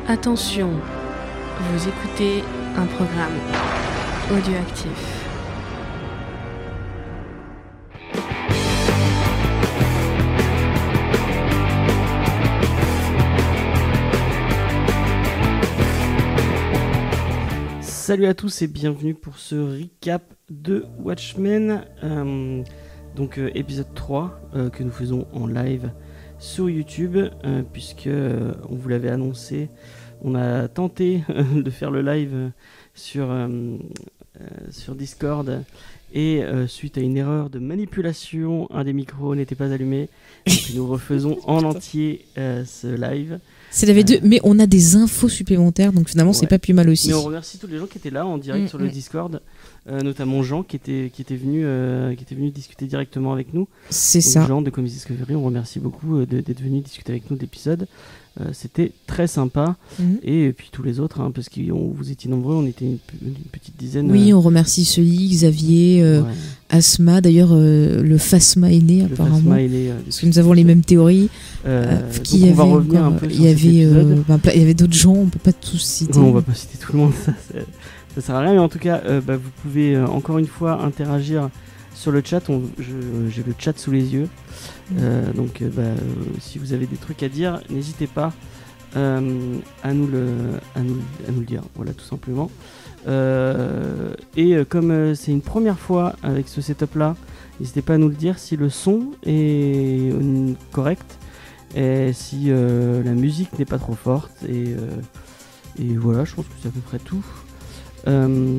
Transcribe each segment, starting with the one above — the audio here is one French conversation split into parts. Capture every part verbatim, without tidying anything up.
Attention, vous écoutez un programme audioactif. Salut à tous et bienvenue pour ce recap de Watchmen, euh, donc euh, épisode trois euh, que nous faisons en live sur YouTube, euh, puisque euh, on vous l'avait annoncé, on a tenté euh, de faire le live sur, euh, euh, sur Discord et euh, suite à une erreur de manipulation, un des micros n'était pas allumé, donc nous refaisons en entier euh, ce live. C'est la V deux, euh, mais on a des infos supplémentaires, donc finalement ouais. C'est pas plus mal aussi. Mais on remercie tous les gens qui étaient là en direct mmh, sur le mmh. Discord, euh, notamment Jean qui était, qui, était venu, euh, qui était venu discuter directement avec nous. C'est donc, ça. Jean de Comics Discovery, on remercie beaucoup euh, d'être venu discuter avec nous de l'épisode. Euh, c'était très sympa. Mmh. Et puis tous les autres, hein, parce que vous étiez nombreux, on était une, une petite dizaine. Oui, euh... on remercie Sully, Xavier, euh, ouais. Asma. D'ailleurs, euh, le Phasma est né, le apparemment. Phasma est né, euh, parce que nous avons les mêmes théories. Euh, euh, donc on va revenir encore, un peu sur il y avait, euh, bah, il y avait d'autres gens, on peut pas tous citer. Non, on va pas citer tout le monde, ça, ça sert à rien. Mais en tout cas, euh, bah, vous pouvez euh, encore une fois interagir sur le chat. On, je, j'ai le chat sous les yeux. Euh, donc euh, bah, euh, si vous avez des trucs à dire, n'hésitez pas euh, à, nous le, à, nous, à nous le dire, voilà, tout simplement. Euh, et euh, comme euh, c'est une première fois avec ce setup là, n'hésitez pas à nous le dire si le son est euh, correct et si euh, la musique n'est pas trop forte, et, euh, et voilà, je pense que c'est à peu près tout. Euh,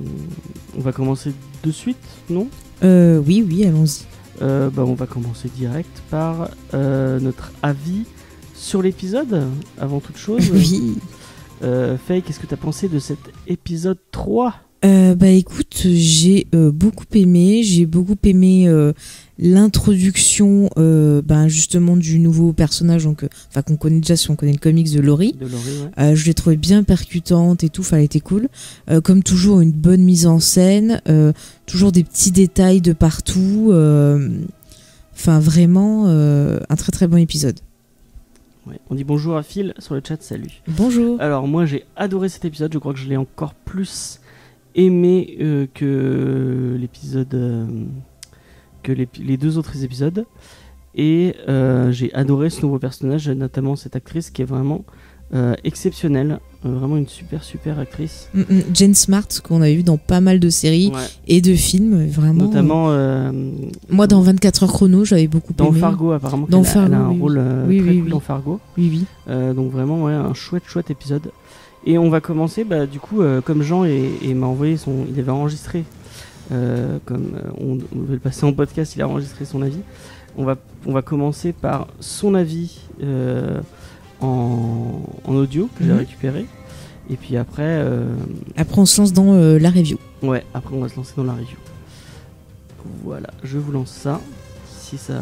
on va commencer de suite, non ? euh, Oui, oui, allons-y. Euh, bah, on va commencer direct par euh, notre avis sur l'épisode, avant toute chose. Oui. Euh, Faye, qu'est-ce que tu as pensé de cet épisode trois ? euh, Bah écoute, j'ai euh, beaucoup aimé, j'ai beaucoup aimé euh, l'introduction euh, bah, justement du nouveau personnage, donc, enfin, qu'on connaît déjà si on connaît le comics de Laurie. De Laurie, ouais. euh, je l'ai trouvé bien percutante et tout, enfin, elle était cool. Euh, comme toujours, une bonne mise en scène, euh, toujours des petits détails de partout. Enfin, euh, vraiment, euh, un très très bon épisode. Ouais. On dit bonjour à Phil sur le chat, salut. Bonjour. Alors moi j'ai adoré cet épisode, je crois que je l'ai encore plus aimé euh, que l'épisode, euh, que les, les deux autres épisodes. Et euh, j'ai adoré ce nouveau personnage, notamment cette actrice qui est vraiment euh, exceptionnelle, euh, vraiment une super super actrice. Mm-hmm. Jane Smart, qu'on avait vu dans pas mal de séries ouais. et de films, vraiment. Notamment. Euh, moi dans vingt-quatre heures chrono, j'avais beaucoup dans aimé. Dans Fargo, apparemment. Dans elle, Fargo, elle a un oui, rôle euh, oui, très oui, cool oui. dans Fargo. Oui, oui. Euh, donc vraiment, ouais, un chouette chouette épisode. Et on va commencer, bah, du coup, euh, comme Jean et, et m'a envoyé son, il avait enregistré, euh, comme euh, on, on veut le passer en podcast, il a enregistré son avis. On va, on va commencer par son avis euh, en, en audio que mmh. j'ai récupéré. Et puis après... Euh... Après on se lance dans euh, la review. Ouais, après on va se lancer dans la review. Voilà, je vous lance ça. Si ça...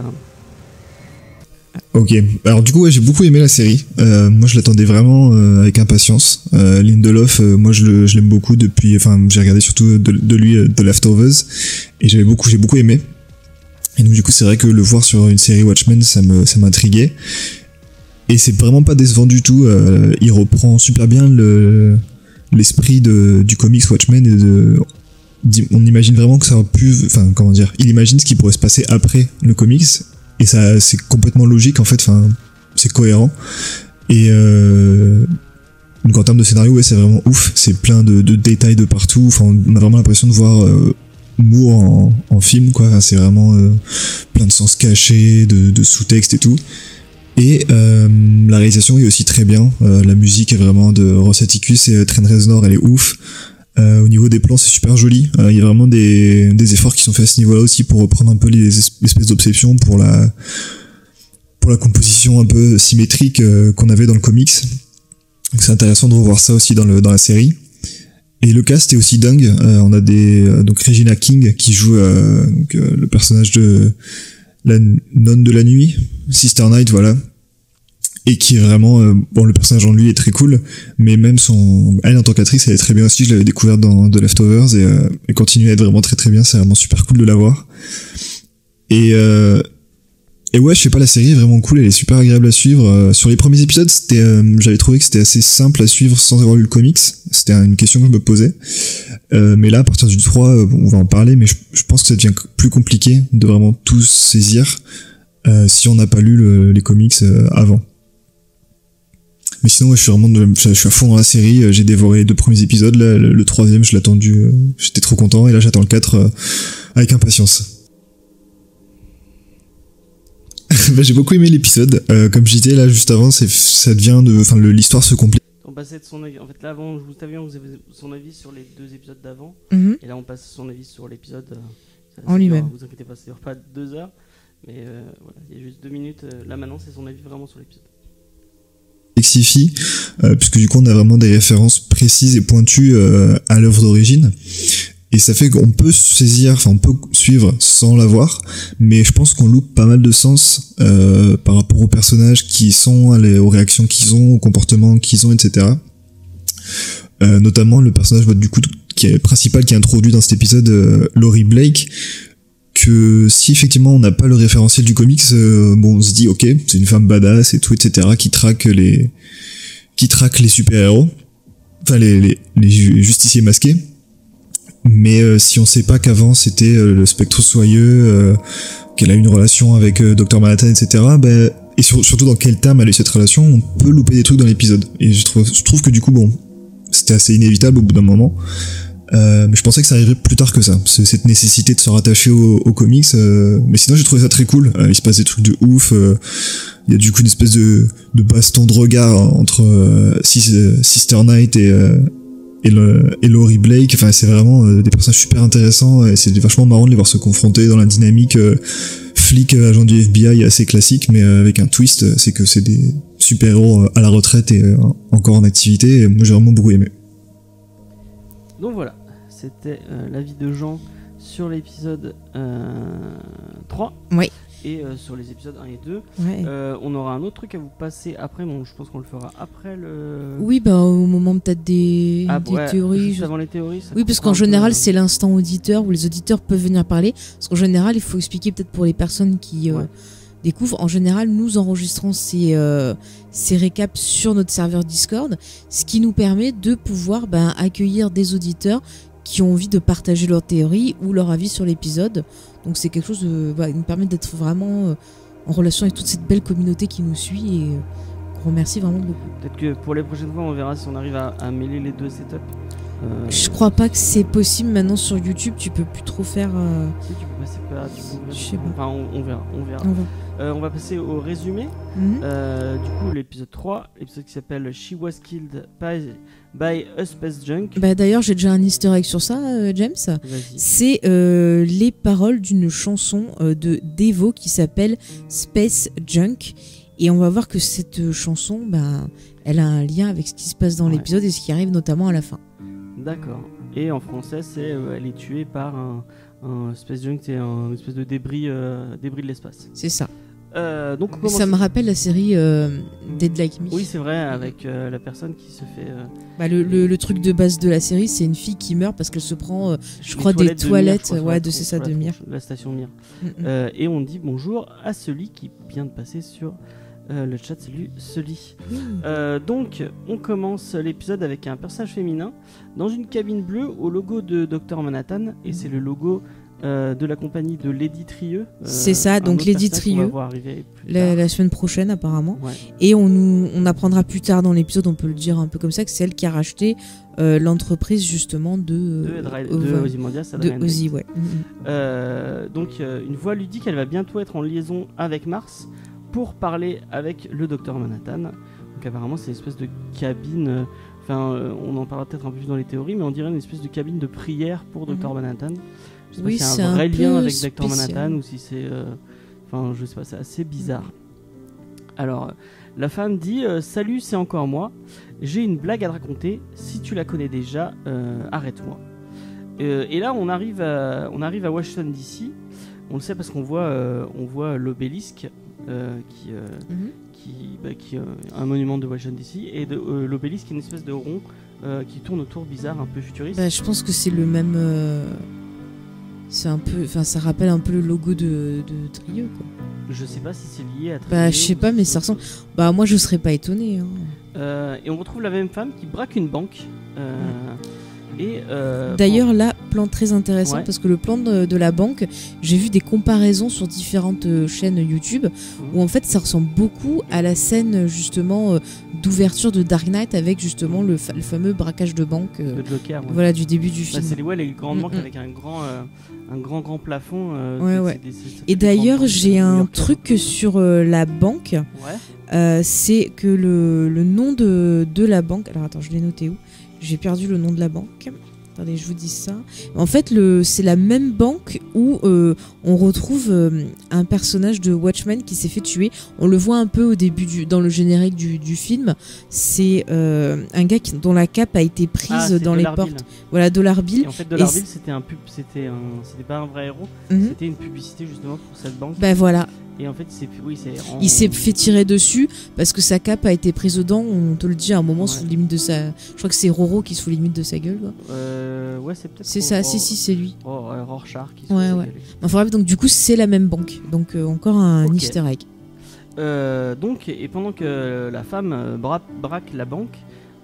Ok, alors du coup ouais, j'ai beaucoup aimé la série, euh, moi je l'attendais vraiment euh, avec impatience. euh, Lindelof, euh, moi je, le, je l'aime beaucoup depuis, enfin j'ai regardé surtout de, de lui euh, The Leftovers, et j'avais beaucoup, j'ai beaucoup aimé. Et donc du coup c'est vrai que le voir sur une série Watchmen, ça me, ça m'intriguait. Et c'est vraiment pas décevant du tout, euh, il reprend super bien le, l'esprit de, du comics Watchmen, et de, on imagine vraiment que ça aurait pu, enfin comment dire, il imagine ce qui pourrait se passer après le comics, et ça c'est complètement logique en fait, enfin c'est cohérent. Et euh, donc en termes de scénario, ouais c'est vraiment ouf, c'est plein de, de détails de partout, enfin on a vraiment l'impression de voir euh, Moore en, en film quoi, enfin, c'est vraiment euh, plein de sens cachés, de, de sous-texte et tout. Et euh, la réalisation est aussi très bien, euh, la musique est vraiment de Ross Atticus et Trent Reznor, elle est ouf. Euh, au niveau des plans c'est super joli, euh, il y a vraiment des, des efforts qui sont faits à ce niveau là aussi pour reprendre un peu les espèces d'obsessions pour la, pour la composition un peu symétrique euh, qu'on avait dans le comics. Donc c'est intéressant de revoir ça aussi dans, le, dans la série. Et le cast est aussi dingue, euh, on a des, euh, donc Regina King qui joue euh, donc, euh, le personnage de la nonne de la nuit, Sister Night, voilà. Et qui est vraiment, euh, bon le personnage en lui est très cool, mais même son, elle en tant qu'actrice elle est très bien aussi, je l'avais découverte dans The Leftovers, et euh, elle continue à être vraiment très très bien, c'est vraiment super cool de la voir. Et euh, et ouais, je sais pas, la série est vraiment cool, elle est super agréable à suivre. Euh, sur les premiers épisodes, c'était, euh, j'avais trouvé que c'était assez simple à suivre sans avoir lu le comics. C'était une question que je me posais. Euh, mais là, à partir du trois, euh, on va en parler, mais je, je pense que ça devient plus compliqué de vraiment tout saisir euh, si on n'a pas lu le, les comics euh, avant. Mais sinon, ouais, je suis vraiment, de, je suis à fond dans la série. J'ai dévoré les deux premiers épisodes. Là, le, le troisième, je l'ai attendu. Euh, j'étais trop content, et là, j'attends le quatre euh, avec impatience. Bah, j'ai beaucoup aimé l'épisode. Euh, comme je disais là juste avant, c'est, ça devient de, enfin, le, l'histoire se complique. On passait de son avis. En fait, là avant, vous saviez, vous avez son avis sur les deux épisodes d'avant, Mhm. et là on passe son avis sur l'épisode. Euh, ça, En ça lui-même. dure, vous inquiétez pas, ça dure pas deux heures, mais euh, voilà, il y a juste deux minutes. Euh, là maintenant, c'est son avis vraiment sur l'épisode. Complexifie, euh, puisque du coup on a vraiment des références précises et pointues euh, à l'œuvre d'origine, et ça fait qu'on peut saisir, enfin on peut suivre sans l'avoir, mais je pense qu'on loupe pas mal de sens euh, par rapport aux personnages qui y sont, les, aux réactions qu'ils ont, aux comportements qu'ils ont, et cetera. Euh, notamment le personnage bah, du coup qui est principal, qui est introduit dans cet épisode, euh, Laurie Blake, que si effectivement on n'a pas le référentiel du comics, euh, bon, on se dit ok, c'est une femme badass et tout, et cetera, qui traque les, qui traque les super-héros, enfin les, les, les justiciers masqués. Mais euh, si on sait pas qu'avant c'était euh, le Spectre soyeux, euh, qu'elle a une relation avec euh, docteur Manhattan, et cetera, ben, et sur, surtout dans quel terme elle a eu cette relation, on peut louper des trucs dans l'épisode. Et je trouve, je trouve que du coup, bon, c'était assez inévitable au bout d'un moment. Euh, mais je pensais que ça arriverait plus tard que ça, cette nécessité de se rattacher aux, aux comics. Euh, mais sinon, j'ai trouvé ça très cool. Euh, il se passe des trucs de ouf. Euh, il y a du coup une espèce de, de baston de regard entre euh, Sister Knight et, euh, et, le, et Laurie Blake. Enfin, c'est vraiment euh, des personnages super intéressants, et c'est vachement marrant de les voir se confronter dans la dynamique euh, flic euh, agent du F B I assez classique, mais euh, avec un twist, c'est que c'est des super-héros à la retraite et euh, encore en activité. Et moi, j'ai vraiment beaucoup aimé. Donc voilà, c'était euh, l'avis de Jean sur l'épisode euh, trois. Oui. Et euh, sur les épisodes un et deux. Ouais. Euh, on aura un autre truc à vous passer après, bon, je pense qu'on le fera après le... Oui, bah au moment peut-être des, Ah, des ouais, théories. juste je- avant les théories. ça Oui, parce coupera qu'en un peu, général, euh, c'est l'instant auditeur où les auditeurs peuvent venir parler. Parce qu'en général, il faut expliquer peut-être pour les personnes qui euh, Ouais. découvrent. En général, nous enregistrons ces, euh, ces récaps sur notre serveur Discord, ce qui nous permet de pouvoir ben, accueillir des auditeurs qui ont envie de partager leur théorie ou leur avis sur l'épisode. Donc c'est quelque chose de, bah, qui nous permet d'être vraiment euh, en relation avec toute cette belle communauté qui nous suit et euh, qu'on remercie vraiment beaucoup. Peut-être que pour les prochaines fois, on verra si on arrive à, à mêler les deux setups. Euh, Je crois pas que c'est possible maintenant sur YouTube, tu peux plus trop faire... euh, Si tu peux passer par... Tu peux... Je sais pas. Enfin, on, on verra. On, verra. on va- Euh, on va passer au résumé. Mhm. Euh, du coup, l'épisode trois, l'épisode qui s'appelle She Was Killed by, by a Space Junk. Bah, d'ailleurs, j'ai déjà un easter egg sur ça, euh, James. Vas-y. C'est euh, les paroles d'une chanson euh, de Devo qui s'appelle Space Junk. Et on va voir que cette chanson, bah, elle a un lien avec ce qui se passe dans Ouais. l'épisode et ce qui arrive notamment à la fin. D'accord. Et en français, c'est euh, elle est tuée par un, un Space Junk, c'est un espèce de débris, euh, débris de l'espace. C'est ça. Euh, donc on Et commence- ça me rappelle la série euh, Dead Like Me. Oui, c'est vrai, avec euh, la personne qui se fait. euh, Bah, le, le- le truc de base de la série, c'est une fille qui meurt parce qu'elle se prend, euh, je les crois, des de Mir, toilettes. je crois, sur ouais, la de tronche- c'est ça, sur la de Mir. tronche, La station Mir. Mm, mm. Euh, et on dit bonjour à celui qui vient de passer sur euh, le chat. Salut, Sully. Euh, donc, on commence l'épisode avec un personnage féminin dans une cabine bleue au logo de docteur Manhattan, et c'est le logo euh, de la compagnie de Lady Trieux. euh, C'est ça, un donc autre Lady personnage qu'on va Trieux. voir arriver plus La, tard. la semaine prochaine, apparemment. Ouais. Et on, nous, on apprendra plus tard dans l'épisode, on peut le dire un peu comme ça, que c'est elle qui a racheté euh, l'entreprise justement de, De, euh, Dry- Ova- de Ozymandias, de Adrian Tate. Ozzy, ouais. Mm, mm. Euh, donc euh, une voix lui dit qu'elle va bientôt être en liaison avec Mars pour parler avec le docteur Manhattan. Donc apparemment c'est une espèce de cabine, euh, enfin euh, on en parlera peut-être un peu plus dans les théories, mais on dirait une espèce de cabine de prière pour docteur Manhattan. Je sais Oui, pas si c'est c'est un un vrai peu lien avec docteur spécial. Manhattan ou si c'est... euh, Enfin je sais pas, c'est assez bizarre. Alors euh, la femme dit euh, salut, c'est encore moi, j'ai une blague à te raconter, si tu la connais déjà, euh, arrête-moi. Euh, et là, on arrive à, on arrive à Washington D C. On le sait parce qu'on voit, euh, on voit l'obélisque euh, qui, euh, Mhm. qui, bah, qui euh, un monument de Washington D C, et de, euh, l'obélisque qui est une espèce de rond euh, qui tourne autour bizarre, un peu futuriste. Bah, je pense que c'est le même. euh, C'est un peu, enfin, ça rappelle un peu le logo de, de Trio, quoi. Je sais pas si c'est lié à Trio. Bah, je sais pas, mais ça ressemble. Bah, moi, je serais pas étonné. Hein. Euh, et on retrouve la même femme qui braque une banque. Euh, et euh, D'ailleurs, bon. là, plan très intéressant Ouais. parce que le plan de, de la banque, j'ai vu des comparaisons sur différentes euh, chaînes YouTube Mmh. où en fait, ça ressemble beaucoup à la scène justement euh, d'ouverture de Dark Knight avec justement le, fa- le fameux braquage de banque. euh, Le Joker. Ouais. Voilà, du début du Bah, film. c'est les, ouais, les grandes banques Mm, mm. avec un grand, euh, un grand, grand plafond. Euh, Ouais, c'est- ouais. c'est des- c'est- c'est Et des grandes d'ailleurs, banques j'ai de New un York. truc sur euh, la banque. Ouais. Euh, c'est que le, le nom de, de la banque. Alors attends, je l'ai noté où? J'ai perdu le nom de la banque. Attendez, je vous dis ça. En fait, le, c'est la même banque où euh, on retrouve euh, un personnage de Watchmen qui s'est fait tuer. On le voit un peu au début, du, dans le générique du, du film. C'est euh, un gars qui, dont la cape a été prise Ah, c'est dans les Dollar Bill. portes. Voilà, Dollar Bill. Et en fait, Dollar Et Bill, c'était un pub, c'était un, c'était pas un vrai héros, Mhm. c'était une publicité justement pour cette banque. Ben voilà. Et en fait, c'est, oui, c'est. En... Il s'est fait tirer dessus parce que sa cape a été prise dedans. On te le dit à un moment Ouais. sous limite de sa. Je crois que c'est Roro qui se fout limite de sa gueule. Quoi. Euh, ouais, c'est peut-être. C'est Ro- ça, Ro- si si c'est lui. Ro- euh, Rorschach qui se Ouais, fait ouais. gueuler. Enfin bref, donc du coup c'est la même banque. Donc euh, encore un Ok. easter egg. Euh, donc, et pendant que la femme euh, bra- braque la banque,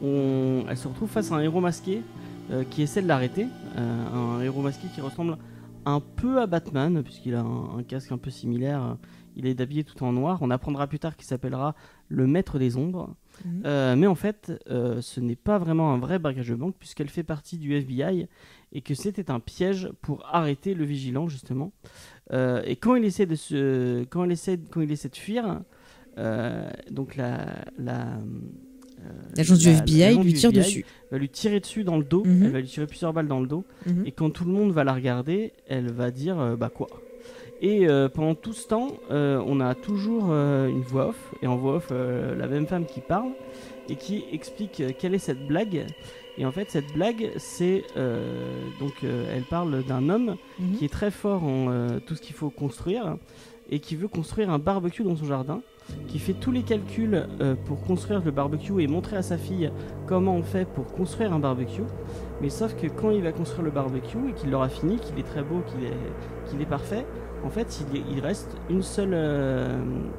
on, elle se retrouve face à un héros masqué euh, qui essaie de l'arrêter. Euh, un héros masqué qui ressemble un peu à Batman, puisqu'il a un, un casque un peu similaire. Il est habillé tout en noir. On apprendra plus tard qu'il s'appellera le Maître des Ombres. Mhm. Euh, mais en fait, euh, ce n'est pas vraiment un vrai braquage de banque, puisqu'elle fait partie du F B I et que c'était un piège pour arrêter le vigilant, justement. Euh, et quand il essaie de se, quand il essaie, quand il essaie de fuir, euh, donc la, la euh, L'agent du la- F B I l'agent lui du tire F B I dessus. va lui tirer dessus dans le dos. Mhm. Elle va lui tirer plusieurs balles dans le dos. Mhm. Et quand tout le monde va la regarder, elle va dire euh, bah quoi. Et euh, pendant tout ce temps, euh, on a toujours euh, une voix off, et en voix off, euh, la même femme qui parle et qui explique euh, quelle est cette blague. Et en fait, cette blague, c'est euh, donc euh, elle parle d'un homme Mhm. qui est très fort en euh, tout ce qu'il faut construire et qui veut construire un barbecue dans son jardin, qui fait tous les calculs euh, pour construire le barbecue et montrer à sa fille comment on fait pour construire un barbecue. Mais sauf que quand il va construire le barbecue et qu'il l'aura fini, qu'il est très beau, qu'il est, qu'il est parfait, en fait il, il reste une seule, euh,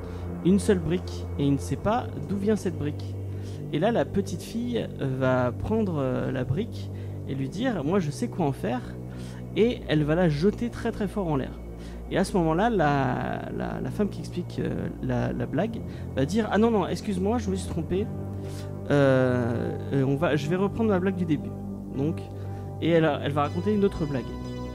une seule brique et il ne sait pas d'où vient cette brique. Et là la petite fille va prendre euh, la brique et lui dire moi je sais quoi en faire, et elle va la jeter très très fort en l'air. Et à ce moment-là, la, la, la femme qui explique euh, la, la blague va dire ah non non excuse-moi je me suis trompée, euh, euh, on va, je vais reprendre ma blague du début. Donc, et elle, elle va raconter une autre blague.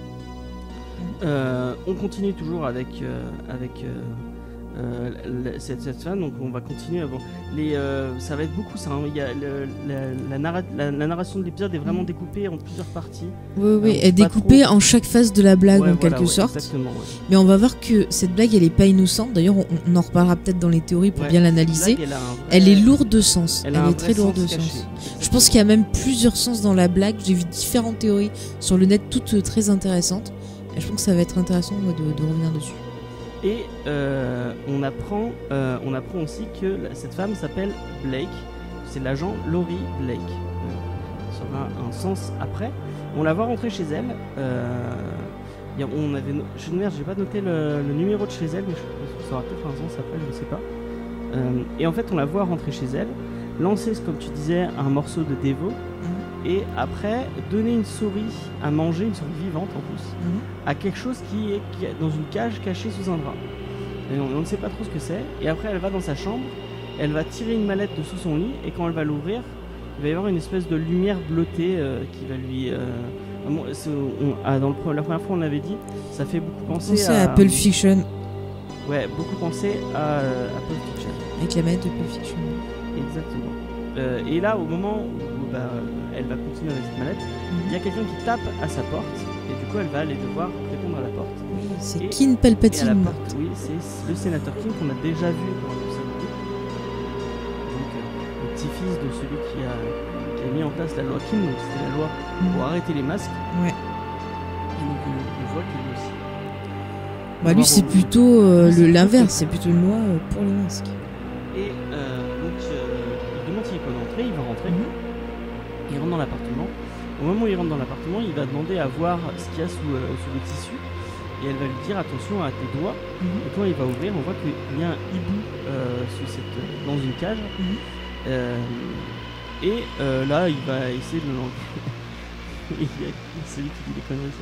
Euh, on continue toujours avec euh, avec euh, euh, la- cette, cette femme, donc on va continuer. Bon, les, euh, ça va être beaucoup ça. hein. Il y a le- la, la, narra- la- la narration de l'épisode est vraiment découpée en plusieurs parties. Oui, Euh, oui, on elle est sait pas découpée trop. en chaque phase de la blague Ouais, en voilà, quelque ouais, sorte. Exactement. ouais. Mais on va voir que cette blague elle est pas innocente. D'ailleurs, on, on en reparlera peut-être dans les théories pour Ouais, bien cette l'analyser. blague, elle, a un vrai- Elle est lourde de sens. Elle, elle a un est vrai très lourde de sens sens. caché. Je pense qu'il y a même plusieurs sens dans la blague. J'ai vu différentes théories sur le net, toutes euh, très intéressantes. Et je pense que ça va être intéressant ouais, de, de revenir dessus. Et euh, on, apprend, euh, on apprend aussi que la- cette femme s'appelle Blake. C'est l'agent Laurie Blake. Euh, ça aura un sens après. On la voit rentrer chez elle. Euh, y a- on avait, no- je merde, j'ai pas noté le, le numéro de chez elle, mais je, ça aura peut-être un sens après, je ne sais pas. Euh, et en fait, on la voit rentrer chez elle, lancer, comme tu disais, un morceau de Devo. Et après, donner une souris à manger, une souris vivante en plus, Mhm. à quelque chose qui est, qui est dans une cage cachée sous un drap. Et on, on ne sait pas trop ce que c'est. Et après, elle va dans sa chambre, elle va tirer une mallette de sous son lit, et quand elle va l'ouvrir, il va y avoir une espèce de lumière bleutée euh, qui va lui... Euh, bon, c'est- on- ah, dans le, pre- la première fois, on l'avait dit, ça fait beaucoup penser Pensez à... à Pulp Fiction, Ouais, beaucoup penser à, euh, à Pulp Fiction. avec la manette de Pulp Fiction. Exactement. Euh, et là, au moment où bah, elle va continuer avec cette mallette, il y a quelqu'un qui tape à sa porte, et du coup, elle va aller devoir répondre à la porte. Oui, c'est Et- Kin Et à la Palpatine. porte, oui, c'est le sénateur King qu'on a déjà vu dans le samedi. Donc, euh, le petit-fils de celui qui a, qui a mis en place la loi King, donc c'était la loi pour Mhm. arrêter les masques. Ouais. Et donc, on, on voit que lui aussi. Bah, lui, c'est plutôt euh, Lui, c'est le- plutôt l'inverse, ça. c'est plutôt une loi euh, pour les masques. Et euh, donc, euh, il demande s'il peut entrer, il va rentrer. Mhm. Il rentre dans l'appartement. au moment où il rentre dans l'appartement, il va demander à voir ce qu'il y a sous, euh, sous le tissu. Et elle va lui dire attention à tes doigts. Mhm. Et quand il va ouvrir, on voit qu'il y a un hibou euh, sous cette, dans une cage. Mhm. Euh, et euh, là, il va essayer de le lancer. C'est lui qui dit des conneries.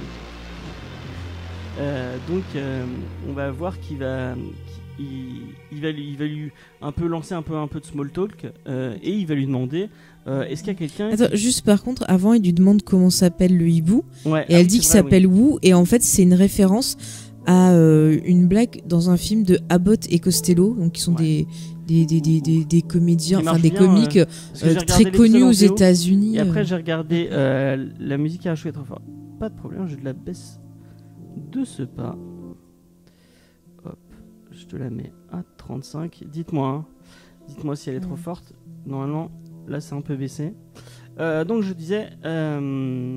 Euh, donc, euh, on va voir qu'il va, qu'il, il va, lui, il va lui un peu lancer un peu, un peu de small talk euh, et il va lui demander euh, est-ce qu'il y a quelqu'un. Attends, qui... juste par contre, avant, il lui demande comment s'appelle le hibou. Ouais, Et ah elle oui, dit qu'il vrai, s'appelle oui. Wu. Et en fait, c'est une référence à euh, une blague dans un film de Abbott et Costello, donc qui sont Ouais. des, des, des, des, des, des comédiens, Qui enfin marche des bien, comiques euh, parce que euh, j'ai regardé très l'épisode connus en aux V O, États-Unis. Et après, euh. j'ai regardé euh, la musique à jouer trop fort. Pas de problème, je la baisse de ce pas. Hop, je te la mets à trente-cinq. Dites-moi, hein. Dites-moi si elle est trop Ouais. forte. Normalement, là, c'est un peu baissé. Euh, donc, je disais. Euh...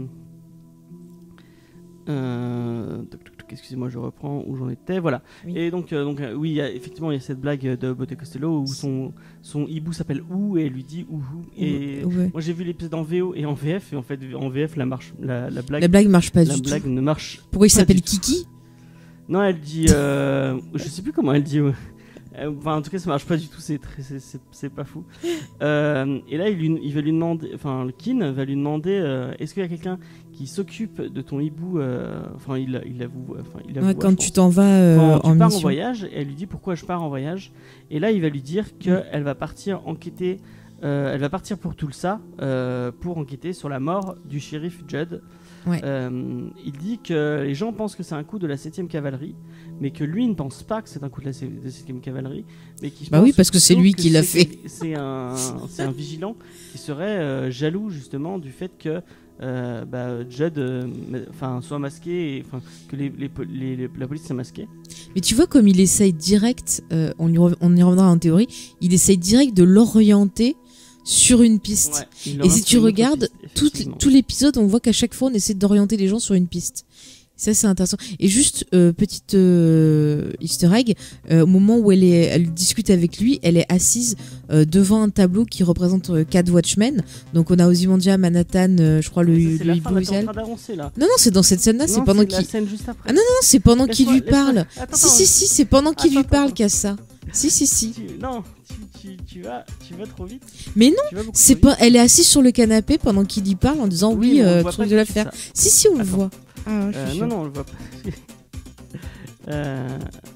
Euh... toc, toc, toc, Excusez-moi, je reprends où j'en étais. Voilà. Oui. Et donc, euh, donc euh, oui, il y a, effectivement, il y a cette blague de Botte Costello où son, son hibou s'appelle Ou et elle lui dit Ouhou. Et Ouais. moi, j'ai vu l'épisode en V O et en V F. Et en fait, en V F, la, marche, la, la blague, La blague marche pas la du blague tout. ne marche. Pourquoi il pas s'appelle du tout. Kiki? Non, elle dit. Euh, je sais plus comment elle dit. Ouais. Euh, Enfin, en tout cas, ça marche pas du tout. C'est très, c'est, c'est, c'est pas fou. Euh, et là, il, lui, il va lui demander. Enfin, le Kin va lui demander euh, est-ce qu'il y a quelqu'un qui s'occupe de ton hibou euh, Enfin, il, il avoue. Enfin, il avoue Ouais, je quand pense. tu t'en vas euh, Quand tu en pars mission. en voyage, et elle lui dit pourquoi je pars en voyage. Et là, il va lui dire qu'elle va partir enquêter. Euh, elle va partir pour Tulsa euh, pour enquêter sur la mort du shérif Judd. Ouais. Euh, il dit que les gens pensent que c'est un coup de la septième cavalerie, mais que lui ne pense pas que c'est un coup de la septième cavalerie, mais qu'il Bah pense oui, parce que c'est plutôt lui que qui l'a c'est- fait. C'est un, c'est un vigilant qui serait euh, jaloux justement du fait que euh, bah, Judd, euh, enfin, soit masqué, et, enfin, que les, les, les- les- la police s'est masquée. Mais tu vois comme il essaye direct, euh, on, y rev- on y reviendra en théorie, il essaye direct de l'orienter sur une piste. Ouais, il Et leur si lance tu une autre regardes piste, tout, effectivement. tout l'épisode, on voit qu'à chaque fois on essaie d'orienter les gens sur une piste. Ça c'est intéressant. Et juste euh, petite euh, Easter egg, euh, au moment où elle est, elle discute avec lui, elle est assise euh, devant un tableau qui représente euh, quatre Watchmen. Donc on a Ozymandias, Manhattan, euh, je crois le, Ça, c'est le la hibou fin, là, t'es en initial. train d'avancer là. Non non, c'est dans cette scène-là, c'est Non, pendant la qu'il. scène juste après. Ah non non, c'est pendant qu'il Laisse-moi- lui laisse-moi- parle. Attends, Si attends. si si, c'est pendant qu'il lui Attends, parle attends. qu'il y a ça. Si si si. Tu- non, tu, tu, tu vas, tu vas trop vite. Mais non, Tu vas beaucoup c'est trop pas. Elle est assise sur le canapé pendant qu'il lui parle en disant vite. oui, mais on euh, le voit truc pas de la qu'il fait faire. ça. Si si, on le Attends. voit. Ah, je Euh, suis non, sûre. non, on le voit pas. euh...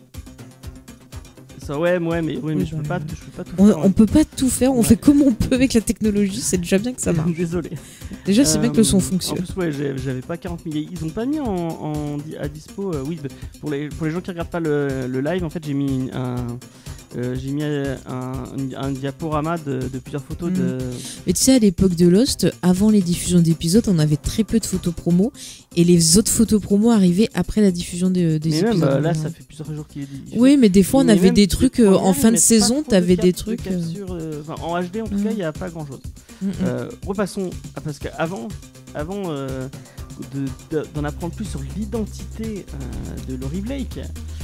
Ça, ouais, ouais, mais, ouais, mais Oui, je, bah, peux pas, euh, je peux pas tout On, faire. on peut pas tout faire, on Ouais. fait comme on peut avec la technologie, c'est déjà bien que ça marche. Désolé. Déjà, c'est bien que le son Euh, fonctionne. En plus, ouais, j'ai- j'avais pas quarante milliers. Ils ont pas mis en, en di- à dispo. euh, oui, bah, pour les, pour les gens qui regardent pas le, le live, en fait, j'ai mis un. euh, j'ai mis un, un, un diaporama de, de plusieurs photos Mm. de. Mais tu sais, à l'époque de Lost, avant les diffusions d'épisodes, on avait très peu de photos promo et les autres photos promo arrivaient après la diffusion de- des Mais épisodes. même euh, là, vraiment. ça fait plusieurs jours qu'il est dit. Oui, mais des fois, on Mais avait même des de trucs euh, en première, fin ils de mettent saison, pas trop t'avais de des cap- de trucs. euh, capture, euh, enfin, en H D, en tout Mm. cas, il n'y a pas grand chose. mm, mm. Euh, repassons, ah, parce qu'avant avant, euh, de- de- d'en apprendre plus sur l'identité euh, de Laurie Blake,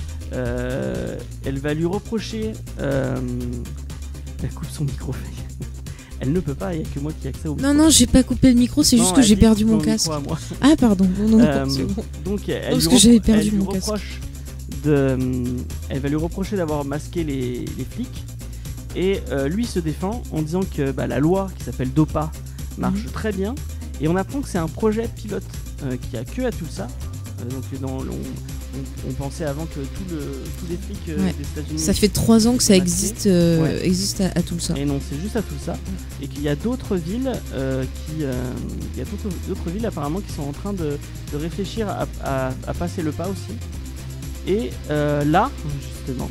euh, elle va lui reprocher. Euh, elle coupe son micro. Elle ne peut pas, il n'y a que moi qui ai accès au micro. Non, non, j'ai pas coupé le micro, c'est Non, juste que elle j'ai dit perdu coupe mon ton casque. micro à moi. Ah, pardon, non, non, non, Euh, c'est bon. Donc elle, parce lui, que j'avais perdu elle lui mon casque. reproche de, elle va lui reprocher d'avoir masqué les, les flics et euh, lui se défend en disant que bah, la loi qui s'appelle DOPA marche Mhm. très bien et on apprend que c'est un projet pilote euh, qui a que à Tulsa. Euh, donc dans, le- on, on- on pensait avant que tout le, tous les flics euh, Ouais. des États-Unis. Ça fait trois ans que ça masqués. existe, euh, Ouais. existe à, à tout ça. Et non, c'est juste à tout ça. Et qu'il y a d'autres villes euh, qui, euh, il y a d'autres, d'autres villes apparemment qui sont en train de, de réfléchir à, à- à passer le pas aussi. Et euh, là, justement,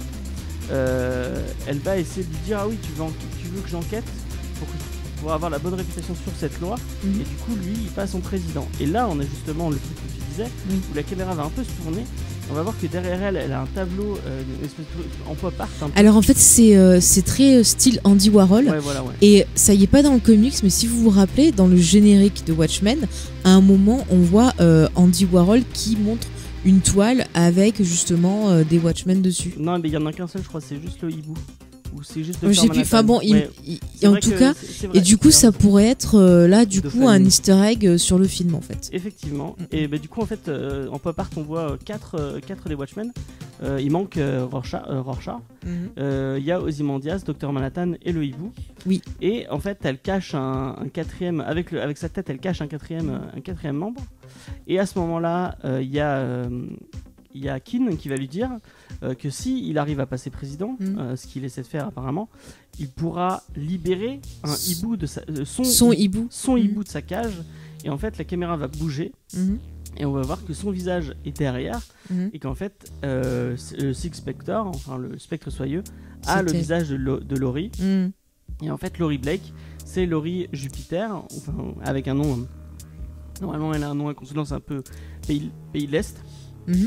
euh, elle va essayer de lui dire ah oui, tu veux, en- tu veux que j'enquête pour, que- pour avoir la bonne réputation sur cette loi. Mhm. Et du coup, lui, il passe en président. Et là, on a justement le truc que tu disais, Oui. où la caméra va un peu se tourner. On va voir que derrière elle, elle a un tableau, euh, une espèce de truc en pop art. Un peu. Alors en fait, c'est euh, c'est très euh, style Andy Warhol. Ouais, voilà, ouais. Et ça y est pas dans le comics, mais si vous vous rappelez, dans le générique de Watchmen, à un moment, on voit euh, Andy Warhol qui montre une toile avec justement euh, des Watchmen dessus. Non, mais il y en a qu'un seul, je crois, c'est juste le hibou. ou c'est juste Je sais plus. Enfin bon, il, ouais. il, et en tout cas, c'est, c'est et du coup, ça pourrait être euh, là, du coup, un easter egg euh, sur le film en fait. Effectivement. Mm-hmm. Et bah, du coup, en fait, euh, en pop art, on voit quatre euh, quatre des Watchmen. Euh, il manque euh, Rorschach. Euh, Rorschach. Il mm-hmm. euh, y a Ozymandias, Docteur Manhattan et le hibou. Oui. Et en fait, elle cache un, un quatrième avec le, avec sa tête, elle cache un quatrième un quatrième membre. Et à ce moment-là, il euh, y a euh, il y a Keane qui va lui dire euh, que si il arrive à passer président, mmh. euh, ce qu'il essaie de faire apparemment, il pourra libérer un hibou de sa, euh, son, son hibou, son mmh. hibou de sa cage. Et en fait, la caméra va bouger mmh. et on va voir que son visage est derrière mmh. et qu'en fait, euh, Six Spectre, enfin le spectre soyeux, a C'était... le visage de, Lo- de Laurie. Mmh. Et en fait, Laurie Blake, c'est Laurie Jupiter, enfin avec un nom. Normalement, elle a un nom à consonance un peu pays, pays de l'Est. Mmh.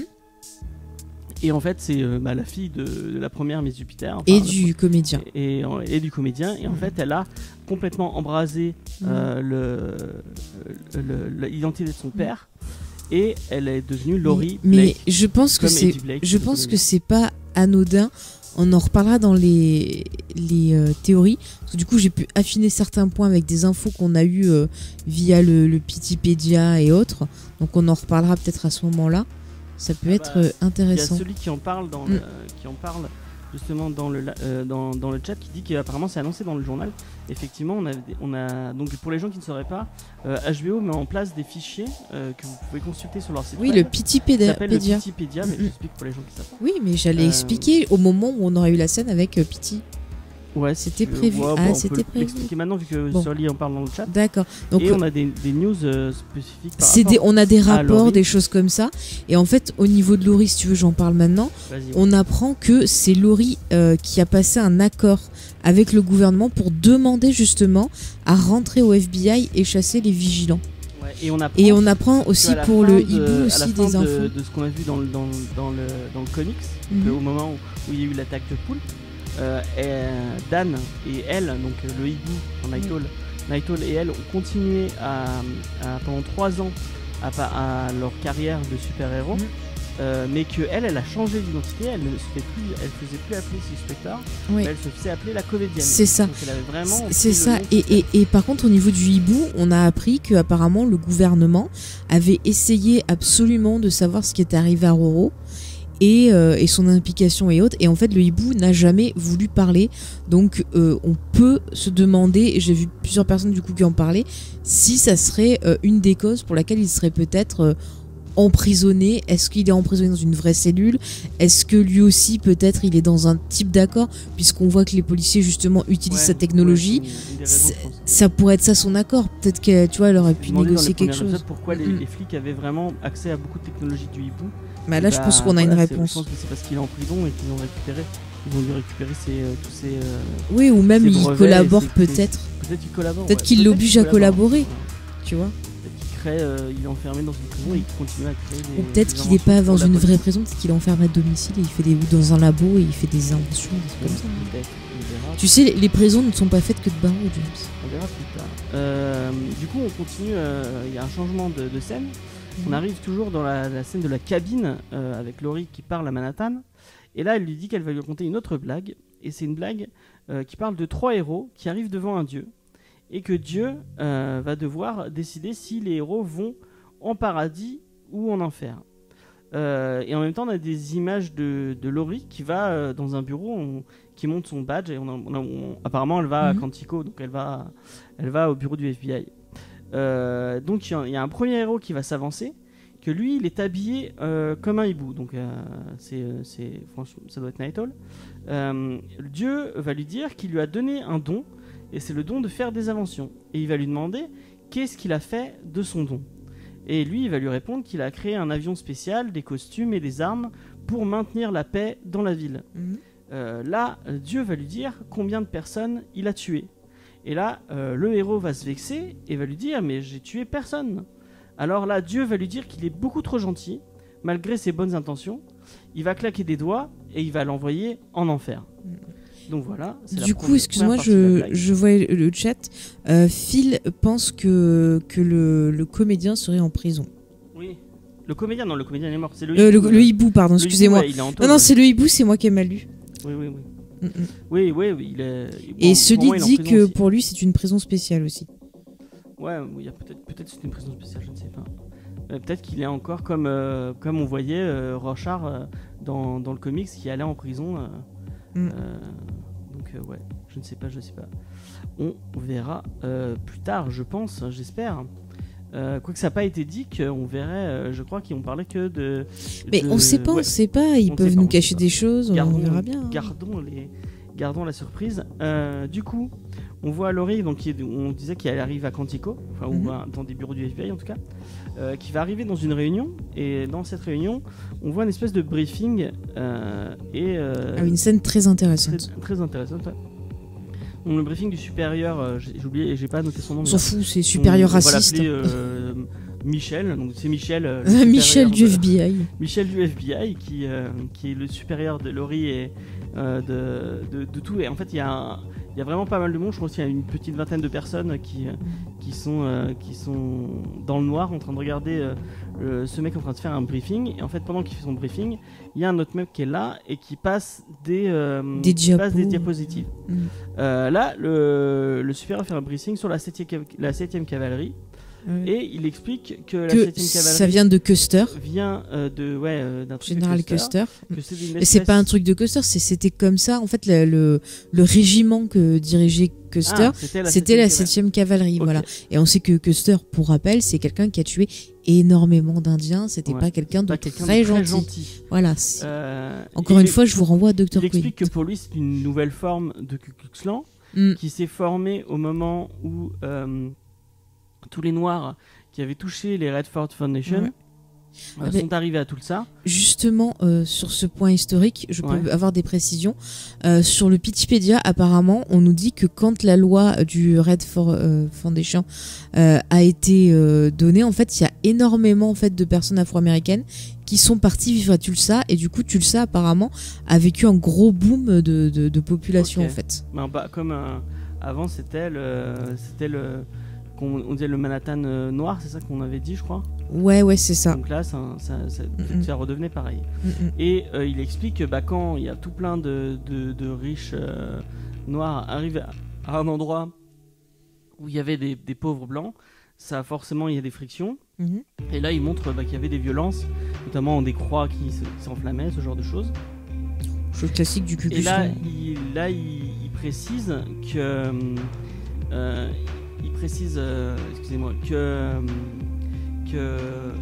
Et en fait, c'est euh, bah, la fille de, de la première Miss Jupiter. Enfin, et du comédien. Et, et, et du comédien. Et en mmh. fait, elle a complètement embrasé euh, mmh. le, le, le, l'identité de son père. Mmh. Et elle est devenue Laurie mais, Blake. Mais je pense que c'est, Blake, je pense que c'est pas anodin. On en reparlera dans les, les euh, théories. Parce que du coup, j'ai pu affiner certains points avec des infos qu'on a eues euh, via le, le Pitipédia et autres. Donc on en reparlera peut-être à ce moment-là. Ça peut ah être bah, intéressant. Il y a celui qui en parle, dans mm. le, euh, qui en parle justement dans le, euh, dans, dans le chat qui dit qu'apparemment c'est annoncé dans le journal. Effectivement, on a, on a donc pour les gens qui ne sauraient pas, euh, H B O met en place des fichiers euh, que vous pouvez consulter sur leur site oui, web. Le Pitipédia. Ça s'appelle le Pitipédia, mais mm-hmm. j'explique pour les gens qui savent pas. Oui, mais j'allais euh... expliquer au moment où on aurait eu la scène avec euh, Pity. Ouais, c'était prévu. Ouais, ah, bon, c'était on peut prévu. l'expliquer maintenant vu que bon. Surly en parle dans le chat. D'accord. Donc et on a des, des news euh, spécifiques. Par c'est des, on a des rapports, à des choses comme ça. Et en fait, au niveau de Laurie, si tu veux, j'en parle maintenant. Vas-y, ouais. On apprend que c'est Laurie euh, qui a passé un accord avec le gouvernement pour demander justement à rentrer au F B I et chasser les vigilants. Ouais, et, on apprend et on apprend aussi pour le de, hibou aussi à la fin des de, infos de ce qu'on a vu dans le, dans, dans le, dans le comics, mm-hmm. au moment où, où il y a eu l'attaque de Poulpe. Euh, et Dan et elle, donc le hibou, enfin, Night Owl, mmh. Night Owl et elle ont continué à, à, pendant trois ans à, à leur carrière de super-héros, mmh. euh, mais que elle, elle a changé d'identité, elle ne se fait plus, elle faisait plus appeler Six Spectre, oui. mais elle se faisait appeler la comédienne. C'est ça. Donc elle avait vraiment c'est ça. Et, et, et par contre, au niveau du hibou, on a appris que apparemment le gouvernement avait essayé absolument de savoir ce qui était arrivé à Roro. Et, euh, et son implication et autres, et en fait le hibou n'a jamais voulu parler, donc euh, on peut se demander, et j'ai vu plusieurs personnes du coup qui en parlaient, si ça serait euh, une des causes pour laquelle il serait peut-être euh, emprisonné. Est-ce qu'il est emprisonné dans une vraie cellule? Est-ce que lui aussi peut-être il est dans un type d'accord, puisqu'on voit que les policiers justement utilisent ouais, sa technologie, ouais, raisons, ça pourrait être ça son accord, peut-être que tu vois elle aurait pu négocier quelque chose. Pourquoi les, mmh. les flics avaient vraiment accès à beaucoup de technologies du hibou? Bah là, bah, je pense qu'on a voilà, une réponse. Je pense que c'est parce qu'il est en prison et qu'ils ont récupéré, ils ont dû récupérer ses, euh, tous ces. Euh, oui, ou même il collabore ses, peut-être. Peut-être qu'il collabore. Peut-être ouais. qu'il peut-être l'oblige qu'il à collaborer. Ouais. Tu vois. Peut-être qu'il crée, euh, il est enfermé dans une prison et il continue à créer des. Ou peut-être qu'il n'est pas dans une vraie prison, peut-être qu'il est enfermé à domicile et il fait des ou dans un labo et il fait des inventions, des trucs comme ça. Peut-être. On verra. Tu sais, les prisons ne sont pas faites que de barreaux, James. On verra plus tard. Euh, du coup, on continue. Il euh, y a un changement de, de scène. On arrive toujours dans la, la scène de la cabine euh, avec Laurie qui parle à Manhattan. Et là, elle lui dit qu'elle va lui raconter une autre blague. Et c'est une blague euh, qui parle de trois héros qui arrivent devant un dieu. Et que Dieu euh, va devoir décider si les héros vont en paradis ou en enfer. Euh, et en même temps, on a des images de, de Laurie qui va euh, dans un bureau, on, qui monte son badge. Et on a, on a, on, apparemment, elle va mm-hmm. à Quantico, donc elle va, elle va au bureau du F B I. Euh, donc il y, y a un premier héros qui va s'avancer, que lui il est habillé euh, comme un hibou, donc euh, c'est, c'est, franchement ça doit être Night Owl. Euh, Dieu va lui dire qu'il lui a donné un don, et c'est le don de faire des inventions, et il va lui demander qu'est-ce qu'il a fait de son don, et lui il va lui répondre qu'il a créé un avion spécial, des costumes et des armes pour maintenir la paix dans la ville. Mmh. Euh, là Dieu va lui dire combien de personnes il a tué. Et là, euh, le héros va se vexer et va lui dire « Mais j'ai tué personne !» Alors là, Dieu va lui dire qu'il est beaucoup trop gentil, malgré ses bonnes intentions. Il va claquer des doigts et il va l'envoyer en enfer. Donc voilà. C'est du la coup, première, excuse-moi, je, je vois le chat. Euh, Phil pense que, que le, le comédien serait en prison. Oui. Le comédien, non, le comédien est mort. C'est le euh, hibou. Le, le hibou, pardon, le excusez-moi. Hibou, ouais, non, non, c'est le hibou, c'est moi qui ai mal lu. Oui, oui, oui. Mm-mm. Oui, oui, oui, il est. Et bon, Sully pour moi, il est en dit prison que aussi. pour lui, c'est une prison spéciale aussi. Ouais, il y a peut-être, peut-être c'est une prison spéciale, je ne sais pas. Euh, peut-être qu'il est encore comme, euh, comme on voyait euh, Rorschach euh, dans, dans le comics qui allait en prison. euh, Mm. euh, donc euh, ouais, je ne sais pas, je ne sais pas. On verra euh, plus tard, je pense, j'espère. Euh, Quoique ça n'a pas été dit qu'on verrait, euh, je crois qu'ils ont parlé que de. Mais de- on sait pas, ouais, on sait pas. Ils on peuvent sait pas, nous on sait cacher pas. des choses, Gardons, on verra bien. hein. Gardons, les, gardons la surprise. Euh, du coup, on voit Laurie, donc qui est- on disait qu'elle arrive à Quantico, enfin, Mhm. ou à- dans des bureaux du F B I en tout cas, euh, qui va arriver dans une réunion. Et dans cette réunion, on voit une espèce de briefing euh, et euh, Ah, une scène très très, intéressante. très intéressante. Ouais. Donc, le briefing du supérieur, euh, j'ai j'ai oublié, j'ai pas noté son nom. On mais s'en fout, c'est supérieur on, on va raciste. l'appeler euh, Michel. Donc c'est Michel. euh, le Michel supérieur du de- F B I. Michel du F B I qui, euh, qui est le supérieur de Laurie et euh, de, de, de tout. Et en fait, il y, a un- il y a vraiment pas mal de monde. Je pense qu'il y a une petite vingtaine de personnes qui, euh, qui, sont, euh, qui sont dans le noir en train de regarder euh, le- ce mec en train de faire un briefing. Et en fait, pendant qu'il fait son briefing, il y a un autre mec qui est là et qui passe des, euh, Des qui passe des diapos. diapositives. Mm. Euh, là, le, le supérieur fait un briefing sur la septième, cav- la septième cavalerie. Ouais. Et il explique que la Que septième cavalerie ça vient de Custer, vient euh, de ouais euh, d'un truc de général Custer, Custer. que c'est une Mais c'est espèce- pas un truc de Custer, c'est- c'était comme ça. En fait, le, le, le régiment que dirigeait Custer, Ah, c'était la c'était la septième septième cavalerie. Ok. Voilà. Et on sait que Custer, pour rappel, c'est quelqu'un qui a tué énormément d'Indiens. C'était Ouais. pas quelqu'un de Pas quelqu'un très, de très gentil. gentil. Voilà. c'est- Euh, Encore il- une fois, je vous renvoie à il docteur Quinn. explique que pour lui c'est une nouvelle forme de Ku Klux Klan Mm. qui s'est formée au moment où euh, tous les Noirs qui avaient touché les Redford Foundation Ouais. euh, Ah ben- sont arrivés à Tulsa. Justement, euh, sur ce point historique, je peux Ouais. avoir des précisions. Euh, sur le Wikipédia, apparemment, on nous dit que quand la loi du Red For- euh, Foundation euh, a été euh, donnée, en fait, il y a énormément en fait, de personnes afro-américaines qui sont parties vivre à Tulsa. Et du coup, Tulsa, apparemment, a vécu un gros boom de, de, de population, Ok. en fait. Ben, bah, comme euh, avant c'était le c'était le qu'on on disait le Manhattan euh, noir, c'est ça qu'on avait dit je crois. Ouais, ouais, c'est ça. Donc là ça, ça, ça, Mm-mm. ça redevenait pareil. Mm-mm. Et euh, il explique que bah, quand il y a tout plein de, de, de riches euh, noirs arrivent à, à un endroit où il y avait des, des pauvres blancs, ça forcément il y a des frictions. Mhm. Et là il montre bah, qu'il y avait des violences, notamment des croix qui se- qui s'enflammaient, ce genre de choses. Chose classique du Ku Et Klux là, Klan. il, là il, il précise que euh, il précise, euh, excusez-moi, que euh, que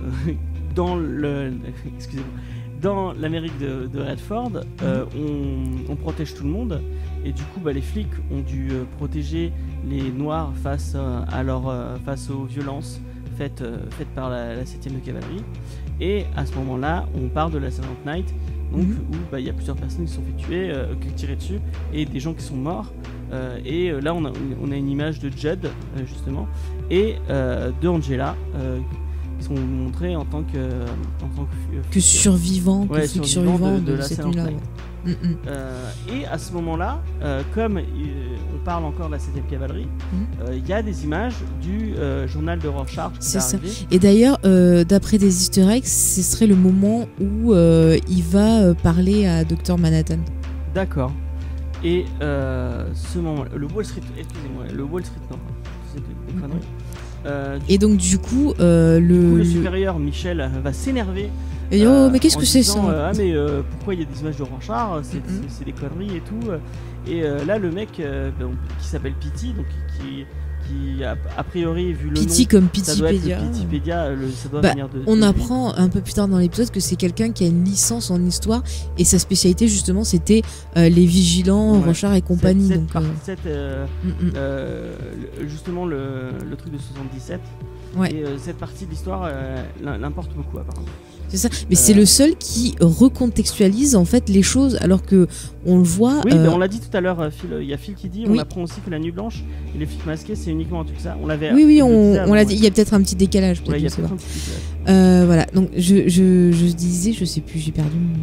dans le, excusez-moi, dans l'Amérique de, de Redford, euh, on, on protège tout le monde et du coup, bah, les flics ont dû euh, protéger les Noirs face euh, à leur, euh, face aux violences faites, euh, faites par la, la septième de cavalerie. Et à ce moment-là, on parle de la Silent Night, donc Mhm. où bah, il y a plusieurs personnes qui se sont fait tuer, euh, qui tirées dessus, et des gens qui sont morts. Euh, et euh, là, on a, on a une image de Judd, euh, justement, et euh, de Angela, euh, qui sont montrés en tant que, en tant que, euh, Que survivant, que Ouais, flic survivant survivant de- de, de la cette Silent nuit-là. Night. ouais. Mm-mm. Euh, et à ce moment-là, euh, comme euh, on parle encore de la septième cavalerie, Mhm. euh, il y a des images du euh, journal de Rorschach qui C'est va ça. arriver. Et d'ailleurs, euh, d'après des easter eggs, ce serait le moment où euh, il va euh, parler à docteur Manhattan. D'accord. Et euh, ce moment, le Wall Street, excusez-moi, le Wall Street Nord, c'est des, des conneries. Euh, du Et donc du coup, euh, coup, le... le le- supérieur Michel va s'énerver. Et oh, euh, mais qu'est-ce en que c'est ça disant, euh, Ah mais euh, pourquoi il y a des images de Rorschach, c'est, Mhm. c'est- c'est des conneries et tout. Et euh, là le mec euh, donc, qui s'appelle Pity, donc qui, qui a, a priori vu le Pity nom, comme ça doit être Pitipédia. le Pitipédia, le- ça doit Bah, venir de. On de lui. apprend un peu plus tard dans l'épisode que c'est quelqu'un qui a une licence en histoire et sa spécialité justement c'était euh, les vigilants, Ouais. Rorschach et compagnie. Cette, donc, cette, par- euh, cette, euh, mm, mm. euh, le- justement le, le truc de soixante-dix-sept. Ouais. Et euh, cette partie de l'histoire euh, l'im- l'importe beaucoup apparemment. C'est ça. Mais c'est Euh, le seul qui recontextualise en fait les choses alors que on le voit. Oui, euh, mais on l'a dit tout à l'heure, euh, Phil. Il y a Phil qui dit, on Oui. apprend aussi que la nuit blanche et les flics masqués, c'est uniquement un truc ça. On l'avait. oui, oui, on le on, disait on avant, l'a ouais. dit. Il y a peut-être un petit décalage. Ouais, peut-être, il y a je sais peut-être pas. un petit décalage. Euh, voilà. Donc je, je, je disais, je sais plus, j'ai perdu mon truc.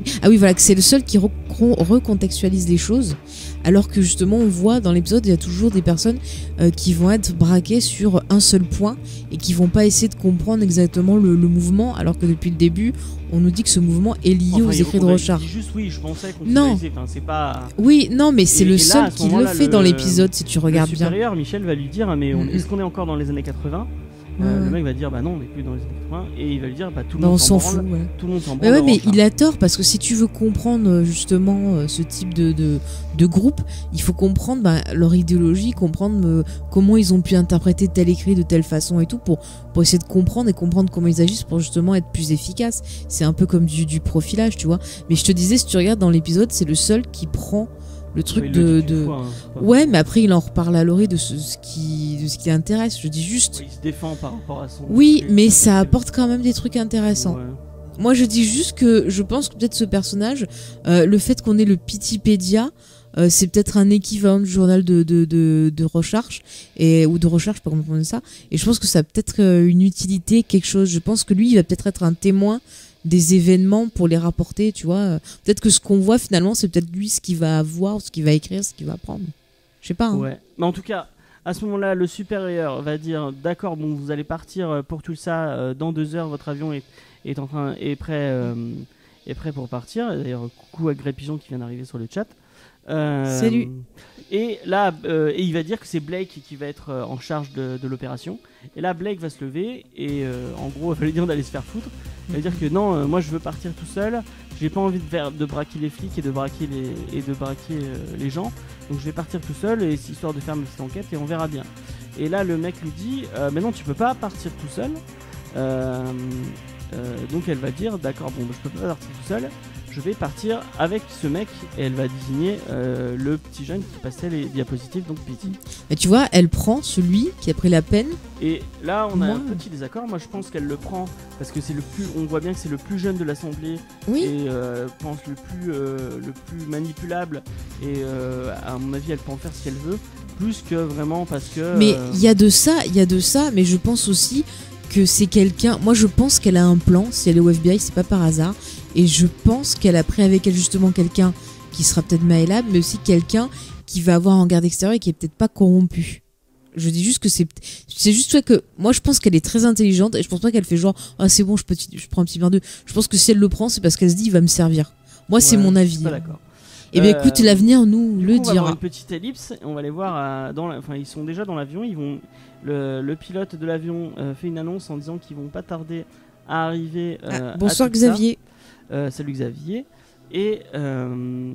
Ah oui, voilà, que c'est le seul qui re- recontextualise les choses, alors que justement on voit dans l'épisode il y a toujours des personnes euh, qui vont être braquées sur un seul point et qui vont pas essayer de comprendre exactement le, le mouvement, alors que depuis le début on nous dit que ce mouvement est lié Enfin, aux il- écrits de il Rochard. dit juste oui, je pensais qu'on Non. enfin, c'est pas. Oui, non, mais c'est Et- le et là, seul à ce qui le moment-là, fait le- dans l'épisode si tu regardes le bien. supérieur, Michel va lui dire ah, mais on- Mm, mm. est-ce qu'on est encore dans les années quatre-vingts? Euh, Ouais, Le ouais. mec va dire bah non, on n'est plus dans les années quatre-vingts, et il va lui dire bah tout le Bah, on monde s'en s'en fout. branle, Ouais. tout le monde s'en Mais branle. ouais, de mais Rochard. il a tort parce que si tu veux comprendre euh, justement euh, ce type de, de, de groupe, il faut comprendre bah, leur idéologie, comprendre euh, comment ils ont pu interpréter tel écrit de telle façon et tout pour, pour essayer de comprendre et comprendre comment ils agissent pour justement être plus efficaces. C'est un peu comme du, du profilage, tu vois. Mais je te disais, si tu regardes dans l'épisode, c'est le seul qui prend le truc Il le de. dit une de... fois, hein, c'est pas- Ouais, mais après il en reparle à Laurie de ce, ce qui, de ce qui l'intéresse. Je dis juste. Il se défend par rapport à son. Oui, truc, mais euh, ça c'est- apporte quand même des trucs intéressants. Ouais. Moi, je dis juste que je pense que peut-être ce personnage, euh, le fait qu'on ait le Pitipédia, euh, c'est peut-être un équivalent du journal de, de, de, de recherche, et, ou de recherche, je sais pas comment on dit ça. Et je pense que ça a peut-être euh, une utilité, quelque chose. Je pense que lui, il va peut-être être un témoin des événements pour les rapporter, tu vois. Peut-être que ce qu'on voit finalement, c'est peut-être lui ce qu'il va voir, ce qu'il va écrire, ce qu'il va apprendre. Je sais pas. Hein. Ouais. Mais en tout cas, à ce moment-là, le supérieur va dire d'accord, bon, vous allez partir pour tout ça euh, dans deux heures. Votre avion est, est en train est prêt euh, est prêt pour partir. D'ailleurs, coucou à Grey Pigeon qui vient d'arriver sur le chat. Euh, Salut. Et là, euh, et il va dire que c'est Blake qui va être euh, en charge de, de l'opération. Et là, Blake va se lever et euh, en gros, il va lui dire d'aller se faire foutre. Il va dire que non, euh, moi je veux partir tout seul. J'ai pas envie de, faire, de braquer les flics et de braquer les, et de braquer euh, les gens. Donc je vais partir tout seul, et c'est histoire de faire ma petite enquête et on verra bien. Et là, le mec lui dit euh, mais non, tu peux pas partir tout seul. Euh, euh, donc elle va dire d'accord, bon, bah, je peux pas partir tout seul. Je vais partir avec ce mec, et elle va désigner euh, le petit jeune qui passait les diapositives, donc Pity. Et tu vois, elle prend celui qui a pris la peine. Et là, on a Moi. un petit désaccord. Moi, je pense qu'elle le prend parce que c'est le plus. On voit bien que c'est le plus jeune de l'assemblée Oui. et euh, pense le plus euh, le plus manipulable. Et euh, à mon avis, elle peut en faire ce qu'elle veut, plus que vraiment parce que. Mais euh, il y a de ça, il y a de ça, mais je pense aussi que c'est quelqu'un. Moi, je pense qu'elle a un plan. Si elle est au F B I, c'est pas par hasard. Et je pense qu'elle a pris avec elle justement quelqu'un qui sera peut-être Maëlab, mais aussi quelqu'un qui va avoir un garde extérieur et qui est peut-être pas corrompu. Je dis juste que c'est c'est juste ouais, que moi je pense qu'elle est très intelligente et je pense pas qu'elle fait genre ah c'est bon je peux je prends un petit verre d'eau. Je pense que si elle le prend c'est parce qu'elle se dit il va me servir. Moi c'est ouais, mon je avis. suis pas d'accord. Et bien Euh, écoute l'avenir nous Du le coup, on va avoir dira. une petite ellipse et on va les voir à- dans la- enfin ils sont déjà dans l'avion, ils vont le, le pilote de l'avion euh, fait une annonce en disant qu'ils vont pas tarder à arriver euh, Ah, bonsoir à Tuxa. Xavier. Euh, salut Xavier. Et, euh,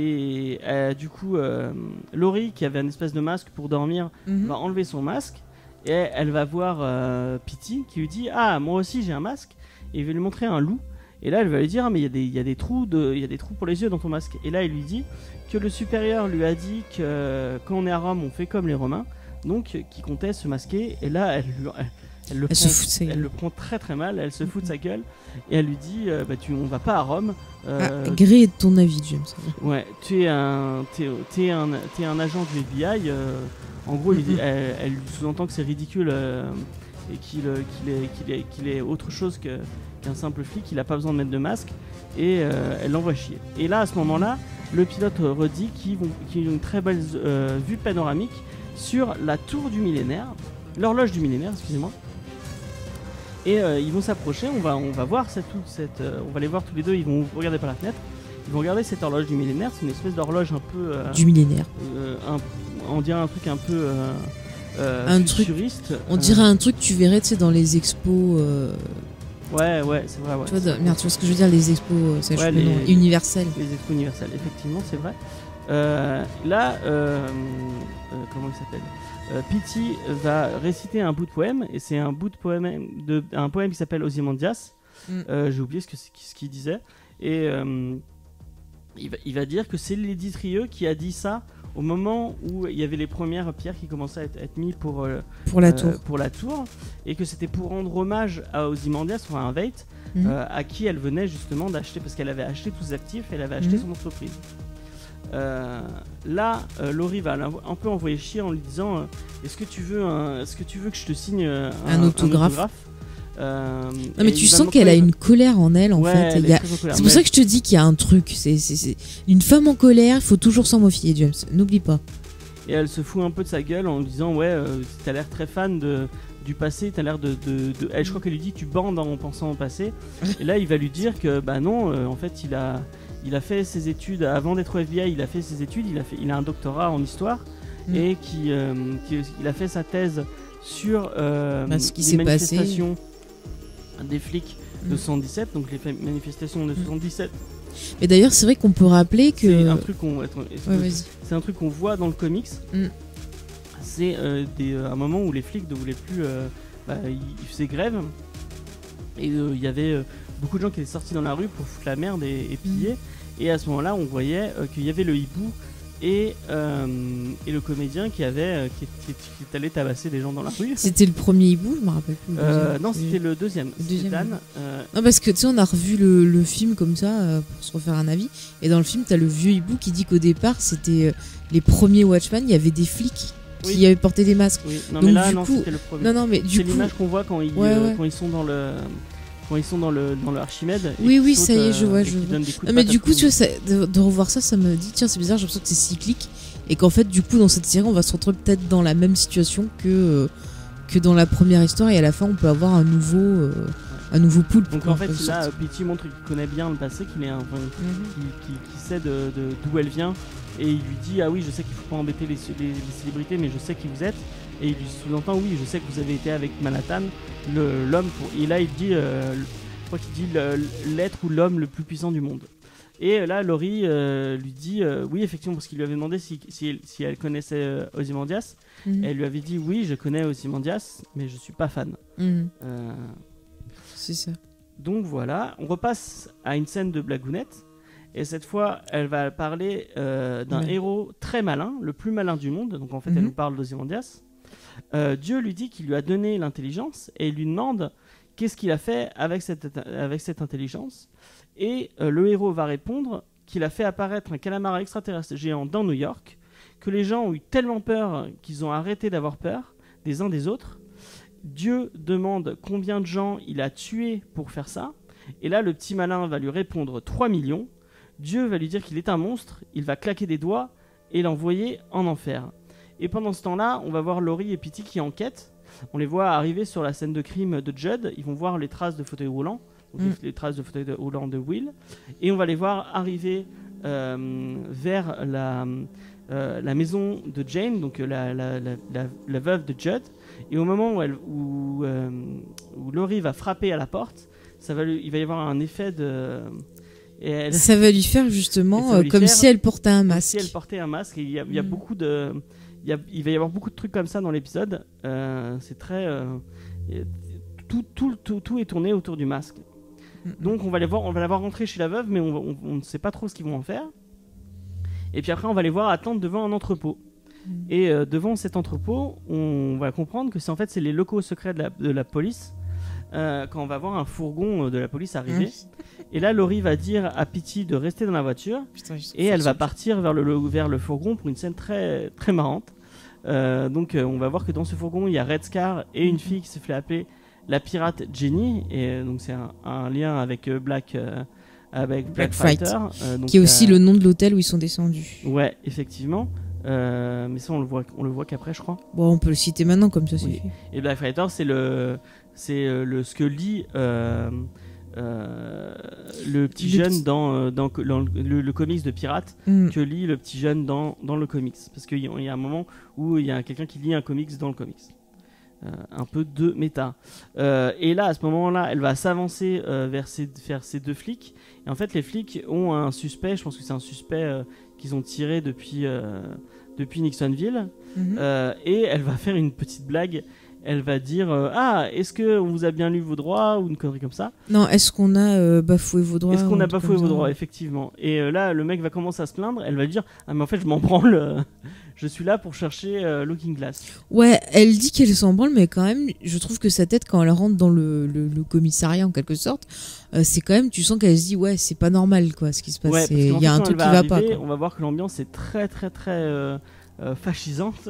et euh, du coup euh, Laurie qui avait une espèce de masque pour dormir Mhm. va enlever son masque et elle va voir euh, Pity qui lui dit ah moi aussi j'ai un masque, et il va lui montrer un loup. Et là, elle va lui dire ah, mais il y a des, il y a des trous de, il y a des trous pour les yeux dans ton masque. Et là, il lui dit que le supérieur lui a dit que euh, quand on est à Rome, on fait comme les Romains, donc euh, qui comptait se masquer. Et là, elle, lui- elle, elle le Elle prend, se fout de sa elle gueule. le prend très très mal. Elle se fout de sa gueule et elle lui dit euh, bah tu, on va pas à Rome. euh, Ah, gré de ton avis James. Ouais, tu es un, t'es, t'es un, t'es un agent du F B I. euh, en gros, il dit- Mhm. elle, elle sous-entend que c'est ridicule euh, et qu'il, euh, qu'il, est, qu'il, est, qu'il est autre chose que, qu'un simple flic. Il a pas besoin de mettre de masque et euh, elle l'envoie chier. Et là, à ce moment-là, le pilote redit qu'ils vont, qu'ils ont une très belle euh, vue panoramique sur la tour du millénaire, l'horloge du millénaire, excusez-moi. Et euh, ils vont s'approcher, on va, on va voir cette, toute cette, euh, on va les voir tous les deux. Ils vont regarder par la fenêtre. Ils vont regarder cette horloge du millénaire. C'est une espèce d'horloge un peu, euh, Du millénaire. euh, un- on dirait un truc un peu euh, euh, Un truc- futuriste. On Euh, dirait un truc que tu verrais tu sais dans les expos. euh, Ouais, ouais, c'est vrai. Ouais. tu vois, de- merde, tu vois ce que je veux dire les expos euh, ça, je Ouais, sais plus le nom, les- universels. Les expos universelles, effectivement, c'est vrai. Euh, là, euh, euh, comment il s'appelle euh, Pity va réciter un bout de poème, et c'est un bout de poème, de, un poème qui s'appelle Ozymandias. Mm. Euh, J'ai oublié ce que c'est- ce qu'il disait. Et euh, il, va, il va dire que c'est Lady Trieux qui a dit ça au moment où il y avait les premières pierres qui commençaient à être, être mises pour, euh, Pour la euh, tour. pour la tour, et que c'était pour rendre hommage à Ozymandias, enfin à un Veit, Mhm. euh, à qui elle venait justement d'acheter, parce qu'elle avait acheté tous ses actifs, elle avait acheté Mhm. son entreprise. Euh, là, euh, Laurie va l'envo- un peu envoyer chier en lui disant euh, est-ce que tu veux un, est-ce que tu veux que je te signe euh, Un autographe. Euh, non mais tu sens qu'elle a une colère en elle en ouais, fait. Elle il y a... colère, C'est pour ça que je te dis qu'il y a un truc. C'est, c'est, c'est... Une femme en colère, il faut toujours s'en méfier, James. N'oublie pas. Et elle se fout un peu de sa gueule en lui disant ouais, euh, t'as l'air très fan de, du passé, t'as l'air de, de, de... Elle, je crois qu'elle lui dit tu bandes en pensant au passé. Et là il va lui dire que bah non, euh, en fait il a, il a fait ses études avant d'être au F B I, il a fait ses études, il a, fait, il a un doctorat en histoire mm. et qui, euh, qui, il a fait sa thèse sur euh, bah, ce qui les s'est manifestations passé. Des flics de mm. soixante-dix-sept, donc les manifestations de soixante-dix-sept. Mais d'ailleurs, c'est vrai qu'on peut rappeler que c'est un truc qu'on, attends, ouais, c'est un truc qu'on voit dans le comics. Mm. C'est euh, des, euh, un moment où les flics ne voulaient plus, euh, bah, ils, ils faisaient grève et il euh, y avait euh, beaucoup de gens qui étaient sortis dans la rue pour foutre la merde et, et piller. Mm. Et à ce moment-là, on voyait euh, qu'il y avait le hibou et, euh, et le comédien qui avait euh, qui, qui, qui est allé tabasser des gens dans la rue. C'était le premier hibou, je me rappelle plus. Euh, non, c'était le deuxième. Le deuxième. Dan, euh... Non, parce que tu sais, on a revu le, le film comme ça euh, pour se refaire un avis. Et dans le film, t'as le vieux hibou qui dit qu'au départ, c'était euh, les premiers Watchmen, il y avait des flics qui oui. avaient porté des masques. Oui. Non, donc mais là, du non, coup, c'était le premier. Non, non, mais du c'est coup, l'image qu'on voit quand ils, ouais, euh, ouais. quand ils sont dans le. Quand ils sont dans le dans le Archimède. Oui, oui, ça y est, je vois, je vois. Non, mais du coup, tu vois, ça, de, de revoir ça, ça me dit, tiens, c'est bizarre, j'ai l'impression que c'est cyclique. Et qu'en fait, du coup, dans cette série, on va se retrouver peut-être dans la même situation que, euh, que dans la première histoire. Et à la fin, on peut avoir un nouveau, euh, un nouveau poulpe. Donc en fait, là, Petty montre qu'il connaît bien le passé, qu'il est un, enfin, mm-hmm. qui, qui, qui sait de, de, d'où elle vient. Et il lui dit, ah oui, je sais qu'il faut pas embêter les, les, les célébrités, mais je sais qui vous êtes. Et il lui sous-entend, oui, je sais que vous avez été avec Manhattan, le, l'homme. Pour... Et là, il dit, euh, je crois qu'il dit le, l'être ou l'homme le plus puissant du monde. Et là, Laurie euh, lui dit, euh, oui, effectivement, parce qu'il lui avait demandé si, si, elle, si elle connaissait euh, Ozymandias. Mm-hmm. Elle lui avait dit, oui, je connais Ozymandias, mais je suis pas fan. Mm-hmm. Euh... C'est ça. Donc voilà, on repasse à une scène de blagounette. Et cette fois, elle va parler euh, d'un ouais. héros très malin, le plus malin du monde. Donc en fait, mm-hmm. elle nous parle d'Ozymandias. Euh, Dieu lui dit qu'il lui a donné l'intelligence et il lui demande qu'est-ce qu'il a fait avec cette, avec cette intelligence. Et euh, le héros va répondre qu'il a fait apparaître un calamar extraterrestre géant dans New York, que les gens ont eu tellement peur qu'ils ont arrêté d'avoir peur des uns des autres. Dieu demande combien de gens il a tués pour faire ça. Et là, le petit malin va lui répondre trois millions. Dieu va lui dire qu'il est un monstre, il va claquer des doigts et l'envoyer en enfer. Et pendant ce temps-là, on va voir Laurie et Petty qui enquêtent. On les voit arriver sur la scène de crime de Judd. Ils vont voir les traces de fauteuil roulant, donc mm. les, les traces de fauteuil roulant de Will. Et on va les voir arriver euh, vers la, euh, la maison de Jane, donc la, la, la, la, la veuve de Judd. Et au moment où, elle, où, euh, où Laurie va frapper à la porte, ça va lui, il va y avoir un effet de... Et elle, ça va lui faire justement euh, comme faire, si elle portait un masque. Comme si elle portait un masque. Et il y a, il y a mm. beaucoup de... Il, y a, il va y avoir beaucoup de trucs comme ça dans l'épisode. Euh, c'est très... Euh, tout, tout, tout, tout est tourné autour du masque. Mm-hmm. Donc on va les voir, on va la voir rentrer chez la veuve, mais on, on, on ne sait pas trop ce qu'ils vont en faire. Et puis après, on va les voir attendre devant un entrepôt. Mm. Et euh, devant cet entrepôt, on va comprendre que c'est en fait c'est les locaux secrets de la, de la police. Euh, quand on va voir un fourgon de la police arriver. Mmh. Et là, Laurie va dire à Petty de rester dans la voiture. Putain, et elle va partir vers le, vers le fourgon pour une scène très, très marrante. Euh, donc, euh, on va voir que dans ce fourgon, il y a Red Scar et une mmh. fille qui se fait appeler la pirate Jenny. Et euh, donc, c'est un, un lien avec euh, Black, euh, avec Black, Black Fighter. Euh, donc, qui est aussi euh, le nom de l'hôtel où ils sont descendus. Ouais, effectivement. Euh, mais ça, on le voit, on le voit qu'après, je crois. Bon, on peut le citer maintenant, comme ça, c'est oui. fait. Et Black Fighter, c'est le. C'est euh, le, ce que lit euh, euh, le petit le jeune petit... Dans, euh, dans, dans le, le comics de Pirate, mm. que lit le petit jeune dans, dans le comics. Parce qu'il y, y a un moment où il y a quelqu'un qui lit un comics dans le comics. Euh, un peu de méta. Euh, et là, à ce moment-là, elle va s'avancer euh, vers, ces, vers ces deux flics. Et en fait, les flics ont un suspect, je pense que c'est un suspect euh, qu'ils ont tiré depuis, euh, depuis Nixonville. Mm-hmm. Euh, et elle va faire une petite blague. Elle va dire euh, ah, est-ce qu'on vous a bien lu vos droits ou une connerie comme ça. Non, est-ce qu'on a euh, bafoué vos droits. Est-ce qu'on a bafoué vos droits, effectivement. Et euh, là, le mec va commencer à se plaindre. Elle va dire ah, mais en fait, je m'en branle. Euh, je suis là pour chercher euh, Looking Glass. Ouais, elle dit qu'elle s'en branle, mais quand même, je trouve que sa tête, quand elle rentre dans le, le, le commissariat, en quelque sorte, euh, c'est quand même, tu sens qu'elle se dit ouais, c'est pas normal, quoi, ce qui se passe. Ouais, il y a un truc qui va arriver, pas. Quoi. On va voir que l'ambiance est très, très, très euh, euh, fascisante.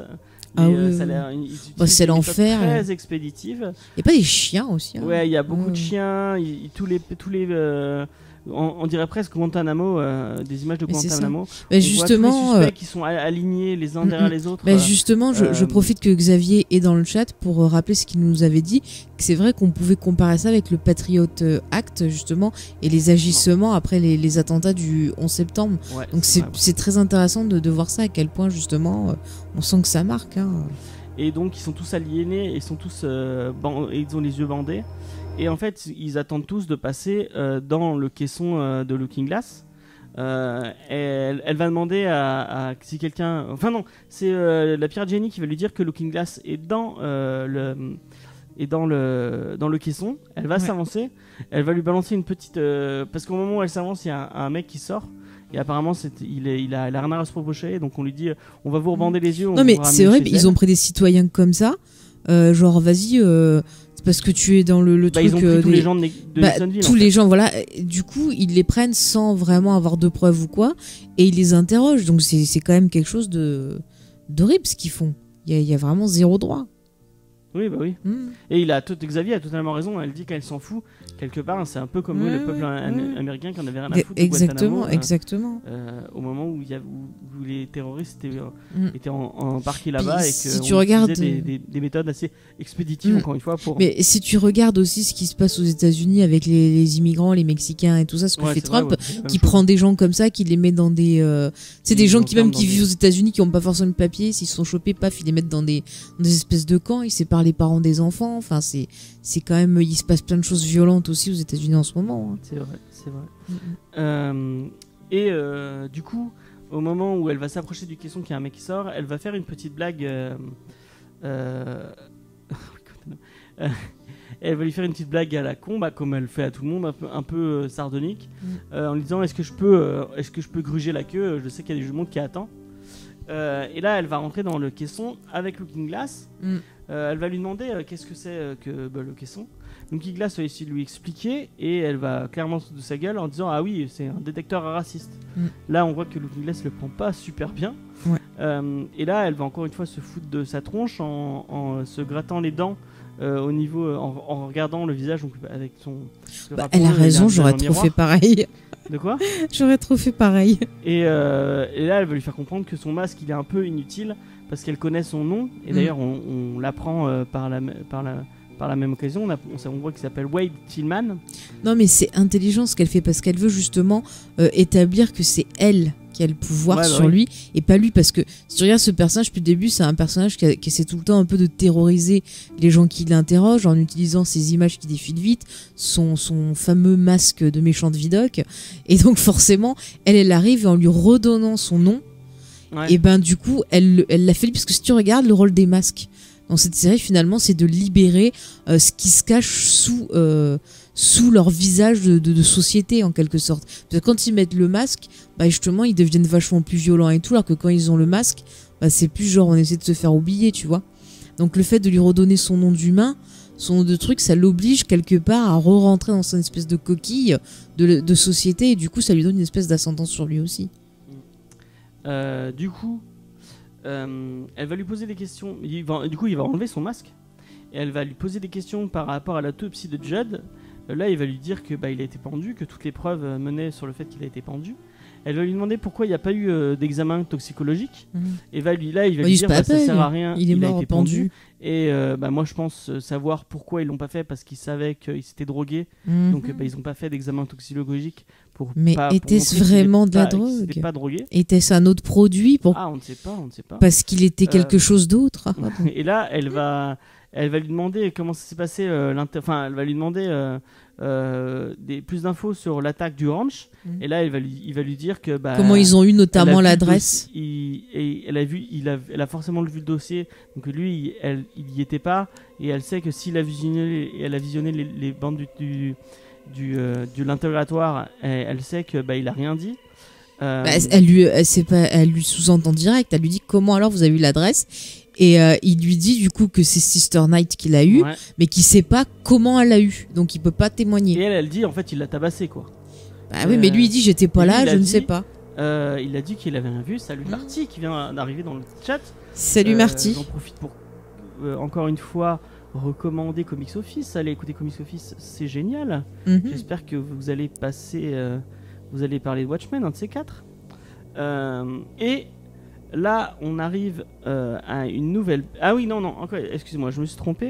Ah Et, euh, oui, ça a oui. l'air- ils utilisent Bah, c'est des méthodes l'enfer, Très expéditive. Il y a pas des chiens aussi hein. Ouais, il y a beaucoup Ouais. de chiens, il- il- tous les, tous les, euh, on, on dirait presque Guantanamo, euh, des images de Mais c'est ça. Guantanamo. Mais On justement, voit tous les euh, suspects qui sont a- alignés les uns mm, derrière mm. les autres. Bah euh, justement, je, je euh, profite que Xavier est dans le chat pour euh, rappeler ce qu'il nous avait dit, que c'est vrai qu'on pouvait comparer ça avec le Patriot euh, Act, justement, et les agissements après les, les attentats du onze septembre. ouais, Donc c'est vrai. c'est très intéressant de, de voir ça, à quel point, justement, euh, on sent que ça marque. Hein. Et donc ils sont tous aliénés, ils sont tous, euh, ban- et ils ont les yeux bandés. Et en fait, ils attendent tous de passer euh, dans le caisson euh, de Looking Glass. Euh, elle, elle va demander à, à si quelqu'un, enfin non, c'est euh, la pirate Jenny qui va lui dire que Looking Glass est dans euh, le est dans le dans le caisson. Elle va Ouais. s'avancer, elle va lui balancer une petite, euh, parce qu'au moment où elle s'avance, il y a un, un mec qui sort. Et apparemment, c'est, il, est, il, a, il a rien à se reprocher. Donc on lui dit, on va vous rebander les yeux. on Non mais vous c'est ramène vrai, chez ils elle. ont pris des citoyens comme ça, euh, genre vas-y, euh, c'est parce que tu es dans le, le Bah, truc... ils ont pris euh, tous des- les gens de, Ne- de Bah, Nixonville, tous en fait. les gens, voilà. Et du coup, ils les prennent sans vraiment avoir de preuves ou quoi, et ils les interrogent. Donc c'est c'est quand même quelque chose de d'horrible ce qu'ils font. Il y a, il y a vraiment zéro droit. Oui, bah oui. Mmh. Et il a tout, Xavier a totalement raison. Elle dit qu'elle s'en fout. Quelque part, c'est un peu comme Ouais, le peuple ouais, am- ouais. américain qui en avait rien à Ex- foutre. de Exactement, Guantanamo, euh, exactement. euh, au moment où, il y a, où, où les terroristes étaient, euh, Mm. étaient en, en parqué là-bas Puis et si que tu on regardes, utilisait des, euh, des, des méthodes assez expéditives, Mm. encore une fois. Pour... Mais si tu regardes aussi ce qui se passe aux États-Unis avec les, les immigrants, les Mexicains et tout ça, ce que Ouais, fait c'est vrai, Trump, ouais, c'est la même qui chose. prend des gens comme ça, qui les met dans des, euh, c'est Ils des les gens qui enferment même dans qui des- vivent aux États-Unis, qui ont pas forcément de papier, s'ils sont chopés, paf, ils les mettent dans des, dans des espèces de camps, ils séparent les parents des enfants. Enfin, c'est, c'est quand même, il se passe plein de choses violentes aussi aux États-Unis en ce moment. hein. C'est vrai, c'est vrai. Mm, mm. Euh, et euh, du coup, au moment où elle va s'approcher du caisson, qu'il y a un mec qui sort, elle va faire une petite blague. Euh, euh, euh, elle va lui faire une petite blague à la con, bah, comme elle fait à tout le monde, un peu, un peu euh, sardonique, Mm. euh, en lui disant est-ce que je peux, euh, est-ce que je peux gruger la queue. Je sais qu'il y a des monde qui attend. Euh, et là, elle va rentrer dans le caisson avec Looking Glass. Mm. Euh, elle va lui demander euh, qu'est-ce que c'est euh, que bah, le caisson. Looking Glass va essayer de lui expliquer et elle va clairement se de sa gueule en disant ah oui, c'est un détecteur raciste. Mm. Là, on voit que Looking Glass le prend pas super bien. Ouais. Euh, et là, elle va encore une fois se foutre de sa tronche en, en se grattant les dents. Euh, au niveau, euh, en, en regardant le visage donc, avec son. le Bah, rapport, elle a il raison, un j'aurais visage en trop fait miroir. pareil. De quoi? J'aurais trop fait pareil. Et, euh, et là, elle va lui faire comprendre que son masque il est un peu inutile parce qu'elle connaît son nom. Et Mm. d'ailleurs, on, on l'apprend euh, par, la, par, la, par la même occasion. On, a, on, on voit qu'il s'appelle Wade Tillman. Non, mais c'est intelligent ce qu'elle fait parce qu'elle veut justement euh, établir que c'est elle qui a le pouvoir Ouais, bah sur oui. lui et pas lui, parce que si tu regardes ce personnage depuis le début, c'est un personnage qui, a- qui essaie tout le temps un peu de terroriser les gens qui l'interrogent en utilisant ces images qui défilent vite, son, son fameux masque de méchante vidoc, et donc forcément elle elle arrive et en lui redonnant son nom, Ouais. et ben du coup elle elle l'a fait, parce que si tu regardes le rôle des masques dans cette série, finalement c'est de libérer euh, ce qui se cache sous euh, sous leur visage de, de, de société en quelque sorte. Parce que quand ils mettent le masque, bah justement ils deviennent vachement plus violents et tout, alors que quand ils ont le masque, bah c'est plus genre on essaie de se faire oublier, tu vois. Donc le fait de lui redonner son nom d'humain, son nom de truc, ça l'oblige quelque part à re-rentrer dans son espèce de coquille de, de société, et du coup ça lui donne une espèce d'ascendance sur lui aussi. Euh, du coup, euh, elle va lui poser des questions. Il va, du coup, il va enlever son masque et elle va lui poser des questions par rapport à l'autopsie de Judd. Euh, là, il va lui dire que bah, il a été pendu, que toutes les preuves euh, menaient sur le fait qu'il a été pendu. Elle va lui demander pourquoi il n'y a pas eu euh, d'examen toxicologique. Mhm. Et va lui, là, il va Bah, lui il se dire bah, ça passe, sert à rien. Il est a mort été pendu. Et euh, bah, moi, je pense euh, savoir pourquoi ils l'ont pas fait, parce qu'ils savaient qu'il s'était drogué. Mhm. Donc, euh, bah, ils n'ont pas fait d'examen toxicologique pour. Mais pas, pour était-ce montrer qu'il vraiment était de la pas- qu'il drogue s'était pas drogué. Était-ce un autre produit pour... Ah, on ne sait pas, on ne sait pas. parce qu'il était quelque Euh, chose d'autre? Et là, elle va, elle va lui demander comment ça s'est passé. Euh, l'inter- enfin, elle va lui demander euh, euh, des, plus d'infos sur l'attaque du ranch. Mhm. Et là, elle va lui, il va lui dire que bah, Comment ils ont eu elle a notamment vu le l'adresse? dossier- il- et elle a vu, il a, elle a forcément vu le dossier. Donc lui, il- elle, il y était pas. Et elle sait que s'il a visionné, elle a visionné les, les bandes du, du, du, euh, de l'interrogatoire, elle, elle sait que bah, il a rien dit. Euh, Bah, elle lui, elle, c'est pas, elle lui sous-entend direct. Elle lui dit comment alors vous avez eu l'adresse, et euh, il lui dit du coup que c'est Sister Night qui l'a eu, ouais. mais qu'il sait pas comment elle l'a eu, donc il peut pas Et témoigner. elle, elle dit en fait, il l'a tabassé quoi. Bah oui, mais lui il dit j'étais pas et lui, là, il a je ne dit- sais pas. Euh, il a dit qu'il avait rien vu. Salut Mmh. Marty qui vient d'arriver dans le chat. Salut Euh, Marty. J'en profite pour euh, encore une fois recommander Comics Office. Allez écouter Comics Office, c'est génial. Mhm. J'espère que vous allez passer, euh, vous allez parler de Watchmen, un de ces quatre. Euh, et là, on arrive euh, à une nouvelle. Ah oui, non, non, encore. Excusez-moi, je me suis trompé.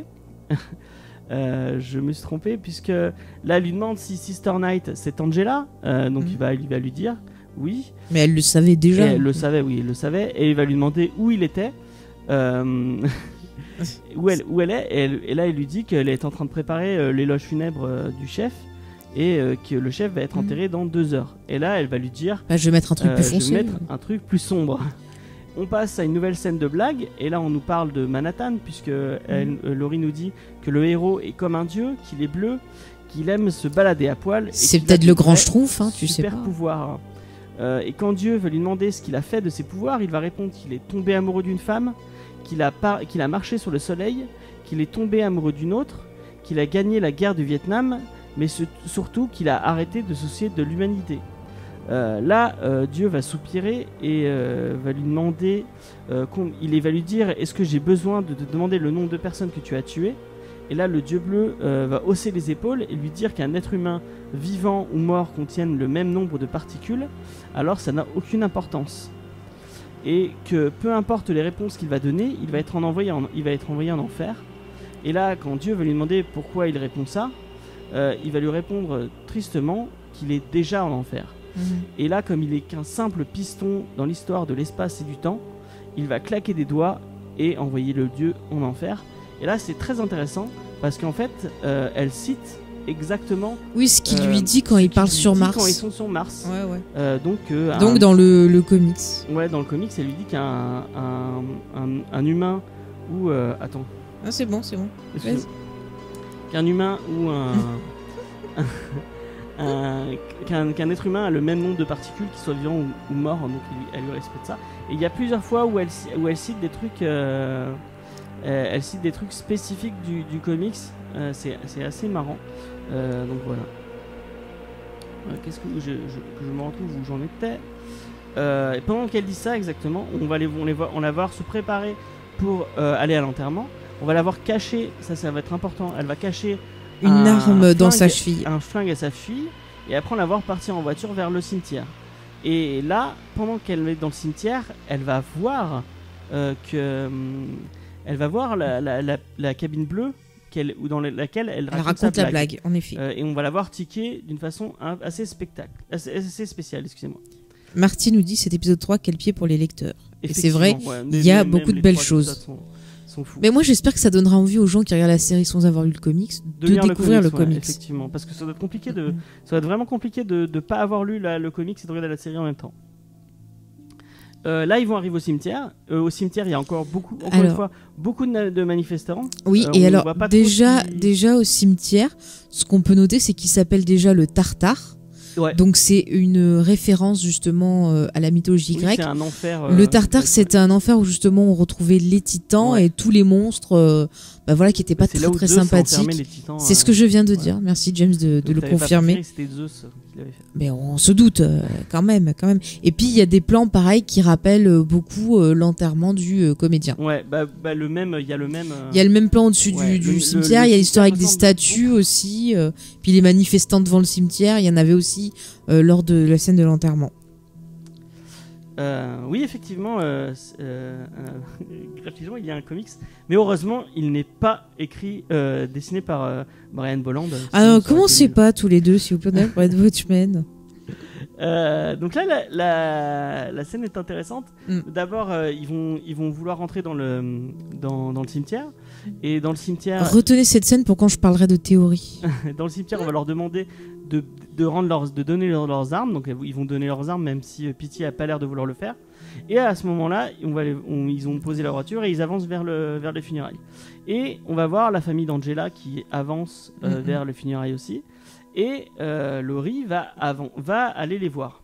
Euh, je me suis trompé puisque là, elle lui demande si Sister Night c'est Angela. Euh, donc Mhm. il va, il va lui dire oui. Mais elle le savait déjà. Et elle le savait, oui, elle le savait. Et il va lui demander où il était. Euh, où, elle, où elle est. Et, elle- et là, il lui dit qu'elle est en train de préparer euh, l'éloge funèbre euh, du chef. Et euh, que le chef va être Mhm. enterré dans deux heures. Et là, elle va lui dire Bah, je vais mettre un truc euh, plus je foncé. vais mettre un truc plus sombre. On passe à une nouvelle scène de blague. Et là, on nous parle de Manhattan. Puisque elle- euh, Laurie nous dit que le héros est comme un dieu, qu'il est bleu, qu'il aime se balader à poil. et C'est qu'il a peut-être de le grand vrais schtroumpf, hein, tu sais super pas. pouvoirs. Euh, et quand Dieu veut lui demander ce qu'il a fait de ses pouvoirs, il va répondre qu'il est tombé amoureux d'une femme, qu'il a, par- qu'il a marché sur le soleil, qu'il est tombé amoureux d'une autre, qu'il a gagné la guerre du Vietnam, mais ce- surtout qu'il a arrêté de se soucier de l'humanité. Euh, là, euh, Dieu va soupirer et euh, va lui demander, euh, qu'on- il va lui dire, est-ce que j'ai besoin de te demander le nombre de personnes que tu as tuées? Et là, le Dieu bleu euh, va hausser les épaules et lui dire qu'un être humain vivant ou mort contienne le même nombre de particules, alors ça n'a aucune importance. Et que peu importe les réponses qu'il va donner, il va être, en envoyé en, il va être envoyé en enfer. Et là, quand Dieu va lui demander pourquoi il répond ça, euh, il va lui répondre euh, tristement qu'il est déjà en enfer. Mhm. Et là, comme il est qu'un simple piston dans l'histoire de l'espace et du temps, il va claquer des doigts et envoyer le dieu en enfer. Et là, c'est très intéressant parce qu'en fait, euh, elle cite exactement Oui, ce qu'il euh, lui dit quand ce il qu'il parle lui sur dit Mars. Quand ils sont sur Mars. Ouais, ouais. Euh, donc, euh, Donc un- dans le, le comics. ouais, dans le comics, elle lui dit qu'un un, un- un humain ou euh, attends, Ah, c'est bon, c'est bon. excuse-moi. qu'un humain ou un, un- qu'un qu'un être humain a le même nombre de particules, qu'il soit vivant ou, ou mort, donc il lui- elle lui respecte ça. Et il y a plusieurs fois où elle ci- où elle cite des trucs, euh, euh, elle cite des trucs spécifiques du, du comics. Euh, c'est c'est assez marrant. Euh, donc voilà. Euh, Qu'est-ce que je, je, que je me retrouve où j'en étais. Euh, et pendant qu'elle dit ça exactement, on va les, on les voir, on la voir se préparer pour euh, aller à l'enterrement. On va la voir cacher, ça ça va être important. Elle va cacher Une un arme dans flingue- sa cheville. un flingue à sa fille, et après on la voir partir en voiture vers le cimetière. Et là, pendant qu'elle est dans le cimetière, elle va voir euh, que hum, elle va voir la, la, la, la cabine bleue qu'elle, ou dans laquelle elle Elle raconte, raconte sa la blague, en effet. Euh, et on va la voir ticker d'une façon hein, assez spectacle, assez, assez spéciale, excusez-moi. Marty nous dit cet épisode trois, quel pied pour les lecteurs. Et c'est vrai, Effectivement, ouais, il y a même beaucoup de les belles trois choses. épisodes Sont, sont fous. Mais moi j'espère que ça donnera envie aux gens qui regardent la série sans avoir lu le comics de, lire découvrir le ouais, comics. effectivement, parce que ça doit être compliqué de, Mhm. ça va être vraiment compliqué de ne pas avoir lu la- le comics et de regarder la série en même temps. Euh, là, ils vont arriver au cimetière. Euh, au cimetière, il y a encore beaucoup, encore Alors. une fois, beaucoup de, na- de manifestants. Oui, Euh, et on alors voit pas trop déjà, qui- déjà au cimetière, ce qu'on peut noter, c'est qu'il s'appelle déjà le Tartare. Ouais. Donc c'est une référence justement euh, à la mythologie Oui, grecque. c'est un enfer. euh, Le Tartare, ouais, c'était un enfer où justement on retrouvait les titans Ouais. et tous les monstres, euh, bah voilà, qui étaient pas c'est très là où très Zeus a enfermé sympathiques. les titans, C'est ce euh, que je viens de ouais. dire. Merci James de, de donc le t'avais pas confirmer. préféré que c'était Zeus qui l'avait fait. Mais on se doute euh, quand même, quand même. Et puis il y a des plans pareils qui rappellent euh, beaucoup euh, l'enterrement du euh, comédien. Ouais, bah, bah, le même, il y a le même. euh, Il y a le même plan au-dessus Ouais, du, le- du le- cimetière, le il y a l'histoire avec cimetière des ressemble statues aussi, euh, puis les manifestants devant le cimetière, il y en avait aussi euh, lors de la scène de l'enterrement. Euh, oui, effectivement, euh, c'est- euh, euh, graphiquement, il y a un comics, mais heureusement, il n'est pas écrit, euh, dessiné par euh, Brian Bolland. Alors Sinon, ça aurait commencez été nul. pas tous les deux, s'il vous plaît, pour être Watchmen. Euh, donc là, la, la, la scène est intéressante. Mm. D'abord, euh, ils vont, ils vont vouloir rentrer dans le, dans, dans le cimetière, et dans le cimetière, Retenez cette scène pour quand je parlerai de théorie. dans le cimetière, on va leur demander de, de rendre leurs, de donner leurs, leurs armes. Donc ils vont donner leurs armes, même si euh, Pity a pas l'air de vouloir le faire. Et à ce moment-là, on va les- on- ils ont posé leur voiture et ils avancent vers, le, vers les funérailles. Et on va voir la famille d'Angela qui avance euh, Mhm. vers les funérailles aussi. Et euh, Laurie va, avant, va aller les voir.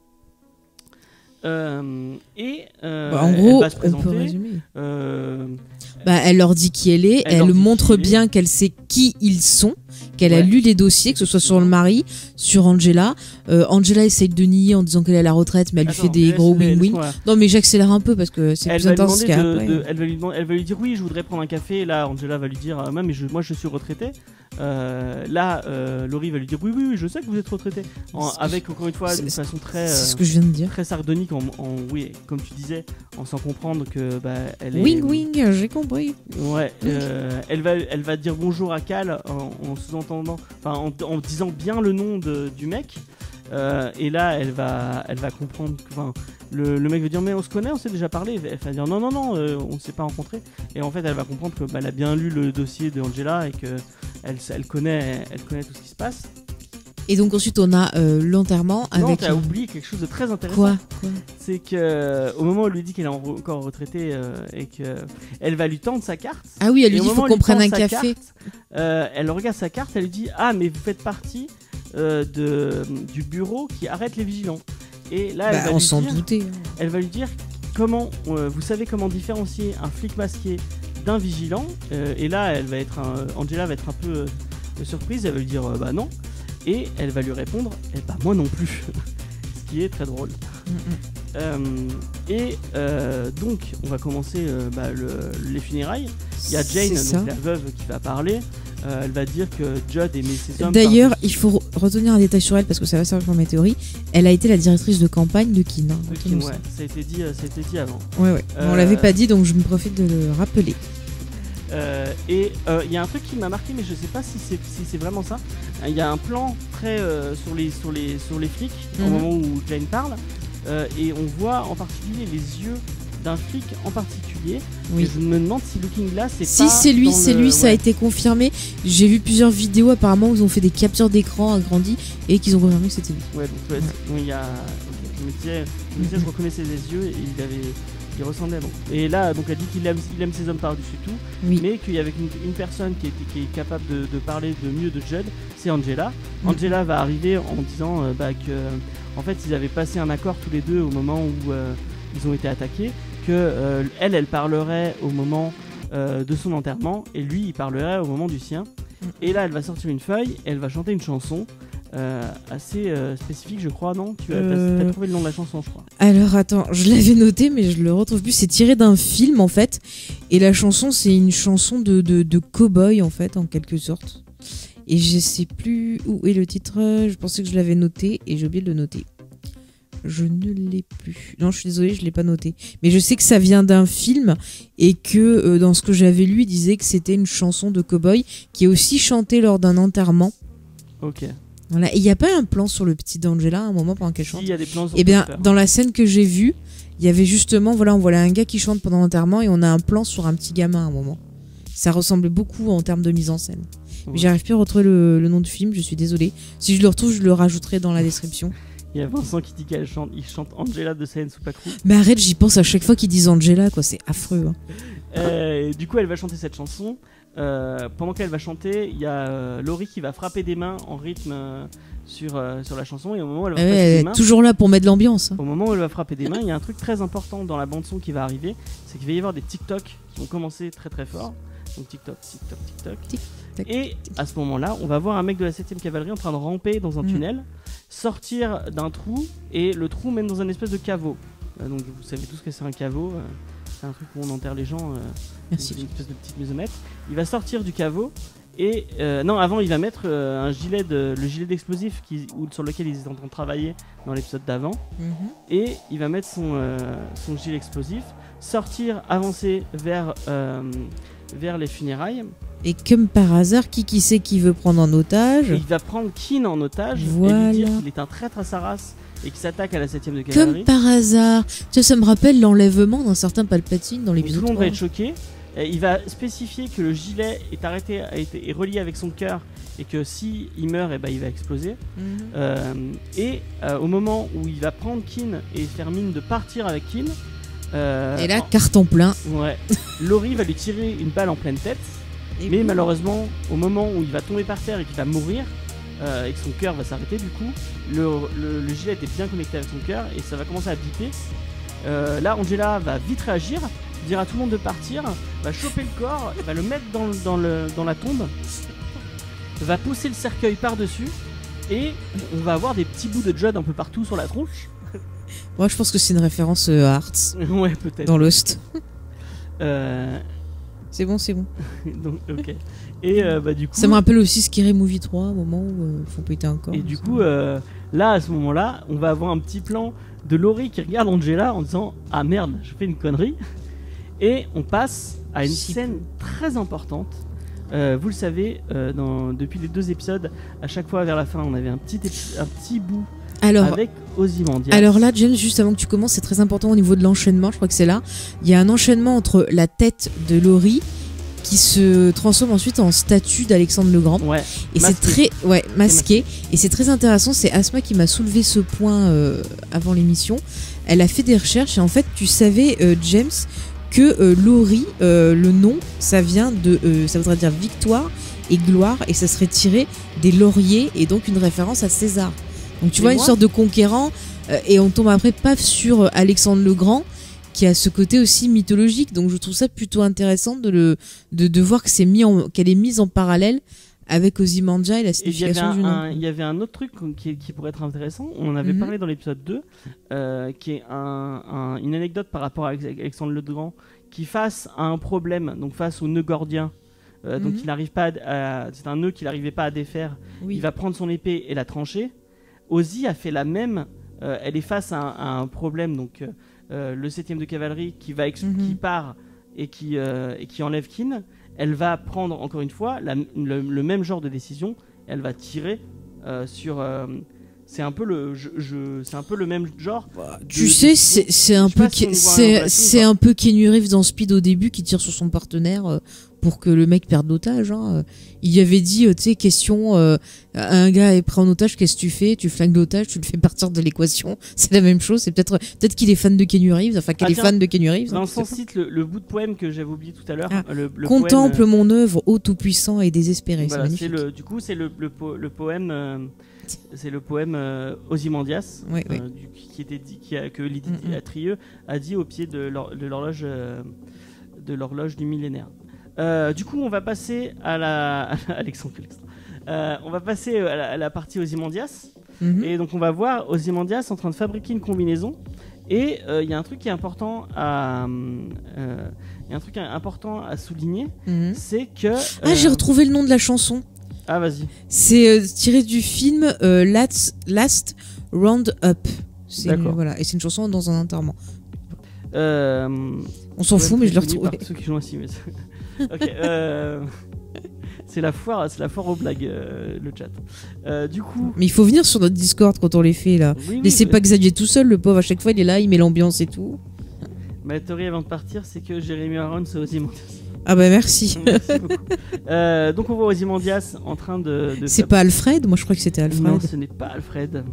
Euh, et euh, Bah, en elle gros, va se on présenter. peut résumer. euh, Bah, elle leur dit qui elle est, Elle elle, leur dit montre qui elle est. bien qu'elle sait qui ils sont. qu'elle Ouais. a lu les dossiers, que ce soit sur le mari, sur Angela. Euh, Angela essaye de nier en disant qu'elle est à la retraite, mais elle lui Attends, fait des laisse- gros laisse- wing-wing. laisse-moi. Non, mais j'accélère un peu parce que c'est Elle plus va, lui intense demander de, qu'après. de- elle, va lui demander- elle va lui dire oui, je voudrais prendre un café. Et là, Angela va lui dire ah, mais je, moi je suis retraitée. Euh, là, euh, Laurie va lui dire oui, oui, oui, je sais que vous êtes retraité. En- C'est- avec encore une fois c'est- d'une façon très, C'est euh, ce que je viens de dire. très sardonique, en, en- oui, comme tu disais, en sans comprendre que bah, elle est. Wing wing, j'ai compris. Ouais, euh, elle va, elle va dire bonjour à Cal en, en sous-entendant, enfin en, en disant bien le nom de, du mec. Euh, et là, elle va, elle va comprendre. que- Enfin, le, le mec va dire mais on se connaît, on s'est déjà parlé. Elle va dire non non non, euh, on s'est pas rencontrés. Et en fait, elle va comprendre que bah, elle a bien lu le dossier de Angela et que elle, elle connaît, elle connaît tout ce qui se passe. Et donc ensuite on a euh, l'enterrement Non, avec. t'as oublié quelque chose de très intéressant. Quoi, Quoi C'est que euh, au moment où elle lui dit qu'elle est en- encore retraitée euh, et que elle va lui tendre sa carte. Ah oui, elle Et lui au dit moment faut où qu'on elle lui prenne un tend sa café. carte, euh, elle regarde sa carte, elle lui dit ah mais vous faites partie euh, de, du bureau qui arrête les vigilants. Et là, elle, Bah, va on lui s'en dire, doutait. elle va lui dire comment euh, vous savez comment différencier un flic masqué d'un vigilant. Euh, et là, elle va être un, Angela va être un peu euh, surprise. Elle va lui dire euh, bah non. Et elle va lui répondre eh bah moi non plus. Ce qui est très drôle. Euh, et euh, donc, on va commencer euh, bah, le, les funérailles. Il y a Jane, C'est ça. donc la veuve, qui va parler. Euh, elle va dire que Judd aimait ses hommes. D'ailleurs, par- il faut re- retenir un détail sur elle parce que ça va servir pour mes théories. Elle a été la directrice de campagne de Keane. hein, de retenons Kim, ça. ouais, ça a été dit, euh, ça a été dit avant. Ouais, ouais. Euh, On l'avait pas dit donc je me profite de le rappeler. Euh, et euh, il y a un truc qui m'a marqué, mais je sais pas si c'est si c'est vraiment ça. Il y a un plan très euh, sur les sur les sur les flics au Mhm. moment où Jane parle, euh, et on voit en particulier les yeux d'un flic en particulier. Oui. Et je me demande si Looking Glass c'est Si pas c'est lui, dans c'est le- lui, ça a ouais. été confirmé. J'ai vu plusieurs vidéos apparemment où ils ont fait des captures d'écran agrandis et qu'ils ont confirmé que c'était lui. Ouais, donc ouais, c'est- oui, il y a. ok, Je me disais, je, me disais, je reconnaissais les yeux et il avait, il ressemblait. Bon. Et là, donc elle dit qu'il aime, il aime ses hommes par-dessus tout, Oui. mais qu'il y avait une, une personne qui, était, qui est capable de, de parler de mieux de Judd, c'est Angela. Mm. Angela va arriver en disant euh, bah, que, en fait, ils avaient passé un accord tous les deux au moment où euh, ils ont été attaqués, que euh, elle, elle parlerait au moment euh, de son enterrement et lui, il parlerait au moment du sien. Mm. Et là, elle va sortir une feuille, et elle va chanter une chanson. Euh, assez euh, spécifique, je crois, non? Tu as, t'as- Euh. t'as trouvé le nom de la chanson, je crois. Alors attends, je l'avais noté mais je le retrouve plus. C'est tiré d'un film en fait. Et la chanson c'est une chanson de, de, de cow-boy en fait, en quelque sorte. Et je sais plus où est le titre. Je pensais que je l'avais noté et j'ai oublié de le noter. Je ne l'ai plus. Non, je suis désolée, je l'ai pas noté. Mais je sais que ça vient d'un film et que euh, dans ce que j'avais lu, il disait que c'était une chanson de cow-boy qui est aussi chantée lors d'un enterrement. Ok. Voilà. Et il n'y a pas un plan sur le petit d'Angela à un moment pendant qu'elle chante? S'il y a des plans sur Eh bien, Twitter. dans la scène que j'ai vue, il y avait justement, voilà, on voit un gars qui chante pendant l'enterrement et on a un plan sur un petit gamin à un moment. Ça ressemblait beaucoup en termes de mise en scène. Ouais. Mais j'arrive plus à retrouver le, le nom du film, je suis désolée. Si je le retrouve, je le rajouterai dans la description. Il y a Vincent qui dit qu'elle chante, il chante Angela de Saiyan Supakru. Mais arrête, j'y pense à chaque fois qu'ils disent Angela, quoi, c'est affreux. hein. Euh, du coup, elle va chanter cette chanson. Euh, pendant qu'elle va chanter, il y a euh, Laurie qui va frapper des mains en rythme euh, sur, euh, sur la chanson. Et au moment où elle va Ah ouais, frapper elle des est mains, toujours là pour mettre l'ambiance. hein. au moment où elle va frapper des mains, il y a un truc très important dans la bande son qui va arriver, c'est qu'il va y avoir des TikTok qui vont commencer très très fort. Donc TikTok, TikTok, TikTok. Tic-tac, Et à ce moment-là, on va voir un mec de la septième cavalerie en train de ramper dans un Mm. tunnel, sortir d'un trou, et le trou mène dans un espèce de caveau. Euh, donc vous savez tous ce que c'est un caveau. euh, c'est un truc où on enterre les gens. euh, Merci. Une espèce de petite maisonnette. Il va sortir du caveau et euh, non, avant il va mettre euh, un gilet de le gilet d'explosif qui ou sur lequel ils étaient en train de travailler dans l'épisode d'avant, Mhm. et il va mettre son euh, son gilet explosif, sortir, avancer vers euh, vers les funérailles. Et comme par hasard, qui qui sait qui veut prendre en otage? Et il va prendre Keane en otage Voilà. et lui dire qu'il est un traître à sa race et qu'il s'attaque à la septième de Comme cavalerie. par hasard. Tu sais, ça me rappelle l'enlèvement d'un certain Palpatine dans Donc, tout l'épisode le monde trois. va être choqué. Et il va spécifier que le gilet est arrêté, a été, est relié avec son cœur et que si il meurt, et ben, il va exploser. Mhm. Euh, et euh, au moment où il va prendre Keane et faire mine de partir avec Keane, euh, Et là, carton plein. en- ouais, Laurie va lui tirer une balle en pleine tête. Et Mais boum. malheureusement, au moment où il va tomber par terre et qu'il va mourir, euh, et que son cœur va s'arrêter, du coup, le, le- le gilet était bien connecté avec son cœur et ça va commencer à biper. Euh, là, Angela va vite réagir, dire à tout le monde de partir, va choper le corps, va le mettre dans, le- dans, le, dans la tombe. va pousser le cercueil par-dessus et on va avoir des petits bouts de Judd un peu partout sur la tronche. Moi, je pense que c'est une référence euh, à Hearts Ouais, peut-être. dans Lost. Euh... C'est bon, c'est bon. Donc, ok. Et euh, bah, du coup. Ça me rappelle aussi Scary Movie trois, au moment où il euh, faut péter un corps. Et du coup, euh, là, à ce moment-là, on va avoir un petit plan de Laurie qui regarde Angela en disant ah merde, je fais une connerie. Et on passe à une Si scène très importante. Euh, vous le savez, euh, dans, depuis les deux épisodes, à chaque fois vers la fin, on avait un petit, épi- un petit bout Alors, avec Ozymandias. alors là, James, juste avant que tu commences, c'est très important au niveau de l'enchaînement. Je crois que c'est là. Il y a un enchaînement entre la tête de Laurie qui se transforme ensuite en statue d'Alexandre le Grand. Ouais, Et c'est masqué. très ouais, masqué. Et c'est très intéressant. C'est Asma qui m'a soulevé ce point euh, avant l'émission. Elle a fait des recherches et en fait, tu savais, euh, James, que euh, Laurie, euh, le nom, ça vient de, euh, ça voudrait dire victoire et gloire, et ça serait tiré des lauriers et donc une référence à César. Donc tu Et vois, moi une sorte de conquérant, euh, et on tombe après paf sur euh, Alexandre le Grand, qui a ce côté aussi mythologique. Donc je trouve ça plutôt intéressant de le, de, de voir que c'est mis en, qu'elle est mise en parallèle avec Ozymandias et la Et il y avait signification un- du nom. un- il y avait un autre truc qui, qui pourrait être intéressant. On en avait Mhm. parlé dans l'épisode deux, euh, qui est un- un- une anecdote par rapport à Alexandre le Grand, qui face à un problème, donc face au nœud gordien, euh, donc Mhm. il n'arrive pas à, à- c'est un nœud qu'il n'arrivait pas à défaire. Oui. Il va prendre son épée et la trancher. Ozzy a fait la même. euh, elle est face à un, à un problème, donc euh, euh, le septième de cavalerie qui va ex- Mhm. qui part et qui euh, et qui enlève Keane. Elle va prendre encore une fois la- le, le même genre de décision. Elle va tirer euh, sur. euh, c'est un peu le, je, je- c'est un peu le même genre. Tu de- sais, de- c'est c'est un je sais peu pas si on y Ke- voit une c'est relation ou c'est pas. un peu Keanu Reeves dans Speed au début qui tire sur son partenaire euh, pour que le mec perde l'otage. Hein. Euh, Il y avait dit, euh, tu sais, question, euh, un gars est pris en otage, qu'est-ce que tu fais? Tu flingues l'otage, tu le fais partir de l'équation. C'est la même chose. C'est peut-être peut-être qu'il est fan de Keanu Reeves, enfin qu'il Ah, est tiens, fan de Keanu Reeves. hein, Dans je sais son pas. site, le, le bout de poème que j'avais oublié tout à l'heure. Ah, le, le Contemple poème, mon œuvre, ô tout-puissant et désespéré. Voilà, c'est c'est magnifique. le, du coup, c'est le, le, po- le poème, euh, c'est le poème euh, Ozymandias, Oui, oui. euh, du- qui était dit, qui a, que Lydie Mm, mm. Atrieux a dit au pied de l'hor- de l'horloge, euh, de l'horloge du millénaire. Euh, du coup, on va passer à la, à Alexandre. Euh, on va passer à la, à la partie Ozymandias, Mhm. et donc on va voir Ozymandias en train de fabriquer une combinaison. Et il y a un truc qui est important à, euh, y a un truc important à souligner, Mhm. c'est que. Ah, j'ai euh, retrouvé le nom de la chanson. Ah, vas-y. C'est euh, tiré du film euh, Last, Last Round Up. C'est une- D'accord. voilà, et c'est une chanson dans un enterrement. Euh, On s'en fout, mais je l'ai retrouve. retrouvé. Par ceux qui jouent ainsi, mais c'est- ok. euh, C'est la foire, c'est la foire aux blagues, euh, le chat. Euh, du coup. Mais il faut venir sur notre Discord quand on les fait là. Oui, oui, Laissez mais- pas Xavier tout seul, le pauvre. À chaque fois, il est là, il met l'ambiance et tout. Ma théorie avant de partir, c'est que Jérémy Aaron, c'est Ozymandias. Ah bah merci. Merci beaucoup. Euh, donc on voit Ozymandias en train de. de C'est fab- pas Alfred? Moi, je crois que c'était Alfred. Non, ce n'est pas Alfred.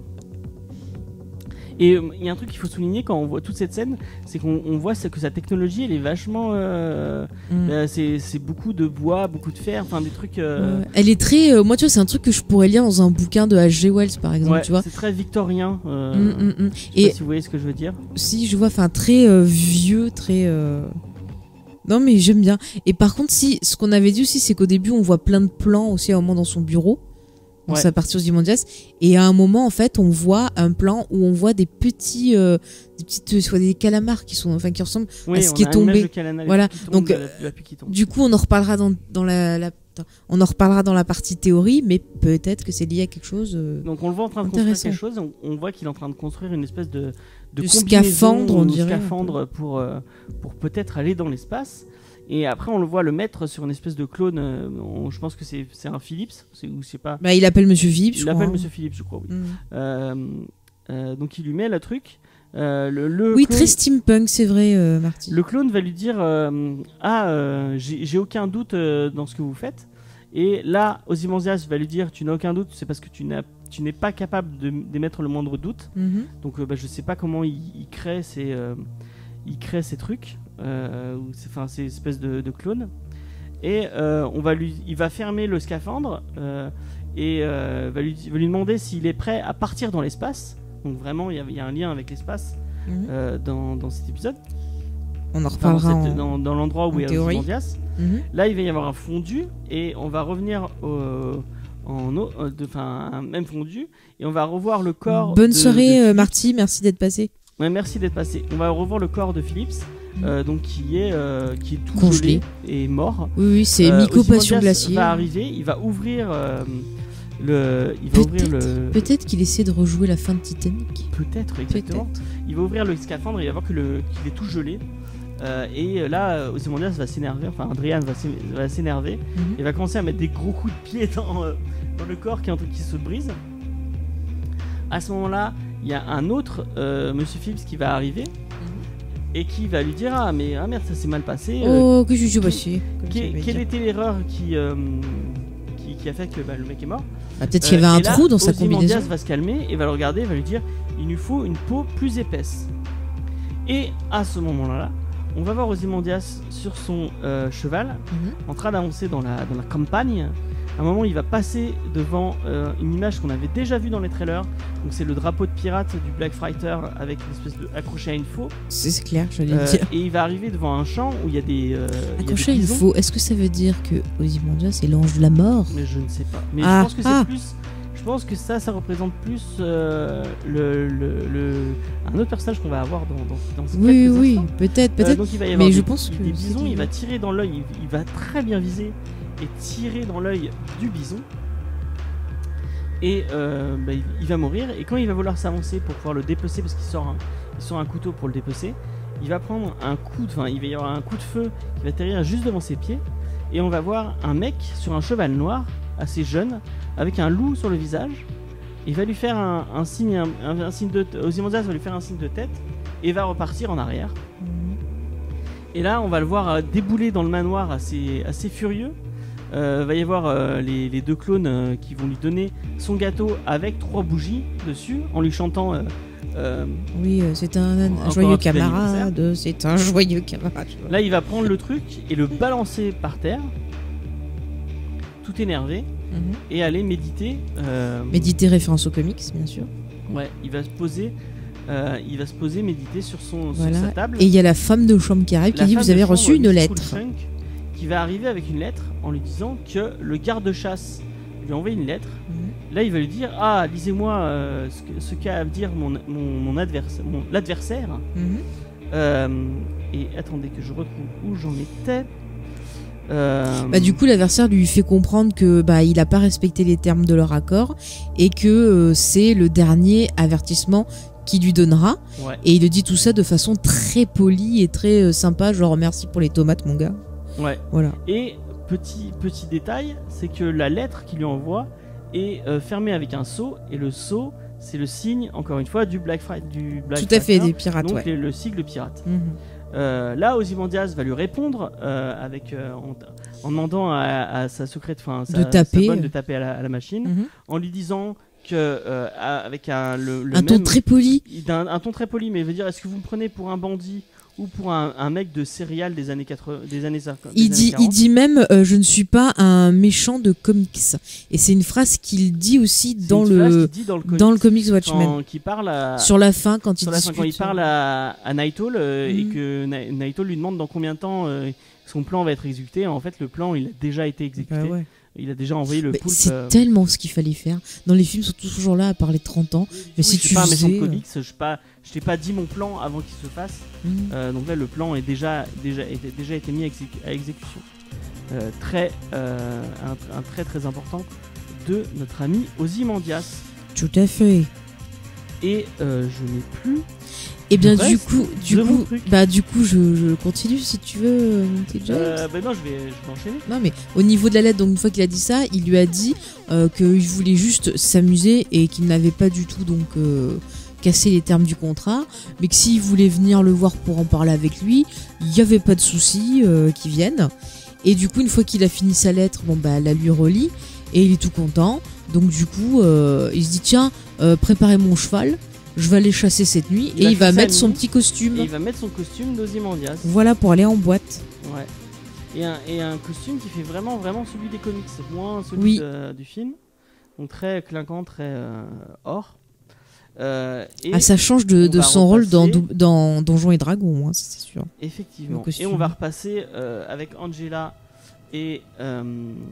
Et euh, il y a un truc qu'il faut souligner quand on voit toute cette scène, c'est qu'on on voit c'est que sa technologie, elle est vachement. euh, Mm. euh, c'est c'est beaucoup de bois, beaucoup de fer, enfin des trucs. euh, Ouais. Elle est très. euh, moi, tu vois, c'est un truc que je pourrais lire dans un bouquin de H G Wells, par exemple. ouais, Tu vois. c'est très victorien. euh, Mm, mm, mm. je sais Et pas si vous voyez ce que je veux dire. si je vois, enfin très euh, vieux, très. euh, Non mais j'aime bien. Et par contre, si ce qu'on avait dit aussi, c'est qu'au début, on voit plein de plans aussi à un moment dans son bureau, dans Ouais. sa partie Ozymandias, et à un moment, en fait, on voit un plan où on voit des petits, euh, des petites, euh, soit des calamars qui sont, enfin, qui ressemblent. Oui, ce on qui a est une image tombé. de Kalana, Voilà, qui tombe, donc, de la, de la pluie qui tombe. Du coup, on en reparlera dans, dans la, la- attends, on en reparlera dans la partie théorie, mais peut-être que c'est lié à quelque chose. euh, Donc on le voit en train de construire Intéressant. quelque chose, on, on voit qu'il est en train de construire une espèce de, de, De combinaison scaphandre, on ou dirait, scaphandre pour, euh, pour peut-être aller dans l'espace. Et après on le voit le mettre sur une espèce de clone, euh, on- je pense que c'est c'est un Philips, c'est, ou c'est pas... Bah, il appelle Monsieur Vip, je Il crois. l'appelle hein. Monsieur Philips, je crois, oui. Mm. Euh, euh, donc il lui met le truc. Euh, le, le Oui, clone, très steampunk, c'est vrai, euh, Marty. le clone va lui dire euh, ah euh, j'ai j'ai aucun doute euh, dans ce que vous faites. Et là Ozymandias va lui dire tu n'as aucun doute, c'est parce que tu n'as tu n'es pas capable de d'émettre le moindre doute. Mhm. Donc euh, bah, je sais pas comment il, il crée ces euh, il crée ces trucs, euh, ou ces- enfin ces espèces de, de clones. Et euh, on va lui, il va fermer le scaphandre euh, et euh, va, lui, va lui demander s'il est prêt à partir dans l'espace. Donc vraiment il y a, il y a un lien avec l'espace Mhm. euh, dans, dans cet épisode. On en Enfin, reparlera dans, cette- en... dans- dans l'endroit où en est théorie. Ozymandias. Mhm. Là il va y avoir un fondu et on va revenir au- en eau, euh, de, enfin, même fondu, et on va revoir le corps. Bonne de, soirée, de euh, Marty, merci d'être passé. Ouais, merci d'être passé. On va revoir le corps de Phillips, euh, donc qui est, euh, qui est tout Congelé. gelé et mort. Oui, oui, c'est Euh, Mycopassion Ozymandias glaciaire. va arriver, il va ouvrir euh, le, il va Peut-être, ouvrir le, peut-être qu'il essaie de rejouer la fin de Titanic. peut-être exactement. Peut-être. Il va ouvrir le scaphandre, et il va voir que le, qu'il est tout gelé. Euh, et là, Ozymandias va s'énerver, enfin Adrian va, s'é- va s'énerver. Mhm. Il va commencer à mettre des gros coups de pied dans, euh, dans le corps qui est en train qui se brise. À ce moment-là, il y a un autre euh, Monsieur Phillips qui va arriver et qui va lui dire ah mais ah merde ça s'est mal passé. euh, Oh, que je suis passé. comme ça, il que- va quelle dire. était l'erreur qui, euh, qui qui a fait que bah, le mec est mort? Ah, peut-être qu'il y avait Euh, un et là, trou dans sa Ozymandias combinaison. va se calmer et va le regarder et va lui dire il nous faut une peau plus épaisse. Et à ce moment-là, on va voir Ozymandias sur son euh, cheval Mhm. en train d'avancer dans la, dans la campagne. À un moment, il va passer devant euh, une image qu'on avait déjà vue dans les trailers. Donc, c'est le drapeau de pirate du Black Fighter avec une espèce de accroché à une faux. C'est c'est clair, j'allais Euh, dire. et il va arriver devant un champ où il y a des. Euh, il y a des Accroché à une bisons. faux, est-ce que ça veut dire que Ozymandias est l'ange de la mort? Mais je ne sais pas. Mais Ah, je pense que c'est ah. plus. Je pense que ça, ça représente plus euh, le, le, le- un autre personnage qu'on va avoir dans, dans, dans Oui, quelques oui, instants. peut-être, Euh, peut-être. donc il va y avoir mais des, je pense que des c'est bisons, lui. il va tirer dans l'œil, il, il va très bien viser et tirer dans l'œil du bison. Et euh, bah, il, il va mourir. Et quand il va vouloir s'avancer pour pouvoir le dépecer, parce qu'il sort un, il sort un couteau pour le dépecer, il va prendre un coup, de, enfin il va y avoir un coup de feu qui va atterrir juste devant ses pieds. Et on va voir un mec sur un cheval noir, assez jeune, avec un loup sur le visage. Il va lui faire un, un signe, un, un- un signe de, Ozymandias va lui faire un signe de tête et va repartir en arrière. Mhm. Et là, on va le voir euh, débouler dans le manoir assez, assez furieux. Euh, va y avoir euh, les, les deux clones euh, qui vont lui donner son gâteau avec trois bougies dessus, en lui chantant. euh, euh, Oui, euh, c'est un, un Encore joyeux un petit camarade, c'est un joyeux camarade. là, il va prendre le truc et le balancer par terre, tout énervé, Mhm. et aller méditer. euh, Méditer référence aux comics, bien sûr. Ouais, il va se poser, euh, il va se poser méditer sur son sur Voilà. sa table. Et il y a la femme de chambre qui arrive qui La dit femme vous de avez chambre, reçu une Miss lettre. Cruikshank, qui va arriver avec une lettre en lui disant que le garde-chasse lui a envoyé une lettre. Mhm. Là, il va lui dire ah lisez-moi euh, ce que- ce qu'a à dire mon mon, mon adversaire, mon l'adversaire. Mhm. Euh, et attendez que je retrouve où j'en étais. Euh, Bah, du coup, l'adversaire lui fait comprendre que bah il a pas respecté les termes de leur accord et que euh, c'est le dernier avertissement qu'il lui donnera. ouais. Et il le dit tout ça de façon très polie et très euh, sympa, genre merci pour les tomates, mon gars. Ouais. Voilà. Et petit petit détail, c'est que la lettre qu'il lui envoie est euh, fermée avec un sceau et le sceau c'est le signe encore une fois du Black Friday, du Black Tout à fait, Fighter, des pirates, donc ouais. le, le sigle pirate. Mhm. Euh, là, Ozymandias va lui répondre euh, avec euh, en, en demandant à, à sa secrète, enfin sa, De taper. sa bonne de taper à la, à la machine, Mhm. en lui disant que euh, à- avec un le, le Un ton même- très poli. d'un- un ton très poli, mais il veut dire est-ce que vous me prenez pour un bandit ou pour un, un mec de céréales des années quatre-vingts, des années cinquante, des Il années dit, il quarante. dit même euh, je ne suis pas un méchant de comics. Et c'est une phrase qu'il dit aussi C'est dans une phrase le qu'il dit dans le comics, dans le comics Watchmen. quand- qui parle à, Sur la fin, quand il sur la fin, discute. quand il parle à, à Night Owl euh, et Mhm. que Na- Night Owl lui demande dans combien de temps euh, son plan va être exécuté. En fait, le plan il a déjà été exécuté. Bah ouais. Il a déjà envoyé le Mais poulpe. c'est euh, tellement ce qu'il fallait faire. Dans les films, ils sont toujours là à parler trente ans. Mais oui, si je suis tu pas un méchant de faisais, comics, je suis pas, je t'ai pas dit mon plan avant qu'il se fasse. Mhm. Euh, donc là, le plan est déjà, déjà, été- déjà été mis à, exé- à exécution. Euh, très, euh, un, un très très important de notre ami Ozymandias. Tout à fait. Et euh, je n'ai plus. Et bien Le du reste coup, du de mon coup, truc. bah du coup, je, je continue si tu veux, euh, monter James. Euh, bah non, je vais, je vais enchaîner. Non mais au niveau de la lettre, donc une fois qu'il a dit ça, il lui a dit euh, qu'il voulait juste s'amuser et qu'il n'avait pas du tout donc euh, cassé les termes du contrat, mais que s'il voulait venir le voir pour en parler avec lui, il n'y avait pas de souci euh, qu'il vienne. Et du coup, une fois qu'il a fini sa lettre, bon bah elle la lui relit et il est tout content. Donc du coup, euh, il se dit tiens, euh, préparez mon cheval, je vais aller chasser cette nuit Il et a il va fait sa mettre son nuit. petit costume. Et il va mettre son costume d'Ozymandias. Voilà pour aller en boîte. Ouais. Et un, et un costume qui fait vraiment, vraiment celui des comics, moins celui Oui. de- du film. Donc très clinquant, très euh, or. Euh, et Ah, ça change de, on de va son rôle dans, repasser- Dou- dans Donjons et Dragons, hein, ça, c'est sûr. effectivement. le costume. Et on va repasser euh, avec Angela et, euh,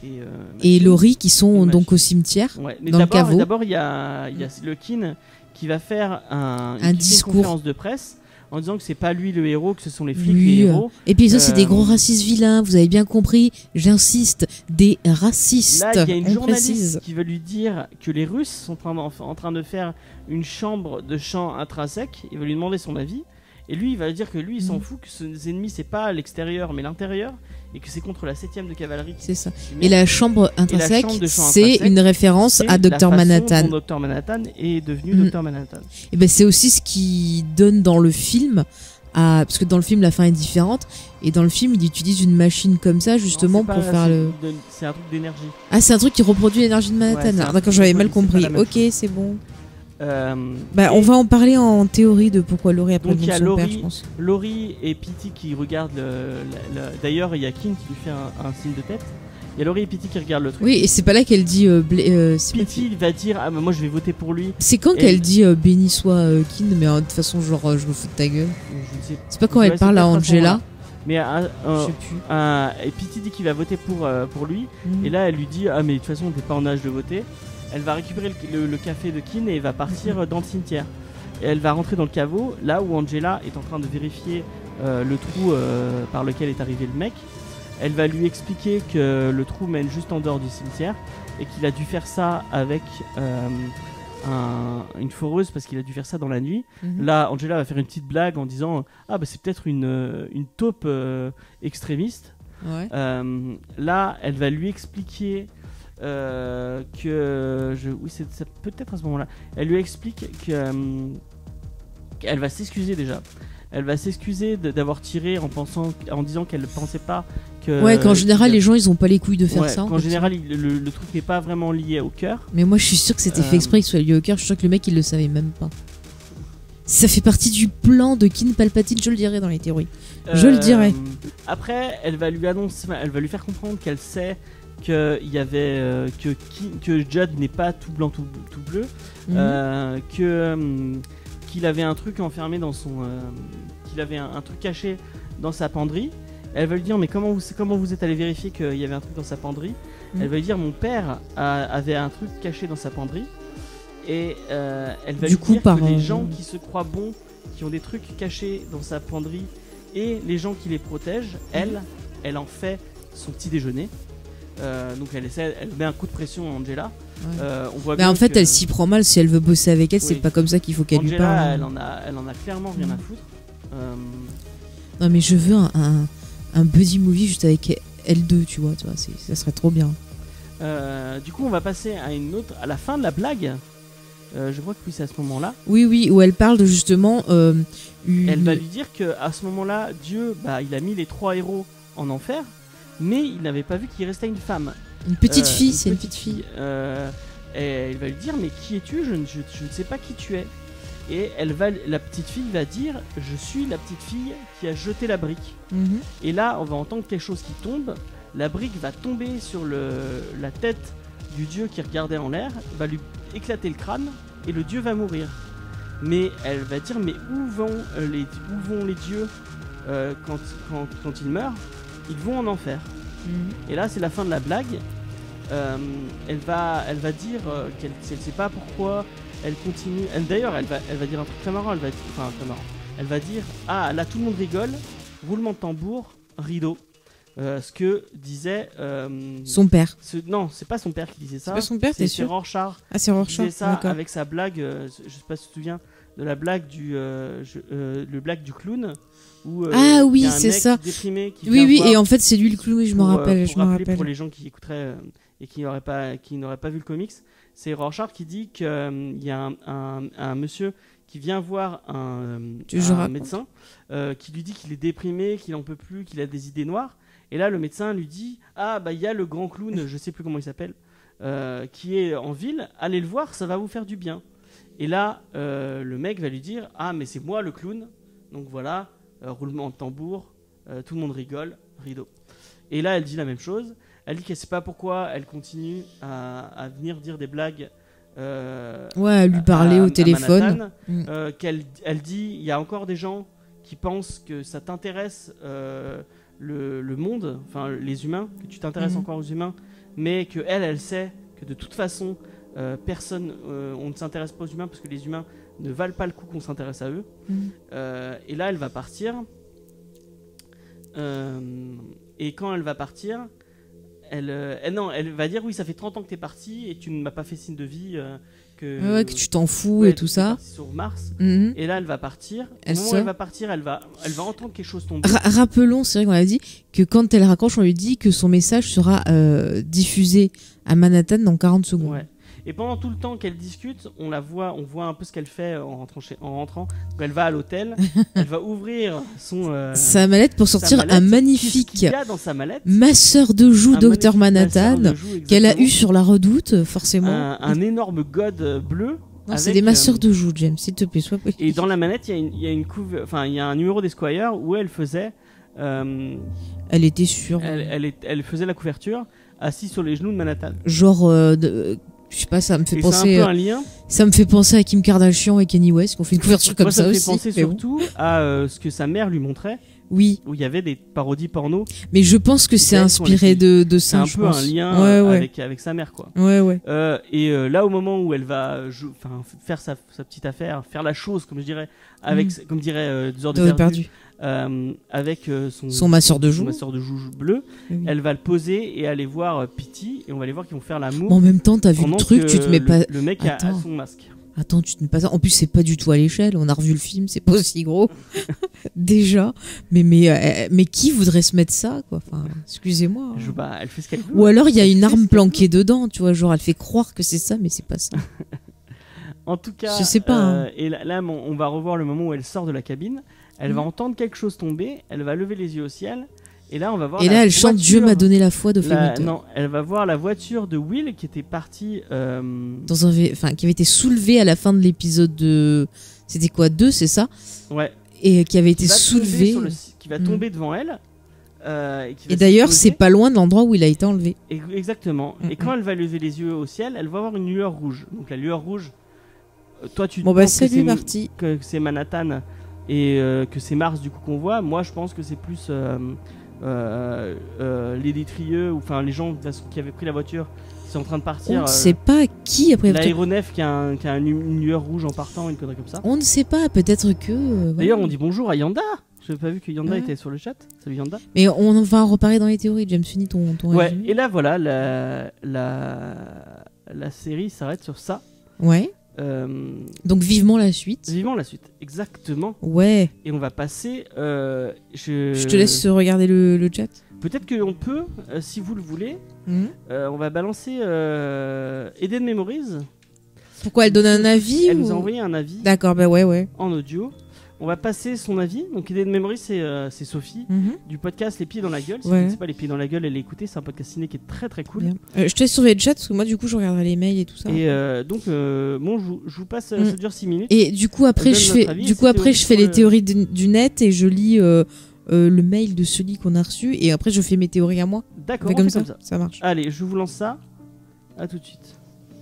et, euh, et Laurie qui sont et donc au cimetière, ouais. Mais dans le d'abord, caveau. D'abord, il y a, y a le Kin qui va faire un, un une discours. conférence de presse en disant que c'est pas lui le héros, que ce sont les flics Oui. les héros. Et puis ça, c'est Euh, des gros racistes vilains, vous avez bien compris, j'insiste, des racistes. Là, il y a une on journaliste précise. qui veut lui dire que les Russes sont en, en train de faire une chambre de chant intrinsèque. Il va lui demander son avis. Et lui, il va dire que lui, il s'en Mhm. fout, que ses ennemis, c'est pas l'extérieur, mais l'intérieur. Et que c'est contre la septième de cavalerie. C'est ça. Mais Et la chambre intrinsèque, chambre de chant c'est intrinsèque, une référence c'est à la Docteur façon Manhattan. dont Docteur Manhattan est devenu Mhm. Docteur Manhattan. Et ben c'est aussi ce qui donne dans le film, à... parce que dans le film la fin est différente, et dans le film il utilise une machine comme ça justement Non, c'est pour pas- faire c'est- le. de- C'est un truc d'énergie. Ah, c'est un truc qui reproduit l'énergie de Ouais, Manhattan. c'est un Ah, truc d'accord, qui j'avais mal reproduit, c'est pas compris. la même Ok, c'est bon. Euh, Bah, et on va en parler en théorie de pourquoi Laurie a pris Donc, le il y nom a de son père, Laurie- je pense. Laurie et Petey qui regardent le. le- le- D'ailleurs, il y a Kin qui lui fait un, un signe de tête. Il y a Laurie et Petey qui regardent le truc. Oui, et c'est pas là qu'elle dit. Euh, bla- euh, c'est pas- Petey va dire ah bah moi je vais voter pour lui. C'est quand Et- qu'elle dit euh, béni soit euh, Kin, mais euh, de toute façon, genre, euh, je me fous de ta gueule. Je ne sais C'est pas quand Ouais, elle c'est parle à peut-être à ce Angela. moment-là. Mais un, Je un, sais plus. un- et Petey dit qu'il va voter pour, euh, pour lui. Mhm. Et là elle lui dit ah mais de toute façon t'es pas en âge de voter. Elle va récupérer le, le- le café de Kin et va partir Mhm. dans le cimetière. Et elle va rentrer dans le caveau là où Angela est en train de vérifier euh, le trou euh, par lequel est arrivé le mec. Elle va lui expliquer que le trou mène juste en dehors du cimetière et qu'il a dû faire ça avec euh, un- une foreuse parce qu'il a dû faire ça dans la nuit. Mhm. Là, Angela va faire une petite blague en disant ah bah c'est peut-être une, euh, une taupe euh, extrémiste. Ouais. Euh, là, elle va lui expliquer euh, que je, oui c'est c'est peut-être à ce moment-là. Elle lui explique que euh, qu'elle va s'excuser déjà. Elle va s'excuser de- d'avoir tiré en pensant, en disant qu'elle ne pensait pas que. Ouais, qu'en général, qu'il- les gens ils ont pas les couilles de faire Ouais, ça. en qu'en fait. général, il- le, le truc n'est pas vraiment lié au cœur. Mais moi je suis sûr que c'était Euh, fait exprès que ce soit lié au cœur. Je suis sûr que le mec il le savait même pas. Ça fait partie du plan de Kin Palpatine, je le dirais dans les théories. Je le dirais. Après, elle va lui annoncer, elle va lui faire comprendre qu'elle sait que il y avait euh, que Ki- que Judd n'est pas tout blanc tout, tout bleu, Mhm. euh, que hum, qu'il avait un truc enfermé dans son, euh, qu'il avait un, un truc caché dans sa penderie. Elle va lui dire mais comment vous comment vous êtes allé vérifier qu'il y avait un truc dans sa penderie. Mhm. Elle va lui dire mon père a- avait un truc caché dans sa penderie. Et euh, elle va Du lui coup, dire par, que les euh, gens qui se croient bons, qui ont des trucs cachés dans sa penderie, et les gens qui les protègent, elle, elle en fait son petit déjeuner. Euh, donc elle essaie, elle met un coup de pression à Angela. Ouais. Euh, on voit Mais bien en fait, que elle s'y prend mal. Si elle veut bosser avec elle, c'est Oui. pas comme ça qu'il faut qu'elle lui Angela, parle. elle en a, elle en a clairement rien à foutre. Euh, Non, mais je veux un, un, un buddy movie juste avec L deux, tu vois. Tu vois c'est- ça serait trop bien. euh, du coup, on va passer à une autre, à la fin de la blague. Euh, je crois que oui, c'est à ce moment-là. Oui, oui, où elle parle de justement. euh, une- Elle va lui dire que à ce moment-là, Dieu, bah, il a mis les trois héros en enfer, mais il n'avait pas vu qu'il restait une femme. Une petite Euh, fille, c'est une petite fille. euh, et il va lui dire mais qui es-tu je, ne- je, je ne sais pas qui tu es. Et elle va, la petite fille va dire je suis la petite fille qui a jeté la brique. Mhm. Et là on va entendre quelque chose qui tombe. La brique va tomber sur le, la tête du dieu qui regardait en l'air, va lui éclater le crâne et le dieu va mourir. Mais elle va dire mais où vont euh, les, où vont les dieux euh, quand, quand, quand ils meurent? Ils vont en enfer. Mhm. Et là, c'est la fin de la blague. Euh, elle, va, elle va dire euh, qu'elle ne sait pas pourquoi elle continue. Elle, D'ailleurs, elle va, elle va dire un truc très marrant. Elle va, enfin, très marrant. Elle va dire ah là, tout le monde rigole. Roulement de tambour, rideau. Euh, ce que disait. euh, Son père. ce, non, c'est pas son père qui disait ça. C'est pas son père, c'est t'es c'est sûr? Rorschach Ah, c'est qui Rorschach. disait ça D'accord. avec sa blague. euh, je sais pas si tu te souviens de la blague du, euh, je- euh, le blague du clown. Où, euh, Ah oui, il y a un c'est mec ça. déprimé qui Oui, vient oui, voir et en fait, c'est lui le clown, oui, je m'en pour, euh, rappelle. pour Je m'en rappeler rappelle. pour les gens qui écouteraient euh, et qui n'auraient pas, qui n'auraient pas vu le comics, c'est Rorschach qui dit qu'il y a un, un- un monsieur qui vient voir un, Tu veux que je un raconte médecin euh, qui lui dit qu'il est déprimé, qu'il en peut plus, qu'il a des idées noires. Et là, le médecin lui dit ah bah il y a le grand clown, je sais plus comment il s'appelle, euh, qui est en ville. Allez le voir, ça va vous faire du bien. Et là, euh, le mec va lui dire ah mais c'est moi le clown. Donc voilà, euh, roulement de tambour, euh, tout le monde rigole, rideau. Et là, elle dit la même chose. Elle dit qu'elle sait pas pourquoi elle continue à, à venir dire des blagues. Euh, Ouais, à lui à- parler à- au à téléphone. Manhattan. Mm. Euh, qu'elle elle dit il y a encore des gens qui pensent que ça t'intéresse euh, le, le monde, enfin les humains, que tu t'intéresses Mhm. encore aux humains, mais que elle, elle sait que de toute façon, euh, personne, euh, on ne s'intéresse pas aux humains parce que les humains ne valent pas le coup qu'on s'intéresse à eux. Mm. Euh, et là, elle va partir. Euh, et quand elle va partir, elle, euh, elle, non, elle va dire oui, ça fait trente ans que t'es parti et tu ne m'as pas fait signe de vie. Euh, que, Ouais, ouais, que tu t'en fous ouais, et tout t'es ça. parti sur Mars. Mhm. Et là, elle va partir. Elle Au moment où sort. elle va partir, elle va, elle va entendre quelque chose tomber. Ra- rappelons, c'est vrai qu'on avait dit que quand elle raccroche, on lui dit que son message sera euh, diffusé à Manhattan dans quarante secondes. Ouais. Et pendant tout le temps qu'elle discute, on la voit, on voit un peu ce qu'elle fait en rentrant. Chez, en rentrant. Donc elle va à l'hôtel, elle va ouvrir son euh, Sa mallette pour sa sortir mallette. un Qu'est-ce magnifique qu'il y a dans sa mallette. masseur de joue Un Docteur magnifique masseur Manhattan de joue, qu'elle a exactement. eu sur la Redoute, forcément. un, un énorme god euh, bleu. Non, c'est avec, des masseurs euh, de joue, James, s'il te plaît, sois poli. Et dans la manette, il y a une, il y a une couve, enfin il y a un numéro d'Esquire où elle faisait, euh, Elle était sûre. elle, elle, est- elle faisait la couverture assise sur les genoux de Manhattan. Genre, euh, de- je sais pas, ça me fait Et penser. c'est un peu euh, un lien. Ça me fait penser à Kim Kardashian et Kanye West qui ont fait une couverture comme Moi, ça, ça me fait aussi. penser mais bon. surtout à euh, ce que sa mère lui montrait, Oui, où il y avait des parodies porno. mais je pense que c'est Elles sont inspiré les- de, de C'est ça. un je peu pense. un lien Ouais, euh, ouais. avec avec sa mère, quoi. Ouais, ouais. Euh, et euh, là, au moment où elle va jou- enfin, f- faire sa, sa petite affaire, faire la chose, comme je dirais, avec, Mm. comme dirait euh, deux heures de T'aurais perdu, perdu. euh, avec euh, son, Son masseur de son joue. masseur de joue bleu, Oui. elle va le poser et aller voir euh, Pity, et on va les voir qu'ils vont faire l'amour. Mais en même temps, t'as vu le pendant truc, que tu te mets le, pas. le mec a, a Attends. son masque. Attends, tu te mets pas ça. En plus, c'est pas du tout à l'échelle. On a revu le film, c'est pas aussi gros. Déjà. Mais, mais, euh, mais qui voudrait se mettre ça, quoi? Enfin, excusez-moi. Je, bah, elle fait ce qu'elle veut. Ou alors, il y a Elle une fait ce arme qu'elle planquée dedans, tu vois. Genre, elle fait croire que c'est ça, mais c'est pas ça. En tout cas, Je sais pas, euh, hein. et là, là, on on va revoir le moment où elle sort de la cabine. Elle va Mhm. entendre quelque chose tomber. Elle va lever les yeux au ciel. Et là, on va voir. Et la là, elle chante voiture- Dieu m'a donné la foi de la- Flemington. Non, elle va voir la voiture de Will qui était partie. euh, Dans un V- enfin, qui avait été soulevée à la fin de l'épisode de. C'était quoi, deux, c'est ça? Ouais. Et qui avait qui été va tomber soulevée. sur le- qui va Mm. tomber devant elle. euh, et qui va Et d'ailleurs, s'exploser. c'est pas loin de l'endroit où il a été enlevé. Et- Exactement. Mm, Et quand elle va lever les yeux au ciel, elle va voir une lueur rouge. Donc la lueur rouge. euh, Toi, tu Bon, bah, penses que salut, c'est- Marty. que c'est Manhattan et euh, que c'est Mars du coup qu'on voit. Moi, je pense que c'est plus euh, euh, euh, les détrieux ou enfin les gens de toute façon, qui avaient pris la voiture, qui sont en train de On partir. ne euh, sait pas qui après. L'aéronef qui a, un- qui a un- une lueur rouge en partant, une connerie comme ça. On ne sait pas, peut-être que. euh, voilà. D'ailleurs, on dit bonjour à Yanda. Je n'avais pas vu que Yanda Ouais. était sur le chat. Salut Yanda. Mais on va en reparler dans les théories. James, finis ton, ton Ouais. résumé. Et là, voilà, la la, la série s'arrête sur ça. Ouais. Euh, Donc vivement la suite. vivement la suite. Exactement. Ouais. Et on va passer. euh, je... Je te laisse regarder le, le chat. Peut-être qu'on peut, euh, si vous le voulez, Mhm. euh, on va balancer euh, Eden Memories. Pourquoi elle donne un avis Elle ou... nous a envoyé un avis D'accord, bah ouais, ouais. en audio. On va passer son avis. Donc Eden Memories, c'est euh, c'est Sophie Mhm. du podcast Les Pieds dans la Gueule. Si Ouais. vous ne savez pas Les Pieds dans la Gueule, elle l'écouter. C'est un podcast ciné qui est très très cool. Bien. Euh, je te laisse surveiller le chat parce que moi, du coup, je regarderai les mails et tout ça. Et euh, donc, euh, bon, je, vous- je vous passe, Mm. ça dure six minutes. Et du coup, après, donne je notre fais, avis du et coup, ses après, théories je fais sur les le- théories du, du net et je lis euh, euh, le mail de celui qu'on a reçu et après, je fais mes théories à moi. On D'accord, fait on comme fait ça. comme ça. Ça marche. Allez, je vous lance ça. À tout de suite.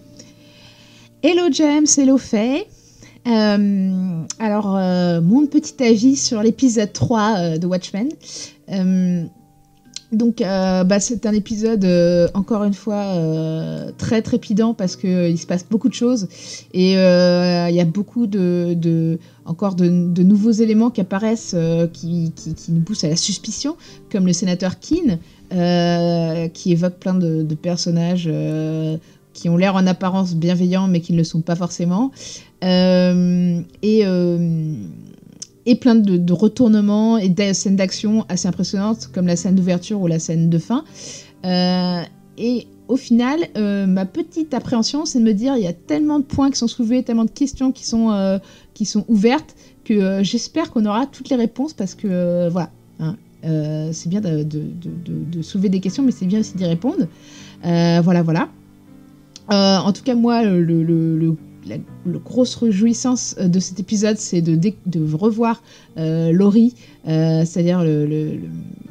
Hello James, hello Faye. Euh, alors, euh, mon petit avis sur l'épisode trois euh, de Watchmen. Euh, donc, euh, bah, c'est un épisode, euh, encore une fois, euh, très trépidant parce qu'il se passe beaucoup de choses. Et euh, il y a beaucoup de, de, encore de, de nouveaux éléments qui apparaissent euh, qui, qui, qui nous poussent à la suspicion, comme le sénateur Keane, euh, qui évoque plein de, de personnages... Euh, qui ont l'air en apparence bienveillants, mais qui ne le sont pas forcément. Euh, et, euh, et plein de, de retournements et de scènes d'action assez impressionnantes, comme la scène d'ouverture ou la scène de fin. Euh, et au final, euh, ma petite appréhension, c'est de me dire, il y a tellement de points qui sont soulevés, tellement de questions qui sont, euh, qui sont ouvertes, que euh, j'espère qu'on aura toutes les réponses, parce que, euh, voilà, hein, euh, c'est bien de, de, de, de, de soulever des questions, mais c'est bien aussi d'y répondre. Euh, voilà, voilà. Euh, en tout cas, moi, le, le, le, la, la grosse réjouissance de cet épisode, c'est de, de, de revoir euh, Laurie, euh, c'est-à-dire le, le, le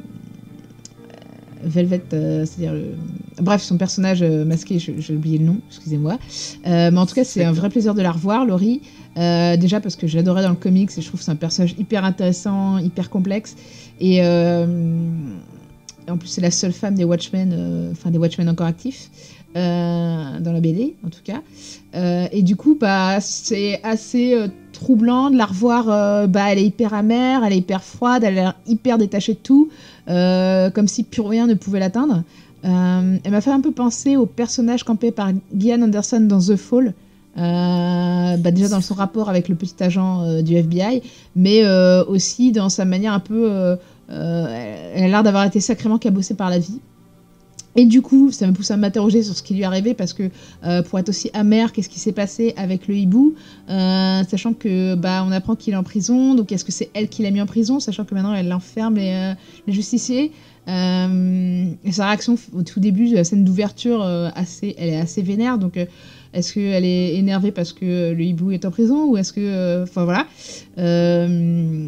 euh, Velvet, euh, c'est-à-dire le, bref, son personnage euh, masqué, je- j'ai oublié le nom, excusez-moi. Euh, mais en tout cas, c'est un vrai plaisir de la revoir, Laurie. Euh, déjà parce que j'adorais dans le comics et je trouve que c'est un personnage hyper intéressant, hyper complexe. Et... Euh, en plus, c'est la seule femme des Watchmen, euh, enfin des Watchmen encore actifs, euh, dans la B D, en tout cas. Euh, et du coup, bah, c'est assez euh, troublant de la revoir. Euh, bah, elle est hyper amère, elle est hyper froide, elle a l'air hyper détachée de tout, euh, comme si plus rien ne pouvait l'atteindre. Euh, elle m'a fait un peu penser au personnage campé par Gillian Anderson dans The Fall. Euh, bah déjà dans son rapport avec le petit agent euh, du F B I, mais euh, aussi dans sa manière un peu... Euh, euh, elle a l'air d'avoir été sacrément cabossée par la vie. Et du coup, ça me pousse à m'interroger sur ce qui lui est arrivé, parce que euh, pour être aussi amère, qu'est-ce qui s'est passé avec le hibou, euh, sachant que bah, on apprend qu'il est en prison, donc est-ce que c'est elle qui l'a mis en prison, sachant que maintenant elle l'enferme les, euh, les justiciers. Euh, et sa réaction au tout début de la scène d'ouverture, euh, assez, elle est assez vénère, donc euh, est-ce qu'elle est énervée parce que le hibou est en prison, ou est-ce que... Enfin euh, voilà. Euh,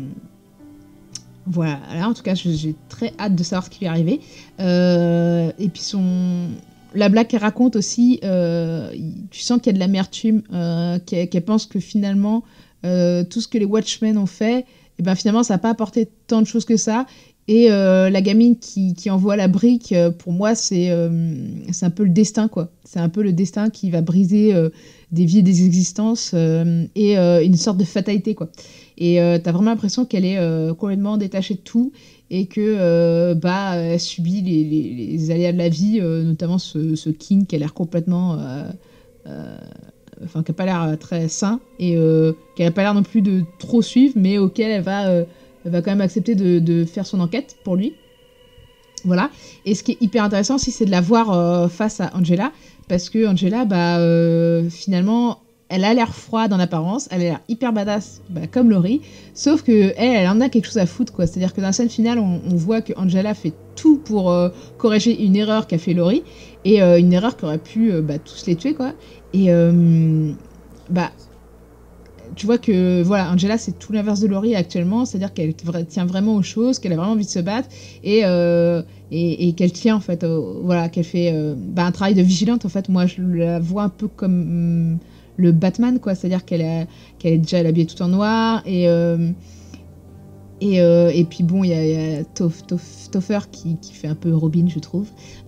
voilà, là, en tout cas, j'ai très hâte de savoir ce qui lui est arrivé. Euh, et puis son... La blague qu'elle raconte aussi, euh, tu sens qu'il y a de l'amertume, euh, qu'elle qu'elle pense que finalement, euh, tout ce que les Watchmen ont fait, et ben finalement, ça n'a pas apporté tant de choses que ça. Et euh, la gamine qui, qui envoie la brique, euh, pour moi, c'est euh, c'est un peu le destin, quoi. C'est un peu le destin qui va briser euh, des vies et des existences, euh, et euh, une sorte de fatalité, quoi. Et euh, t'as vraiment l'impression qu'elle est euh, complètement détachée de tout, et que euh, bah, elle subit les, les, les aléas de la vie, euh, notamment ce, ce King qui a l'air complètement... Euh, euh, enfin, qui n'a pas l'air très sain, et euh, qui n'a pas l'air non plus de trop suivre, mais auquel elle va... Euh, Elle va quand même accepter de, de faire son enquête pour lui. Voilà. Et ce qui est hyper intéressant aussi, c'est de la voir euh, face à Angela. Parce que Angela, bah, euh, finalement, elle a l'air froide en apparence. Elle a l'air hyper badass, bah, comme Laurie. Sauf que elle, elle en a quelque chose à foutre, quoi. C'est-à-dire que dans la scène finale, on, on voit que Angela fait tout pour euh, corriger une erreur qu'a fait Laurie. Et euh, une erreur qui aurait pu euh, bah, tous les tuer, quoi. Et euh, bah... tu vois que voilà, Angela, c'est tout l'inverse de Laurie actuellement, c'est-à-dire qu'elle tient vraiment aux choses, qu'elle a vraiment envie de se battre, et, euh, et, et qu'elle tient en fait, euh, voilà, qu'elle fait euh, bah, un travail de vigilante en fait. Moi, je la vois un peu comme hum, le Batman, quoi, c'est-à-dire qu'elle, a, qu'elle est déjà habillée tout en noir, et euh, et, euh, et puis bon, il y a, y a Toff, Toff, Topher qui, qui fait un peu Robin, je trouve.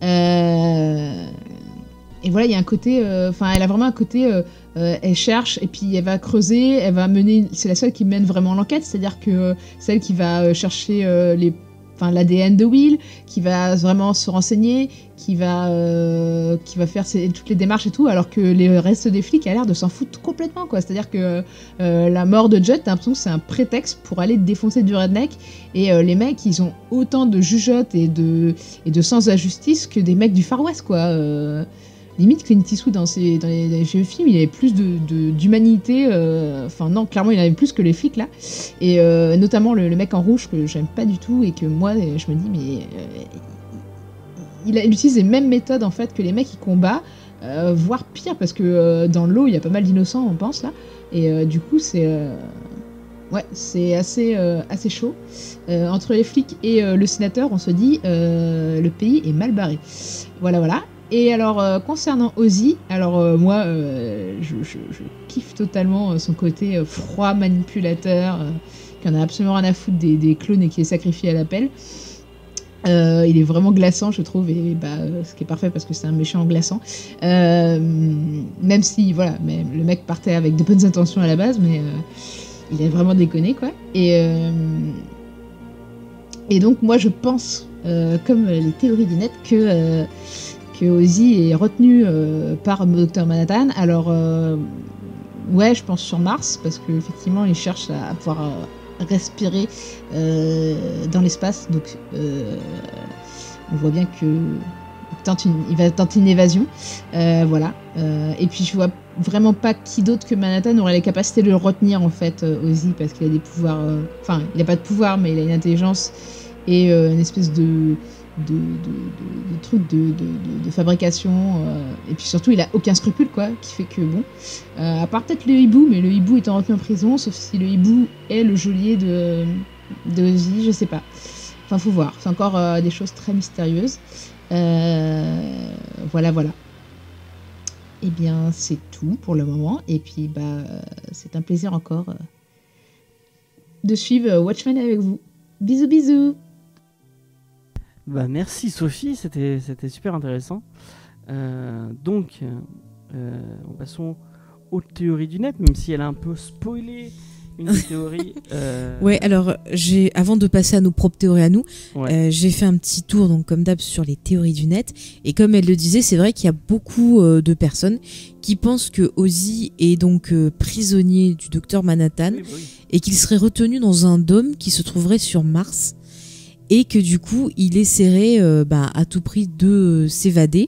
Euh, et voilà, il y a un côté, enfin, euh, elle a vraiment un côté. Euh, Euh, elle cherche, et puis elle va creuser, elle va mener, c'est la seule qui mène vraiment l'enquête, c'est-à-dire que euh, celle qui va euh, chercher euh, les, enfin, l'A D N de Will, qui va vraiment se renseigner, qui va, euh, qui va faire ses, toutes les démarches et tout, alors que le reste des flics a l'air de s'en foutre complètement, quoi. C'est-à-dire que euh, la mort de Judd, t'as l'impression que c'est un prétexte pour aller défoncer du redneck, et euh, les mecs, ils ont autant de jugeotes et de, et de sens de la justice que des mecs du Far West, quoi. Euh, Limite, Clint Eastwood, dans, ses, dans les, les vieux films, il avait plus de, de, d'humanité. Enfin, euh, non, clairement, il avait plus que les flics, là. Et euh, notamment le, le mec en rouge, que j'aime pas du tout, et que moi, je me dis, mais... Euh, il, il utilise les mêmes méthodes, en fait, que les mecs qui combattent, euh, voire pire, parce que euh, dans l'eau, il y a pas mal d'innocents, on pense, là. Et euh, du coup, c'est... Euh, ouais, c'est assez, euh, assez chaud. Euh, entre les flics et euh, le sénateur, on se dit, euh, le pays est mal barré. Voilà, voilà. Et alors, euh, concernant Ozzy, alors euh, moi, euh, je, je, je kiffe totalement son côté euh, froid, manipulateur, euh, qui en a absolument rien à foutre des, des clones et qui est sacrifié à l'appel. Euh, il est vraiment glaçant, je trouve, et bah, ce qui est parfait parce que c'est un méchant glaçant. Euh, même si, voilà, mais le mec partait avec de bonnes intentions à la base, mais euh, il a vraiment déconné, quoi. Et, euh, et donc, moi, je pense, euh, comme les théories du net, que... Euh, que Ozzy est retenu euh, par Docteur Manhattan. Alors, euh, ouais, je pense sur Mars, parce qu'effectivement, il cherche à, à pouvoir euh, respirer euh, dans l'espace. Donc, euh, on voit bien que tente une, il va tenter une évasion. Euh, voilà. Euh, et puis, je vois vraiment pas qui d'autre que Manhattan aurait les capacités de le retenir, en fait, euh, Ozzy, parce qu'il a des pouvoirs... Enfin, euh, il n'a pas de pouvoir, mais il a une intelligence et euh, une espèce de... De, de, de, de trucs de, de, de, de fabrication, euh, et puis surtout il a aucun scrupule, quoi, qui fait que bon, euh, à part peut-être le hibou, mais le hibou étant retenu en prison, sauf si le hibou est le geôlier de, de Ozzy, je sais pas, enfin faut voir, c'est encore euh, des choses très mystérieuses. Euh, voilà voilà, et eh bien c'est tout pour le moment, et puis bah c'est un plaisir encore euh, de suivre Watchmen avec vous. Bisous bisous. Bah, merci Sophie, c'était, c'était super intéressant. Euh, donc, euh, passons aux théories du net, même si elle a un peu spoilé une des théories. Euh... Ouais, alors, j'ai, avant de passer à nos propres théories à nous, Ouais. euh, j'ai fait un petit tour, donc comme d'hab, sur les théories du net. Et comme elle le disait, c'est vrai qu'il y a beaucoup euh, de personnes qui pensent que Ozzy est donc euh, prisonnier du docteur Manhattan Oui, bah oui. et qu'il serait retenu dans un dôme qui se trouverait sur Mars et que du coup, il essaierait euh, bah, à tout prix de euh, s'évader.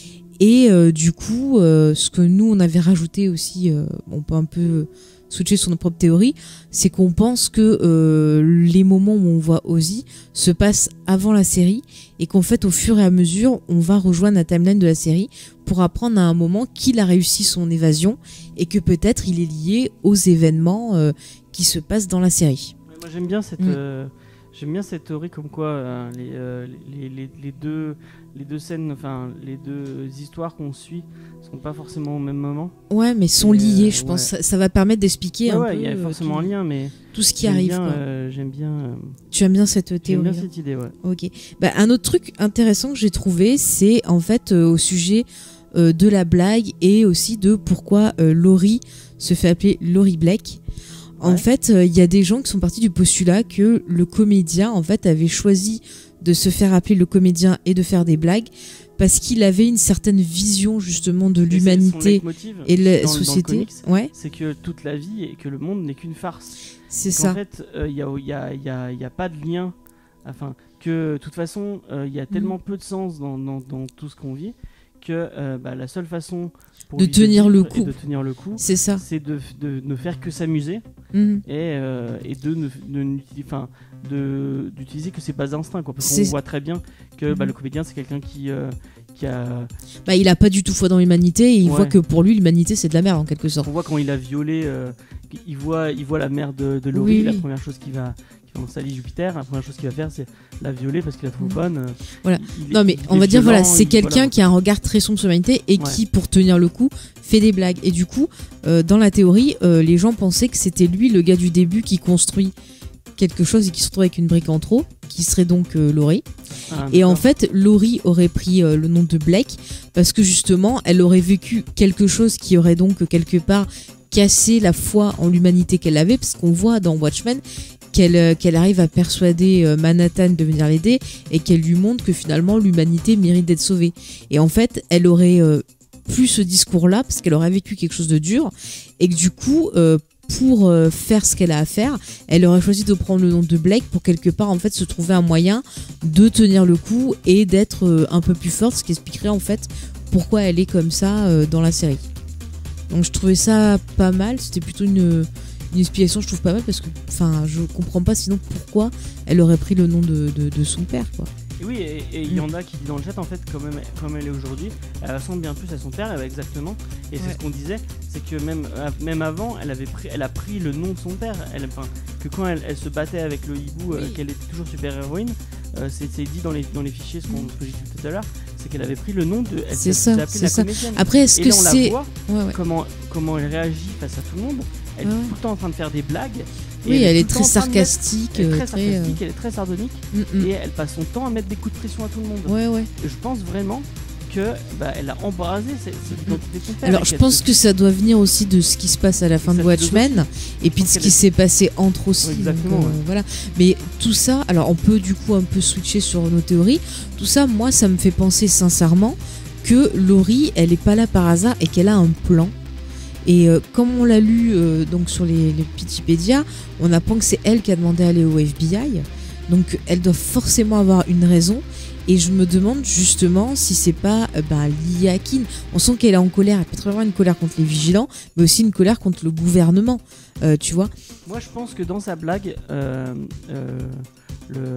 Et euh, du coup, euh, ce que nous, on avait rajouté aussi, euh, on peut un peu switcher sur nos propres théories, c'est qu'on pense que euh, les moments où on voit Ozzy se passent avant la série et qu'en fait, au fur et à mesure, on va rejoindre la timeline de la série pour apprendre à un moment qu'il a réussi son évasion et que peut-être il est lié aux événements euh, qui se passent dans la série. Ouais, moi j'aime bien cette, Mm. euh, j'aime bien cette théorie comme quoi euh, les, euh, les, les, les deux, les deux scènes, enfin les deux histoires qu'on suit sont pas forcément au même moment. Ouais, mais sont Et, liés, euh, je pense. ouais. Ça, ça va permettre d'expliquer Ouais, un ouais, peu il y a euh, forcément tout, un lien, mais tout ce qui j'aime arrive. bien, quoi. euh, j'aime bien, euh, Tu aimes bien cette j'aime théorie bien cette idée, ouais. Ok. Bah, un autre truc intéressant que j'ai trouvé, c'est en fait euh, au sujet euh, de la blague et aussi de pourquoi euh, Laurie se fait appeler Laurie Blake. En Ouais. fait, il euh, y a des gens qui sont partis du postulat que le comédien en fait avait choisi de se faire appeler le comédien et de faire des blagues parce qu'il avait une certaine vision justement de Et c'est son l'humanité leitmotiv et de la dans le- dans le société. comics, Ouais, c'est que toute la vie et que le monde n'est qu'une farce. c'est En ça. fait, il n'y a, y a, y a, y a pas de lien. Enfin, que de toute façon, il y a tellement peu de sens dans, dans, dans tout ce qu'on vit que euh, bah, la seule façon pour De lui tenir le vivre et coup. de tenir le coup, C'est ça. c'est de, de ne faire que s'amuser Mhm. et, euh, et de ne de, n'utiliser- enfin, de- d'utiliser que ses bases d'instinct. Quoi, parce qu'on C'est- voit très bien que bah, Mhm. le comédien, c'est quelqu'un qui, euh, qui a. Bah, il a pas du tout foi dans l'humanité et il Ouais. voit que pour lui l'humanité c'est de la merde en quelque sorte. On voit quand il a violé, euh, il, voit, il voit la mère de, de Laurie, Oui, la oui. première chose qu'il va. Dans Sally Jupiter, la première chose qu'il va faire, c'est la violer parce qu'il la trouve Mhm. bonne. euh, Voilà. il- il- Non mais il on est va dire voilà, violent, c'est il- quelqu'un voilà. qui a un regard très sombre sur l'humanité et Ouais. qui pour tenir le coup fait des blagues. Et du coup, euh, dans la théorie, euh, les gens pensaient que c'était lui le gars du début qui construit quelque chose et qui se retrouve avec une brique en trop, qui serait donc euh, Laurie. Ah, Et en d'accord. fait, Laurie aurait pris euh, le nom de Blake parce que justement, elle aurait vécu quelque chose qui aurait donc euh, quelque part cassé la foi en l'humanité qu'elle avait, parce qu'on voit dans Watchmen qu'elle euh, qu'elle arrive à persuader euh, Manhattan de venir l'aider et qu'elle lui montre que finalement l'humanité mérite d'être sauvée. Et en fait, elle aurait euh, plus ce discours-là parce qu'elle aurait vécu quelque chose de dur et que du coup, euh, pour euh, faire ce qu'elle a à faire, elle aurait choisi de prendre le nom de Blake pour quelque part en fait se trouver un moyen de tenir le coup et d'être euh, un peu plus forte, ce qui expliquerait en fait pourquoi elle est comme ça euh, dans la série. Donc je trouvais ça pas mal, c'était plutôt une, une explication je trouve pas mal parce que enfin je comprends pas sinon pourquoi elle aurait pris le nom de, de, de son père quoi. Et oui, et et il y en a qui disent dans le chat, en fait, comme elle, comme elle est aujourd'hui, elle ressemble bien plus à son père, elle va exactement. Et c'est Ouais. ce qu'on disait, c'est que même, euh, même avant, elle, avait pris, elle a pris le nom de son père. Elle, enfin, que quand elle, elle se battait avec le hibou, euh, Oui. qu'elle était toujours super-héroïne, euh, c'est c'est dit dans les, dans les fichiers, ce, qu'on, ce que j'ai dit tout à l'heure, c'est qu'elle avait pris le nom de. Elle C'est s'est- ça, s'est appelée c'est la ça. comédienne. Après est-ce Et que là, on la c'est voit, ouais, ouais. comment, comment elle réagit face à tout le monde. Elle Ouais, est ouais. tout le temps en train de faire des blagues. et Oui, elle tout est le très temps en train de mettre- sarcastique, Elle est euh, très très, euh, sarcastique, elle est très sardonique. mm, mm. Et elle passe son temps à mettre des coups de pression à tout le monde. Ouais ouais. Et je pense vraiment que bah, elle a embrasé cette, cette identité de son père. Alors et je qu'elle pense se- que ça doit venir aussi de ce qui se passe à la fin sa de Watchmen et puis de pense ce qu'elle qui est- s'est passé entre aussi. Ouais, donc, exactement, euh, ouais. voilà. Mais tout ça, alors on peut du coup un peu switcher sur nos théories. Tout ça, moi, ça me fait penser sincèrement que Laurie, elle est pas là par hasard et qu'elle a un plan. Et euh, comme on l'a lu euh, donc sur les, les Wikipédia, on apprend que c'est elle qui a demandé à aller au F B I. Donc elle doit forcément avoir une raison. Et je me demande justement si c'est pas euh, bah, lié à Keane. On sent qu'elle est en colère. Elle peut très bien avoir une colère contre les vigilants, mais aussi une colère contre le gouvernement. Euh, tu vois. Moi, je pense que dans sa blague, euh, euh, le...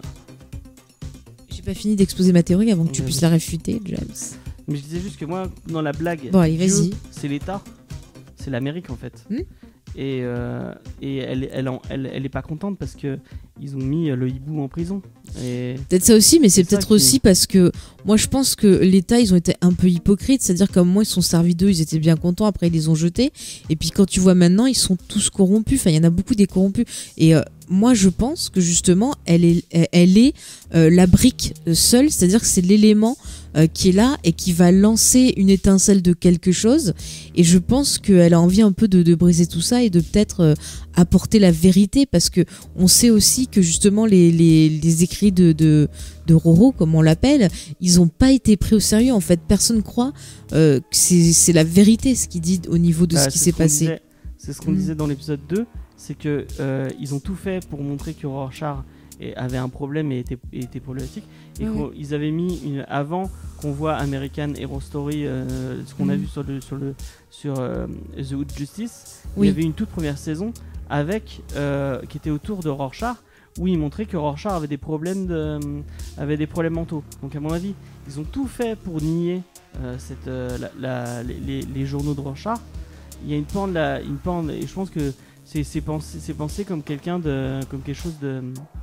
J'ai pas fini d'exposer ma théorie avant que tu Vas-y. puisses la réfuter, James. mais je disais juste que moi, dans la blague, Bon, allez, Dieu, vas-y. c'est l'État, c'est l'Amérique en fait. Hmm. et, euh, et elle, elle, en- elle, elle est pas contente parce que ils ont mis le hibou en prison. Et Peut-être ça aussi, mais c'est, C'est ça peut-être qui- aussi parce que moi je pense que l'État ils ont été un peu hypocrites, c'est-à-dire qu'à un moment ils sont servis d'eux, ils étaient bien contents, après ils les ont jetés, et puis quand tu vois maintenant ils sont tous corrompus, enfin il y en a beaucoup des corrompus, et euh, moi je pense que justement elle est, elle, elle est euh, la brique euh, seule, c'est-à-dire que c'est l'élément euh, qui est là et qui va lancer une étincelle de quelque chose, et je pense qu'elle a envie un peu de, de briser tout ça et de peut-être euh, apporter la vérité, parce que on sait aussi que justement les, les, les écrits de, de, de Roro, comme on l'appelle, ils n'ont pas été pris au sérieux. En fait, personne croit euh, que c'est, c'est la vérité ce qu'il dit au niveau de bah, ce qui c'est s'est qu'on passé. disait- c'est ce qu'on Mm. disait dans l'épisode deux, c'est que euh, ils ont tout fait pour montrer que Rorschach et- avait un problème et était, et était problématique, et Ouais. qu'ils avaient mis une, avant qu'on voit American Hero Story, euh, ce qu'on a Mm. vu sur le sur le sur euh, The Hood Justice, Oui. il y avait une toute première saison avec euh, qui était autour de Rorschach, où il montrait que Rorschach avait des problèmes de, avait des problèmes mentaux. Donc à mon avis, ils ont tout fait pour nier euh, cette euh, la, la- les, les- les journaux de Rorschach. Il y a une pente là, une pente, et je pense que c'est c'est pensé c'est pensé comme quelqu'un de comme quelque chose de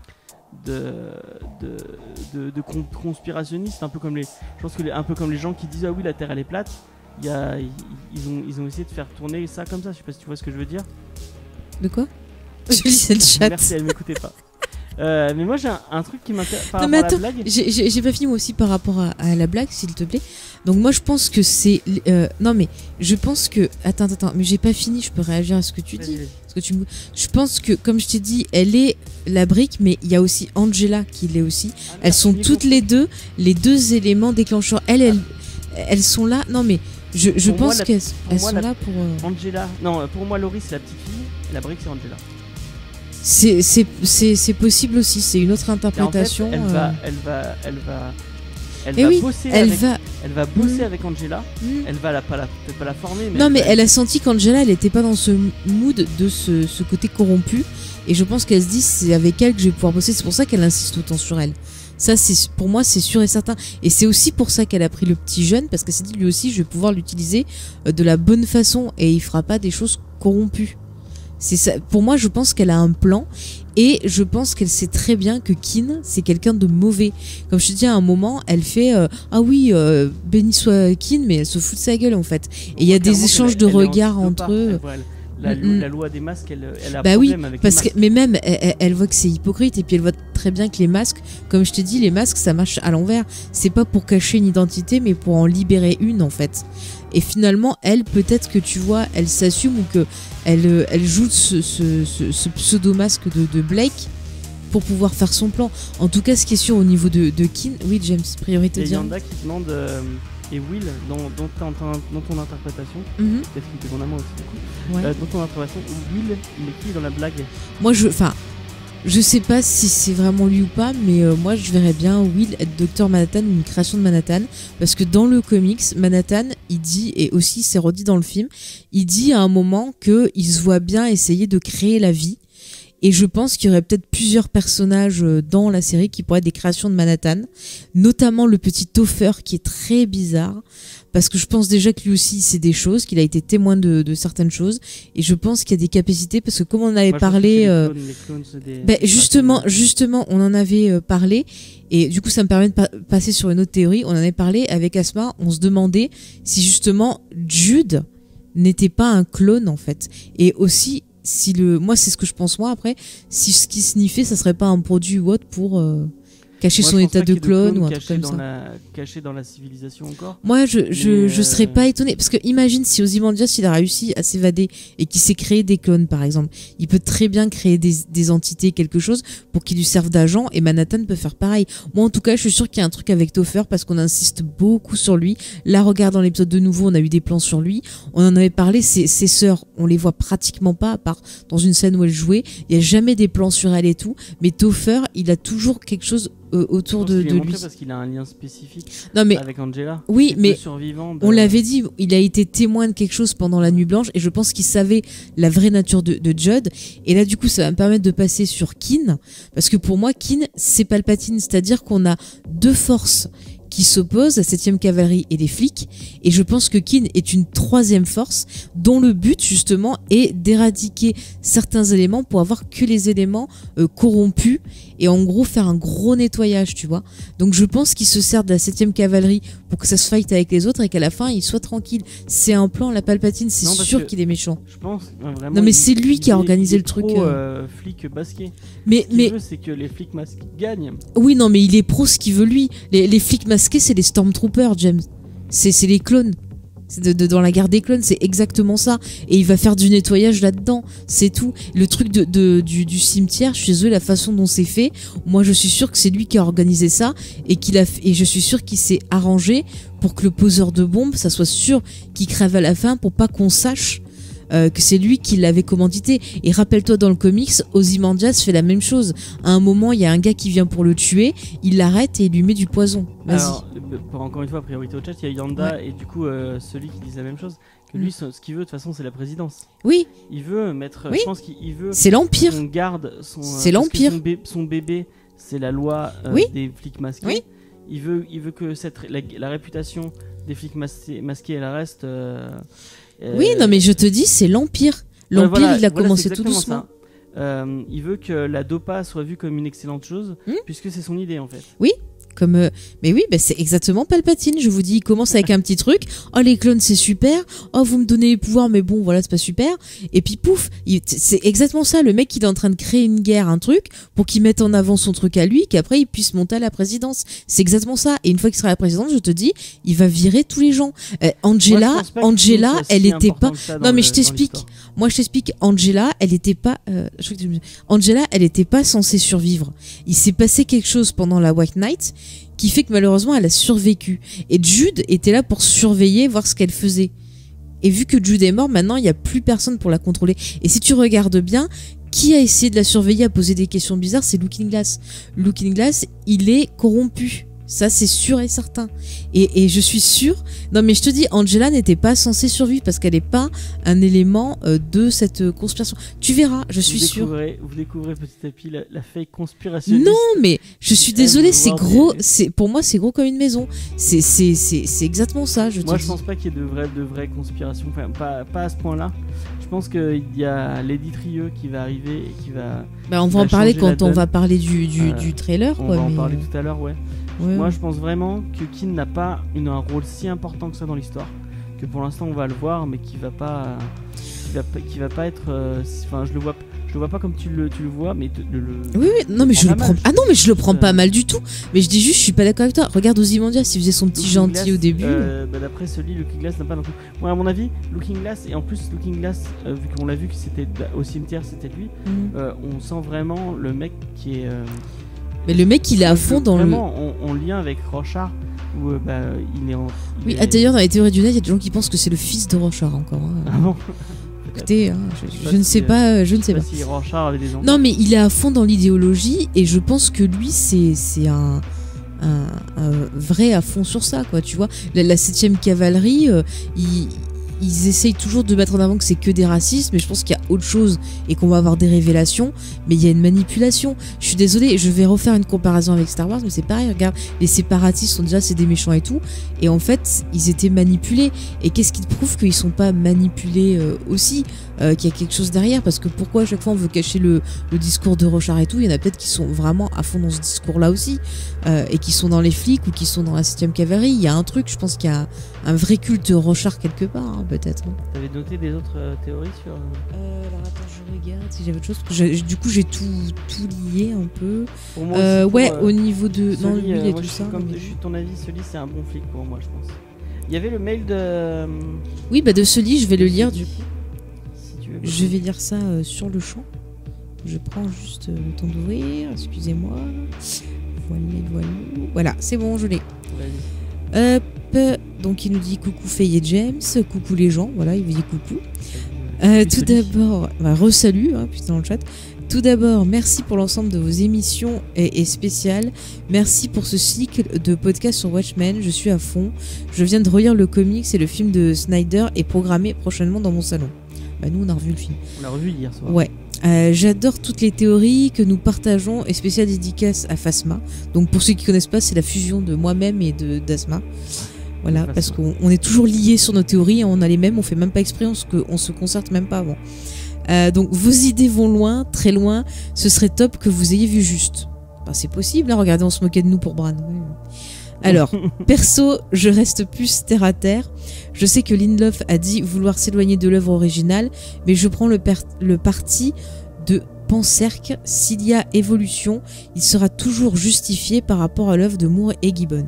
de de, de, de con- conspirationniste, un peu comme les je pense que les, un peu comme les gens qui disent ah oui la Terre elle est plate. Il y a ils, ils ont ils ont essayé de faire tourner ça comme ça. Je sais pas si tu vois ce que je veux dire. De quoi? Je lisais le chat. Merci, elle m'écoutait pas. Euh, mais moi j'ai un, un truc qui m'intéresse par Non, mais rapport à la attends, blague. j'ai, j'ai, j'ai pas fini moi aussi par rapport à, à la blague, s'il te plaît. Donc moi je pense que c'est... euh, non mais je pense que... Attends, attends, mais j'ai pas fini, je peux réagir à ce que tu Vas-y, dis. vas-y. Parce que tu me... Je pense que, comme je t'ai dit, elle est la brique, mais il y a aussi Angela qui l'est aussi. Ah, Elles sont merde, toutes les deux, les deux éléments déclencheurs. Elles, elles, elles sont là... Non mais je, je Pour moi, pense la- qu'elles pour elles moi, sont la- là pour... euh, Angela. Non, pour moi Laurie c'est la petite fille. Et la brique c'est Angela. C'est, c'est, c'est, c'est possible aussi, c'est une autre Et en fait, interprétation. elle euh, va, elle va, elle va, elle Eh va oui, bosser elle avec, va... elle va bosser Mm. avec Angela. Hmm. Elle va la, pas la, peut-être pas la former, mais Non, mais va- elle a senti qu'Angela, elle était pas dans ce mood de ce, ce côté corrompu. Et je pense qu'elle se dit, c'est avec elle que je vais pouvoir bosser. C'est pour ça qu'elle insiste autant sur elle. Ça, c'est, pour moi, c'est sûr et certain. Et c'est aussi pour ça qu'elle a pris le petit jeune, parce qu'elle s'est dit, lui aussi, je vais pouvoir l'utiliser euh, de la bonne façon. Et il fera pas des choses corrompues. C'est ça. Pour moi, je pense qu'elle a un plan. Et je pense qu'elle sait très bien que Kin, c'est quelqu'un de mauvais. Comme je te dis, à un moment, elle fait euh, ah oui, euh, béni soit Kin, mais elle se fout de sa gueule en fait. Et il y a des clairement échanges qu'elle est- de elle est regards anti-dopard. entre eux. Elle voit, elle- La, Mm, lo- mm. la loi des masques, elle, elle a un Bah oui, problème avec parce les que, masques. mais même, elle, elle- elle voit que c'est hypocrite, et puis elle voit très bien que les masques, comme je t'ai dit, les masques, ça marche à l'envers. C'est pas pour cacher une identité, mais pour en libérer une, en fait. Et finalement, elle, peut-être que tu vois, elle s'assume, ou que elle, euh, elle joue ce, ce, ce, ce pseudo-masque de, de Blake pour pouvoir faire son plan. En tout cas, ce qui est sûr au niveau de, de Kin, oui, James, priorité Il y a dire. Yanda qui demande euh, et Will dans, dans, ta- dans ton interprétation, Mhm, peut-être qu'il était mon amant aussi du coup, ouais. euh, dans ton interprétation, Will, il est qui dans la blague? Moi, je, enfin, je sais pas si c'est vraiment lui ou pas, mais euh, moi, je verrais bien Will être Docteur Manhattan ou une création de Manhattan, parce que dans le comics, Manhattan, il dit, et aussi c'est redit dans le film, il dit à un moment que il se voit bien essayer de créer la vie. Et je pense qu'il y aurait peut-être plusieurs personnages euh, dans la série qui pourraient être des créations de Manhattan, notamment le petit Topher qui est très bizarre, parce que je pense déjà que lui aussi c'est des choses, qu'il a été témoin de, de certaines choses, et je pense qu'il y a des capacités, parce que comme on en avait Moi, je pense que parlé... c'est les euh, clones, les clones, c'est des- ben, des justement, personnes- justement, on en avait euh, parlé, et du coup ça me permet de pa- passer sur une autre théorie. On en avait parlé avec Asma, on se demandait si justement Jude n'était pas un clone en fait, et aussi si le, moi c'est ce que je pense moi après, si ce qui sniffait ça serait pas un produit ou autre pour euh, cacher Moi, son je pense état pas de qu'il y ait clone ou un truc cachés comme dans ça. la- Caché dans la civilisation encore. Moi, je, je, Mais, je serais euh, pas étonné parce que imagine si Ozymandias il a réussi à s'évader et qu'il s'est créé des clones par exemple, il peut très bien créer des, des entités, quelque chose pour qu'ils lui servent d'agent, et Manhattan peut faire pareil. Moi en tout cas je suis sûr qu'il y a un truc avec Topher parce qu'on insiste beaucoup sur lui. Là regarde dans l'épisode de nouveau, on a eu des plans sur lui, on en avait parlé, ses, ses sœurs on les voit pratiquement pas à part dans une scène où elle jouait, il y a jamais des plans sur elle et tout, mais Topher il a toujours quelque chose euh, autour Je pense de, qu'il est de montré lui. parce qu'il a un lien spécifique Non mais avec Angela. oui, C'est mais le survivant de- on l'avait dit, il a été témoin de quelque chose pendant la Nuit Blanche, et je pense qu'il savait la vraie nature de, de Judd. Et là, du coup, ça va me permettre de passer sur Kin, parce que pour moi, Kin, c'est Palpatine, c'est-à-dire qu'on a deux forces qui s'oppose à la septième cavalerie et les flics. Et je pense que Keane est une troisième force dont le but justement est d'éradiquer certains éléments pour avoir que les éléments euh, corrompus et en gros faire un gros nettoyage, tu vois. Donc je pense qu'il se sert de la septième cavalerie pour que ça se fight avec les autres et qu'à la fin il soit tranquille. C'est un plan, la Palpatine, c'est Non, parce sûr que qu'il est méchant. Je pense euh, vraiment. Non, mais il- c'est lui il qui a est- organisé il est le truc, Trop, euh. euh, flic basqué. Mais Ce qu'il mais veut, c'est que les flics masqués gagnent. oui, non, mais il est pro ce qu'il veut lui. Les, les flics masqués, c'est les Stormtroopers, James. C'est c'est les clones. C'est de, de- dans la guerre des clones, c'est exactement ça. Et il va faire du nettoyage là-dedans, c'est tout. Le truc de, de- du, du cimetière, je suis désolée, la façon dont c'est fait, moi je suis sûre que c'est lui qui a organisé ça et qu'il a fait- et je suis sûre qu'il s'est arrangé pour que le poseur de bombes, ça soit sûr qu'il crève à la fin pour pas qu'on sache euh, que c'est lui qui l'avait commandité. Et rappelle-toi, dans le comics, Ozymandias fait la même chose. À un moment, il y a un gars qui vient pour le tuer, il l'arrête et il lui met du poison. Vas-y. Alors, euh, pour encore une fois, priorité au chat, il y a Yanda et du coup, euh, celui qui dit la même chose. Que lui, Mm. ce ce qu'il veut, de toute façon, c'est la présidence. Oui, Il veut mettre. Oui. Je pense qu'il il veut. c'est l'Empire. qu'on garde son. euh, C'est parce que l'Empire. Son, bé- son bébé, c'est la loi euh, Oui. des flics masqués. Oui. Il veut, il veut que cette, ré- la, la réputation des flics masqués, masqués elle reste. euh, euh, Oui, non, mais je te dis, c'est l'Empire. L'Empire, Ouais, voilà, il a voilà, commencé c'est tout exactement doucement. ça. Euh, il veut que la dopa soit vue comme une excellente chose, Hmm. puisque c'est son idée en fait. Comme, euh, mais oui, bah c'est exactement Palpatine. Je vous dis, il commence avec un petit truc. Oh, les clones, c'est super. Oh, vous me donnez les pouvoirs, mais bon, voilà, c'est pas super. Et puis pouf, il- c'est exactement ça. Le mec, il est en train de créer une guerre, un truc, pour qu'il mette en avant son truc à lui, qu'après il puisse monter à la présidence. C'est exactement ça. Et une fois qu'il sera à la présidence, je te dis, il va virer tous les gens. Euh, Angela, Moi, je pense pas que Angela, Keane soit elle si était important pas. que ça Non, dans mais le- je dans t'explique. l'histoire. Moi, je t'explique. Angela, elle était pas. Euh, je crois que tu- Angela, elle était pas censée survivre. Il s'est passé quelque chose pendant la White Knight qui fait que malheureusement, elle a survécu. Et Jude était là pour surveiller, voir ce qu'elle faisait. Et vu que Jude est mort, maintenant, il n'y a plus personne pour la contrôler. Et si tu regardes bien, qui a essayé de la surveiller, à poser des questions bizarres, c'est Looking Glass. Looking Glass, il est corrompu. Ça, c'est sûr et certain. Et, et je suis sûre... Non, mais je te dis, Angela n'était pas censée survivre parce qu'elle n'est pas un élément euh, de cette euh, conspiration. Tu verras, je suis vous sûre. découvrez, vous découvrez petit à petit la, la fake conspirationniste. Non, mais je suis Elle désolée, veut c'est voir gros. des- C'est pour moi, c'est gros comme une maison. C'est c'est c'est c'est exactement ça. Je te Moi, je dis. pense pas qu'il y ait de vraies de vraies conspirations, enfin pas, pas à ce point-là. Je pense qu'il y a Lady Trieux qui va arriver et qui va. Bah, on qui va en va parler changer quand la on donne. va parler du du, Euh, du trailer. On quoi, va en mais, parler euh, tout à l'heure, ouais. ouais. Moi, je pense vraiment que Keane n'a pas une, un rôle si important que ça dans l'histoire. Que pour l'instant, on va le voir, mais qui va pas, qui va, pas- qui va pas être. euh, si- Enfin, je le vois, je le vois pas comme tu le, tu le vois, mais te- le. le- Oui, oui, non mais je prends le pas prends. mal, Ah non, mais je le prends juste, pas euh, mal du tout. Mais je dis juste, je suis pas d'accord avec toi. Regarde Ozymandias, il faisait son petit Looking gentil Glass, au début. euh, bah, d'après ce lit, Looking Glass n'a pas non plus. Moi, à mon avis, Looking Glass, et en plus, Looking Glass, euh, vu qu'on l'a vu que c'était au cimetière, c'était lui, Mm. euh, on sent vraiment le mec qui est. euh, Mais le mec, il est à fond dans le. Vraiment, en, en lien avec Rochard, où euh, bah, il est en. il Oui, est- ah, d'ailleurs, dans les théories du net, il y a des gens qui pensent que c'est le fils de Rochard encore. hein. Ah bon. Écoutez, hein, je, Je sais pas je ne si, sais euh, pas, euh, je ne Je sais sais pas. pas si Rochard avait des gens. Non, mais il est à fond dans l'idéologie et je pense que lui, c'est c'est un, un, un vrai à fond sur ça, quoi. Tu vois, la, la septième cavalerie, euh, ils, ils essayent toujours de mettre en avant que c'est que des racistes, mais je pense qu'il y a autre chose et qu'on va avoir des révélations. Mais il y a une manipulation. Je suis désolée, je vais refaire une comparaison avec Star Wars, mais c'est pareil. Regarde, les séparatistes sont déjà c'est des méchants et tout, et en fait, ils étaient manipulés. Et qu'est-ce qui te prouve qu'ils sont pas manipulés euh, aussi? Euh, qu'il y a quelque chose derrière, parce que pourquoi à chaque fois on veut cacher le, le discours de Rochard et tout? Il y en a peut-être qui sont vraiment à fond dans ce discours là aussi, euh, et qui sont dans les flics ou qui sont dans la septième cavalerie. Il y a un truc, je pense qu'il y a un vrai culte de Rochard quelque part, hein, peut-être. hein. T'avais noté des autres euh, théories sur. euh, Euh, alors attends, je regarde si j'avais autre chose, parce que j'ai- du coup j'ai tout, tout lié un peu. Pour moi Euh, aussi, pour, ouais, euh, au niveau de... Sully, Non, euh, lui et moi, tout je suis ça. comme mais- je suis de ton avis, Sully c'est un bon flic pour moi, je pense. Il y avait le mail de. euh, Oui, bah de ce livre, je vais le lire du coup. Si tu veux. Je vais lire ça euh, sur le champ. Je prends juste euh, le temps d'ouvrir, excusez-moi. Voilà, voilà. Voilà, c'est bon, je l'ai. Vas-y. Hop, donc il nous dit coucou Faye et James, coucou les gens, voilà, il vous dit coucou. Euh, Oui, tout Sully. d'abord, bah, re-salut, hein, putain dans le chat. Tout d'abord, merci pour l'ensemble de vos émissions et, et spéciales. Merci pour ce cycle de podcasts sur Watchmen, je suis à fond. Je viens de relire le comics et le film de Snyder est programmé prochainement dans mon salon. Bah, nous, on a revu le film. On l'a revu hier soir. Ouais. Euh, j'adore toutes les théories que nous partageons et spéciale dédicace à Phasma. Donc pour ceux qui connaissent pas, c'est la fusion de moi-même et de d'Asma. Voilà, Phasma. parce qu'on on est toujours liés sur nos théories, on a les mêmes, on fait même pas exprès, on se, on se concerte même pas avant. Euh, donc vos idées vont loin, très loin, ce serait top que vous ayez vu juste. Ben, c'est possible, hein, regardez, on se moquait de nous pour Bran. Ouais. Alors, perso, je reste plus terre à terre. Je sais que Lindelof a dit vouloir s'éloigner de l'œuvre originale, mais je prends le, per- le parti de penser que s'il y a évolution, il sera toujours justifié par rapport à l'œuvre de Moore et Gibbons.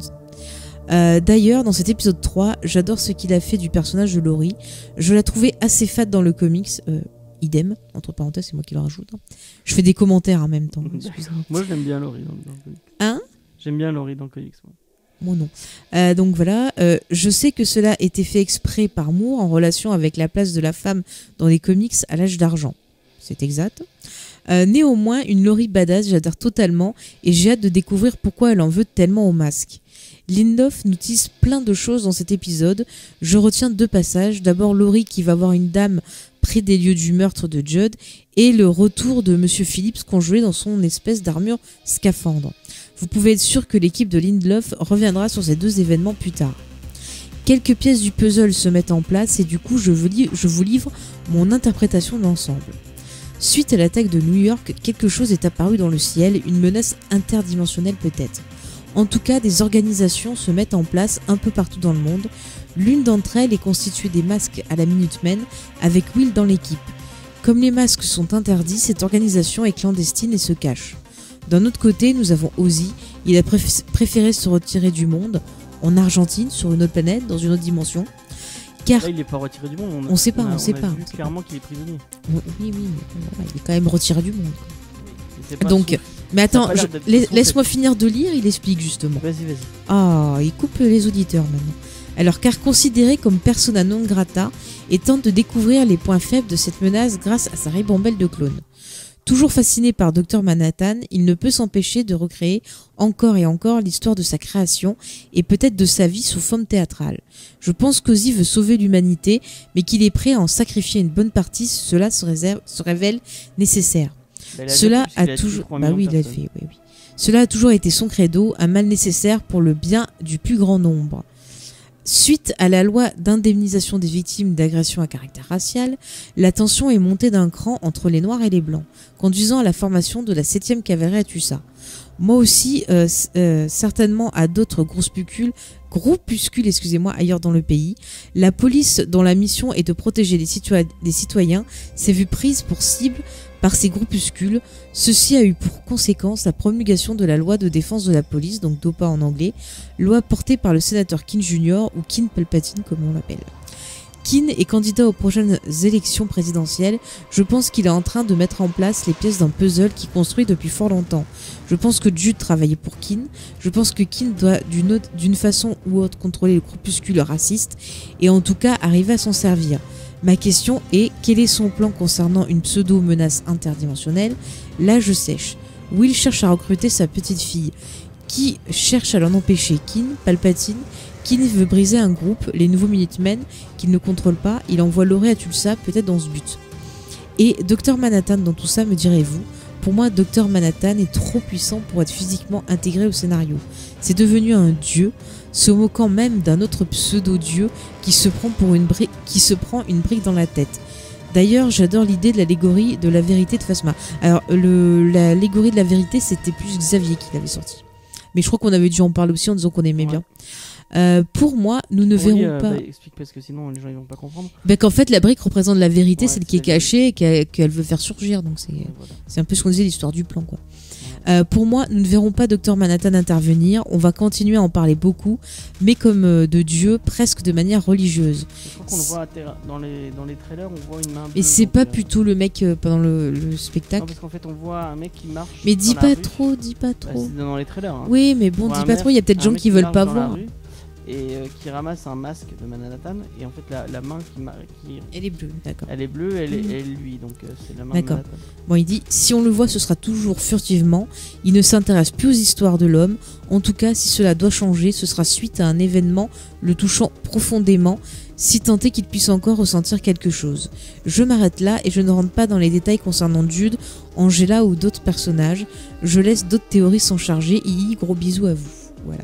Euh, d'ailleurs, dans cet épisode trois, j'adore ce qu'il a fait du personnage de Laurie. Je la trouvais assez fade dans le comics. Euh, idem, entre parenthèses, c'est moi qui le rajoute. Hein. Je fais des commentaires en même temps. Excusez-moi. Moi, j'aime bien Laurie dans, dans le comics. Hein ? J'aime bien Laurie dans le comics. Moi. Moi non. Euh, donc voilà, euh, je sais que cela était fait exprès par Moore en relation avec la place de la femme dans les comics à l'âge d'argent. C'est exact. Euh, néanmoins, une Laurie badass, j'adore totalement et j'ai hâte de découvrir pourquoi elle en veut tellement au masque. Lindelof nous tisse plein de choses dans cet épisode. Je retiens deux passages. D'abord, Laurie qui va voir une dame près des lieux du meurtre de Judd et le retour de Monsieur Phillips congelé dans son espèce d'armure scaphandre. Vous pouvez être sûr que l'équipe de Lindelof reviendra sur ces deux événements plus tard. Quelques pièces du puzzle se mettent en place et du coup je vous, li- je vous livre mon interprétation d'ensemble. Suite à l'attaque de New York, quelque chose est apparu dans le ciel, une menace interdimensionnelle peut-être. En tout cas, des organisations se mettent en place un peu partout dans le monde. L'une d'entre elles est constituée des masques à la Minutemen, avec Will dans l'équipe. Comme les masques sont interdits, cette organisation est clandestine et se cache. D'un autre côté, nous avons Ozzy. Il a préf- préféré se retirer du monde, en Argentine, sur une autre planète, dans une autre dimension. Car Là, il est pas retiré du monde. On, a, On sait pas, a- on sait a pas, vu on sait clairement qu'il est prisonnier. oui, oui, mais voilà, il est quand même retiré du monde. Et c'est pas Donc, son- mais attends, pas l'air je- d'être la- son laisse-moi fait. finir de lire. Il explique justement. Vas-y, vas-y. Ah, il coupe les auditeurs maintenant. Alors, car considéré comme persona non grata et tente de découvrir les points faibles de cette menace grâce à sa ribambelle de clones. Toujours fasciné par docteur Manhattan, il ne peut s'empêcher de recréer encore et encore l'histoire de sa création et peut-être de sa vie sous forme théâtrale. Je pense qu'Ozzy veut sauver l'humanité, mais qu'il est prêt à en sacrifier une bonne partie si cela se, réserve, se révèle nécessaire. Bah, il a Cela déjà fait, a puisqu'il tué toujours, trois bah millions oui, de il a personnes. fait, oui, oui. Cela a toujours été son credo, un mal nécessaire pour le bien du plus grand nombre. Suite à la loi d'indemnisation des victimes d'agressions à caractère racial, la tension est montée d'un cran entre les Noirs et les Blancs, conduisant à la formation de la septième cavalerie à Tulsa. Moi aussi, euh, euh, certainement à d'autres groupuscules, groupuscules excusez-moi, ailleurs dans le pays. La police, dont la mission est de protéger les, citoy- les citoyens, s'est vue prise pour cible par ces groupuscules. Ceci a eu pour conséquence la promulgation de la loi de défense de la police, donc D O P A en anglais, loi portée par le sénateur Keane junior ou Keane Palpatine comme on l'appelle. Keane est candidat aux prochaines élections présidentielles. Je pense qu'il est en train de mettre en place les pièces d'un puzzle qu'il construit depuis fort longtemps. Je pense que Jude travaillait pour Keane. Je pense que Keane doit d'une, autre, d'une façon ou autre contrôler le groupuscule raciste et en tout cas arriver à s'en servir. Ma question est, quel est son plan concernant une pseudo-menace interdimensionnelle ? Là, je sèche. Will cherche à recruter sa petite fille. Qui cherche à l'en empêcher ? Keane, Palpatine. Keane veut briser un groupe, les nouveaux Minutemen, qu'il ne contrôle pas. Il envoie Laurie à Tulsa, peut-être dans ce but. Et docteur Manhattan dans tout ça, me direz-vous ? Pour moi, docteur Manhattan est trop puissant pour être physiquement intégré au scénario. C'est devenu un dieu, se moquant même d'un autre pseudo-dieu qui se prend pour une brique, qui se prend une brique dans la tête. D'ailleurs, j'adore l'idée de l'allégorie de la vérité de Phasma. Alors, le, l'allégorie de la vérité, c'était plus Xavier qui l'avait sorti. Mais je crois qu'on avait dû en parler aussi en disant qu'on aimait Ouais. bien. Euh, pour moi, nous ne Pour lui, verrons euh, pas... bah, explique parce que sinon les gens ils vont pas comprendre. Ben, qu'en fait, la brique représente la vérité, Ouais, celle qui est c'est la cachée et qu'elle, qu'elle veut faire surgir. Donc c'est, Ouais, voilà. c'est un peu ce qu'on disait, l'histoire du plan, quoi. Euh, pour moi, nous ne verrons pas docteur Manhattan intervenir. On va continuer à en parler beaucoup, mais comme euh, de Dieu, presque de manière religieuse. Je crois qu'on le voit à terre- dans les dans les trailers, on voit une main. Et bleue, c'est donc, pas euh, plutôt le mec euh, pendant le, le Non, spectacle. parce qu'en fait on voit un mec qui marche. Mais dans dis la pas rue. trop, dis pas Bah, trop. c'est dans les trailers. Hein. Oui, mais On bon, voit dis un pas mec- trop, il y a peut-être un des gens mec qui veulent marche pas dans la voir. rue, et euh, qui ramasse un masque de Manhattan, et en fait la, la main qui, qui Elle est bleue, d'accord. elle est bleue, elle est, Mhm. elle est lui, donc euh, c'est la main D'accord. de Manhattan. Bon, il dit, si on le voit, ce sera toujours furtivement. Il ne s'intéresse plus aux histoires de l'homme. En tout cas, si cela doit changer, ce sera suite à un événement le touchant profondément, si tant est qu'il puisse encore ressentir quelque chose. Je m'arrête là et je ne rentre pas dans les détails concernant Jude, Angela ou d'autres personnages. Je laisse d'autres théories s'en charger. Hi, gros bisous à vous. Voilà.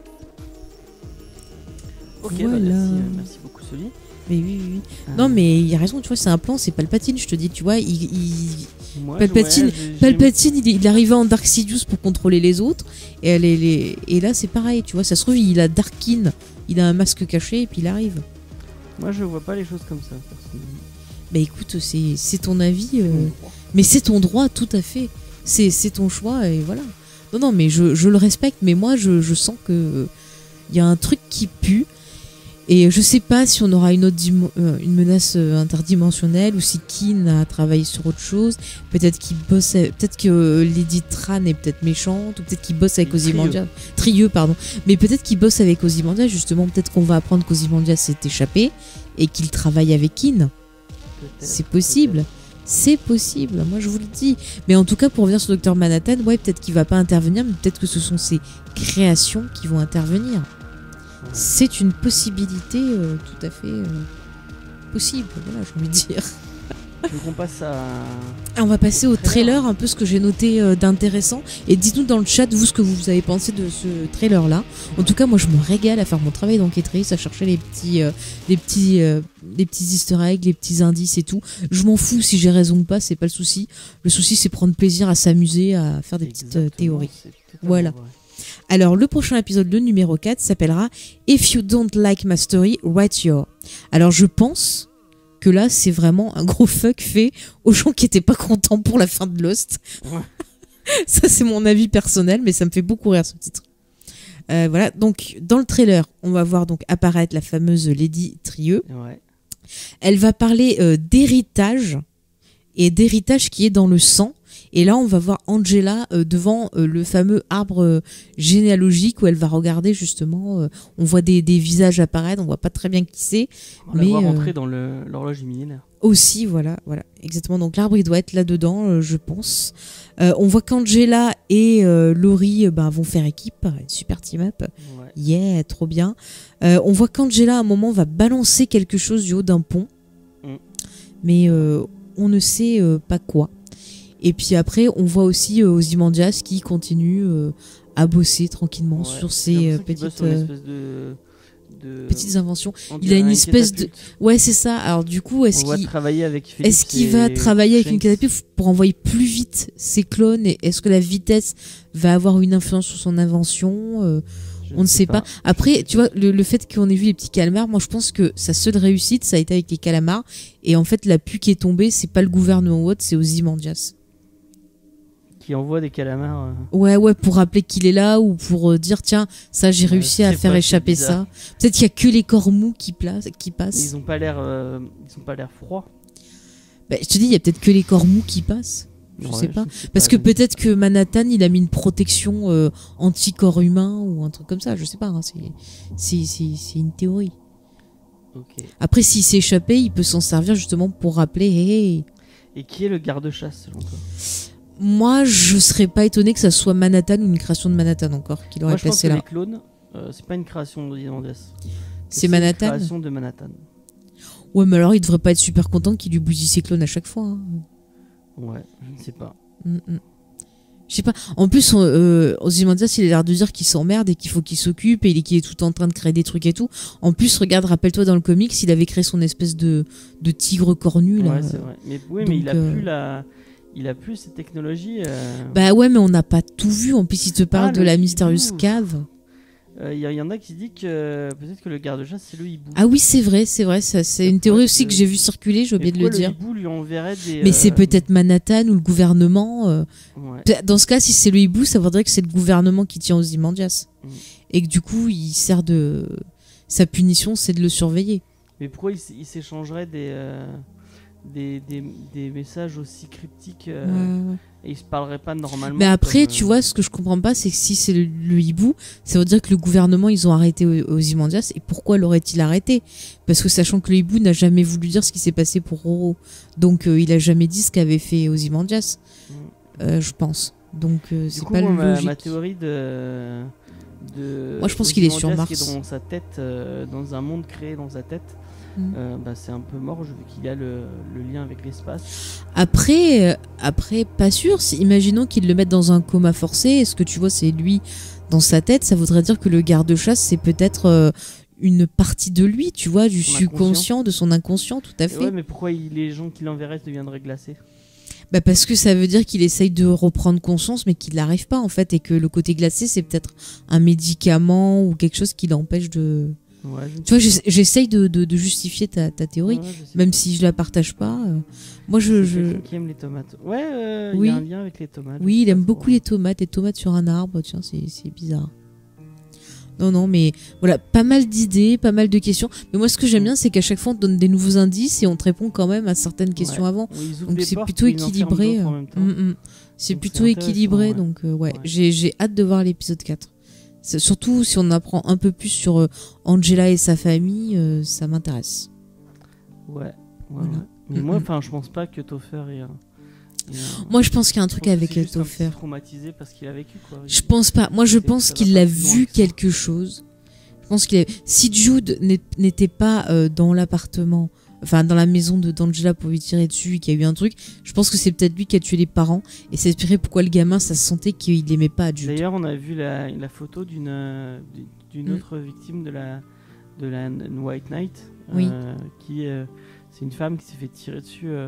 Ok, Voilà. bah, merci, euh, merci beaucoup Soli. Mais oui, oui, oui. Euh, Non, mais il y a raison, tu vois, c'est un plan, c'est Palpatine, je te dis, tu vois, il, il, moi, Palpatine- ouais, j'ai- j'ai- Palpatine, il est, il est arrivé en Dark Sidious pour contrôler les autres, et, elle est, les- et là c'est pareil, tu vois, ça se trouve, il a Darkin, il a un masque caché, et puis il arrive. Moi je vois pas les choses comme ça, personnellement. Bah écoute, c'est c'est ton avis, euh, Mon droit. mais c'est ton droit, tout à fait. C'est c'est ton choix, et voilà. Non, non, mais je, je le respecte, mais moi je, je sens que il y a un truc qui pue. Et je sais pas si on aura une autre dim- euh, une menace euh, interdimensionnelle ou si Kin a travaillé sur autre chose. Peut-être qu'il bosse, avec- peut-être que euh, Lady Tran est peut-être méchante, ou peut-être qu'il bosse avec Et Trieux. Ozymandias. Trieux, pardon. Mais peut-être qu'il bosse avec Ozymandias, justement. Peut-être qu'on va apprendre qu'Ozymandias s'est échappé et qu'il travaille avec Kin. Peut-être, C'est possible. peut-être. C'est possible, moi je vous le dis. Mais en tout cas, pour revenir sur Docteur Manhattan, ouais, peut-être qu'il va pas intervenir, mais peut-être que ce sont ses créations qui vont intervenir. C'est une possibilité euh, tout à fait euh, possible, voilà, j'ai envie de dire. Tu veux qu'on passe à. Ah, on va passer au Trailer. trailer, un peu ce que j'ai noté euh, d'intéressant. Et dites-nous dans le chat, vous, ce que vous avez pensé de ce trailer-là. En tout cas, moi, je me régale à faire mon travail d'enquêtrice, à chercher les petits, euh, les petits, euh, les petits easter eggs, les petits indices et tout. Je m'en fous si j'ai raison ou pas, c'est pas le souci. Le souci, c'est prendre plaisir à s'amuser, à faire des petites euh, Exactement, théories. c'est totalement Voilà. vrai. Alors, le prochain épisode, le numéro quatre, s'appellera If You Don't Like My Story, Write Your. Alors, je pense que là, c'est vraiment un gros fuck fait aux gens qui étaient pas contents pour la fin de Lost. Ouais. Ça, c'est mon avis personnel, mais ça me fait beaucoup rire ce titre. Euh, voilà, donc dans le trailer, on va voir donc apparaître la fameuse Lady Trieux. Ouais. Elle va parler euh, d'héritage et d'héritage qui est dans le sang. Et là, on va voir Angela euh, devant euh, le fameux arbre euh, généalogique où elle va regarder justement. Euh, on voit des, des visages apparaître, on voit pas très bien qui c'est. On va Mais, voir euh, rentrer dans le- l'horloge du millénaire. Aussi, voilà, voilà, exactement. Donc l'arbre, il doit être là-dedans, euh, je pense. Euh, on voit qu'Angela et euh, Laurie euh, ben, vont faire équipe, une super team-up. Ouais. Yeah, trop bien. Euh, on voit qu'Angela, à un moment, va balancer quelque chose du haut d'un pont. Mm. Mais euh, on ne sait euh, pas quoi. Et puis après, on voit aussi euh, Ozymandias qui continue euh, à bosser tranquillement Ouais. sur J'ai ses euh, l'impression qu'il bosse petites, sur une euh, espèce de, de- petites inventions. on il a dirait une un espèce de- catapulte. Ouais, c'est ça. Alors du coup, On est-ce va qu'il travailler avec Philips est-ce qu'il et va travailler avec une Shanks. catapulte pour envoyer plus vite ses clones et est-ce que la vitesse va avoir une influence sur son invention Euh, Je On ne sait pas. Je Après, sais tu pas. vois, le, le fait qu'on ait vu les petits calamars, moi je pense que sa seule réussite, ça a été avec les calamars. Et en fait, la pu qui est tombée, c'est pas le gouvernement ou autre, c'est Ozymandias. Qui envoie des calamars. euh, Ouais, ouais, pour rappeler qu'il est là ou pour euh, dire, tiens, ça j'ai Ouais, réussi je à sais faire pas, c'est échapper bizarre. ça. Peut-être qu'il y a que les corps mous qui, place, qui mais passent. Ils ont pas l'air. euh, Ils ont pas l'air froids. Bah, je te dis, il y a peut-être que les corps mous qui passent. Je Ouais, sais pas. ne sais Parce pas, que je ne sais peut-être que Manhattan, il a mis une protection euh, anti-corps humain ou un truc comme ça. Je sais pas. Hein, c'est, c'est, c'est, c'est une théorie. pas. Ok. Après, s'il s'est échappé, il peut s'en servir justement pour rappeler. Hey, Et qui est le garde-chasse selon toi? moi, je serais pas étonné que ça soit Manhattan ou une création de Manhattan encore qu'il aurait Moi je pense placé que là. les clones, euh, c'est pas une création d'Ozymandias. C'est une Manhattan. création de Manhattan. Ouais, mais alors il devrait pas être super content qu'il lui bousille ses clones à chaque fois. Hein. Ouais, je ne sais pas. Mm, mm. Je sais pas. En plus, on- euh, Ozymandias, il a l'air de dire qu'il s'emmerde et qu'il faut qu'il s'occupe et qu'il est tout en train de créer des trucs et tout. En plus, regarde, rappelle-toi dans le comics, il avait créé son espèce de, de tigre cornu là. Ouais, c'est vrai. Mais oui, mais donc, il a euh, plus la, il a plus cette technologie. euh, Bah ouais, mais on n'a pas tout vu. En plus, il te parle Ah, de le la hibou. mystérieuse cave. Il y, y en a qui disent que euh, peut-être que le garde-chasse c'est le hibou. Ah oui, c'est vrai, c'est vrai. Ça, c'est Ça une théorie pourrait aussi être- que j'ai vu circuler. J'ai Mais oublié de le pourquoi dire. Le hibou lui enverrait des. Mais euh, c'est peut-être Manhattan ou le gouvernement. euh. Ouais. Dans ce cas, si c'est le hibou, ça voudrait que c'est le gouvernement qui tient Ozymandias. Mm. Et que du coup, il sert de. Sa punition, c'est de le surveiller. Mais pourquoi il, s- il s'échangerait des, euh, des, des, des messages aussi cryptiques euh, Ouais, ouais. et ils se parleraient pas normalement. Mais après, comme, tu euh, vois, ce que je comprends pas, c'est que si c'est le, le hibou, ça veut dire que le gouvernement, ils ont arrêté O- Ozymandias. Et pourquoi l'aurait-il arrêté? Parce que sachant que le hibou n'a jamais voulu dire ce qui s'est passé pour Roro. Donc, euh, il a jamais dit ce qu'avait fait Ozymandias, Mm. euh, je pense. Donc, euh, Du c'est coup, pas moi, le ma, logique. ma théorie de, de Moi, je pense qu'il est sur Ozymandias qui Mars. est dans sa tête, euh, dans un monde créé dans sa tête. Mm. Euh, bah, c'est un peu mort, vu qu'il a le, le lien avec l'espace. Après, euh, après, pas sûr. Si, imaginons qu'ils le mettent dans un coma forcé. Est-ce que tu vois, c'est lui dans sa tête? Ça voudrait dire que le garde-chasse, c'est peut-être euh, une partie de lui, tu vois, du Son subconscient, de son inconscient, tout à Et fait. ouais, mais pourquoi il- les gens qui l'enverraient deviendraient glacés? Bah parce que ça veut dire qu'il essaye de reprendre conscience, mais qu'il n'arrive pas en fait, et que le côté glacé, c'est peut-être un médicament ou quelque chose qui l'empêche de. Ouais, je ne Tu vois, sais j'essa- j'essaye de, de, de justifier ta, ta pas. théorie, Ouais, je sais même pas. si je la partage pas. euh, Moi, je, C'est je... quelqu'un qui aime les tomates. Ouais, euh, il Oui. y a un lien avec les tomates. je oui, sais il pas aime trop. beaucoup les tomates, les tomates sur un arbre. Tiens, c'est c'est bizarre. Non, non, mais voilà, pas mal d'idées, pas mal de questions. Mais moi, ce que j'aime bien, c'est qu'à chaque fois, on te donne des nouveaux indices et on te répond quand même à certaines questions Ouais. avant. Oui, ils ouvrent Donc des c'est portes plutôt et ils en ferment équilibré. d'autres en euh, même temps. mm, mm. C'est Donc, plutôt c'est intéressant, équilibré, ouais. donc euh, ouais, Ouais. j'ai j'ai hâte de voir l'épisode quatre. C'est- Surtout si on apprend un peu plus sur euh, Angela et sa famille, euh, ça m'intéresse. Ouais, ouais, Voilà. ouais. Mais Mm, moi, mm. enfin, je pense pas que Topher est un. est un- Moi, je pense qu'il y a un je truc pense que avec c'est juste un Topher. petit traumatisé parce qu'il a vécu, quoi. Je pense pas. Moi, je C'est- pense ça va qu'il pas a plus loin vu que ça. quelque chose. Je pense qu'il a... Si Jude n'est- n'était pas euh, dans l'appartement, enfin dans la maison de d'Angela pour lui tirer dessus, qu'il y a eu un truc, je pense que c'est peut-être lui qui a tué les parents. Et ça expliquerait pourquoi le gamin, ça se sentait qu'il aimait pas Jude. D'ailleurs, on a vu la, la photo d'une euh, d'une Mm. autre victime de la de la N- White Knight, Oui. euh, qui euh, c'est une femme qui s'est fait tirer dessus, euh,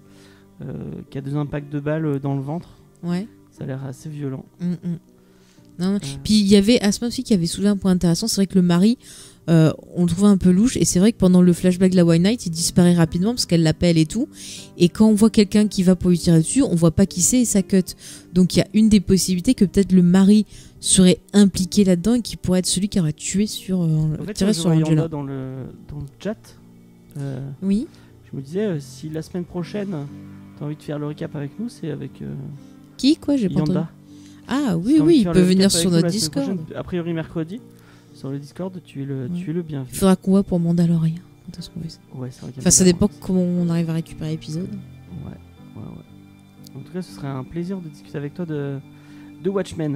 euh, qui a deux impacts de balles euh, dans le ventre. Ouais. Ça a l'air assez violent. Mm, mm. Non, non. Euh, Puis il y avait Asma aussi qui avait soulevé un point intéressant. C'est vrai que le mari, euh, on le trouvait un peu louche. Et c'est vrai que pendant le flashback de la White Knight, il disparaît rapidement parce qu'elle l'appelle et tout. Et quand on voit quelqu'un qui va pour lui tirer dessus, on voit pas qui c'est et ça cut. Donc il y a une des possibilités que peut-être le mari serait impliqué là-dedans et qui pourrait être celui qui aurait tué sur, euh, en fait, tiré quand je sur voyais Angela. Yanda dans le dans le chat, euh, Oui. je me disais euh, si la semaine prochaine t'as envie de faire le recap avec nous, c'est avec euh, Qui quoi J'ai pas entendu. Yanda. Ah Si oui, t'as envie oui, de il faire peut le venir recap sur avec nous notre la semaine Discord. prochaine, a priori mercredi, sur le Discord, tu es le, Ouais. tu es le bienvenu. Il faudra qu'on voit pour Mandalorian. Quand est-ce qu'on fait ça Ouais, c'est vrai qu'il y a Enfin, ça des dépend avances. comment on arrive à récupérer l'épisode. Ouais, ouais, ouais. En tout cas, ce serait un plaisir de discuter avec toi de, de Watchmen.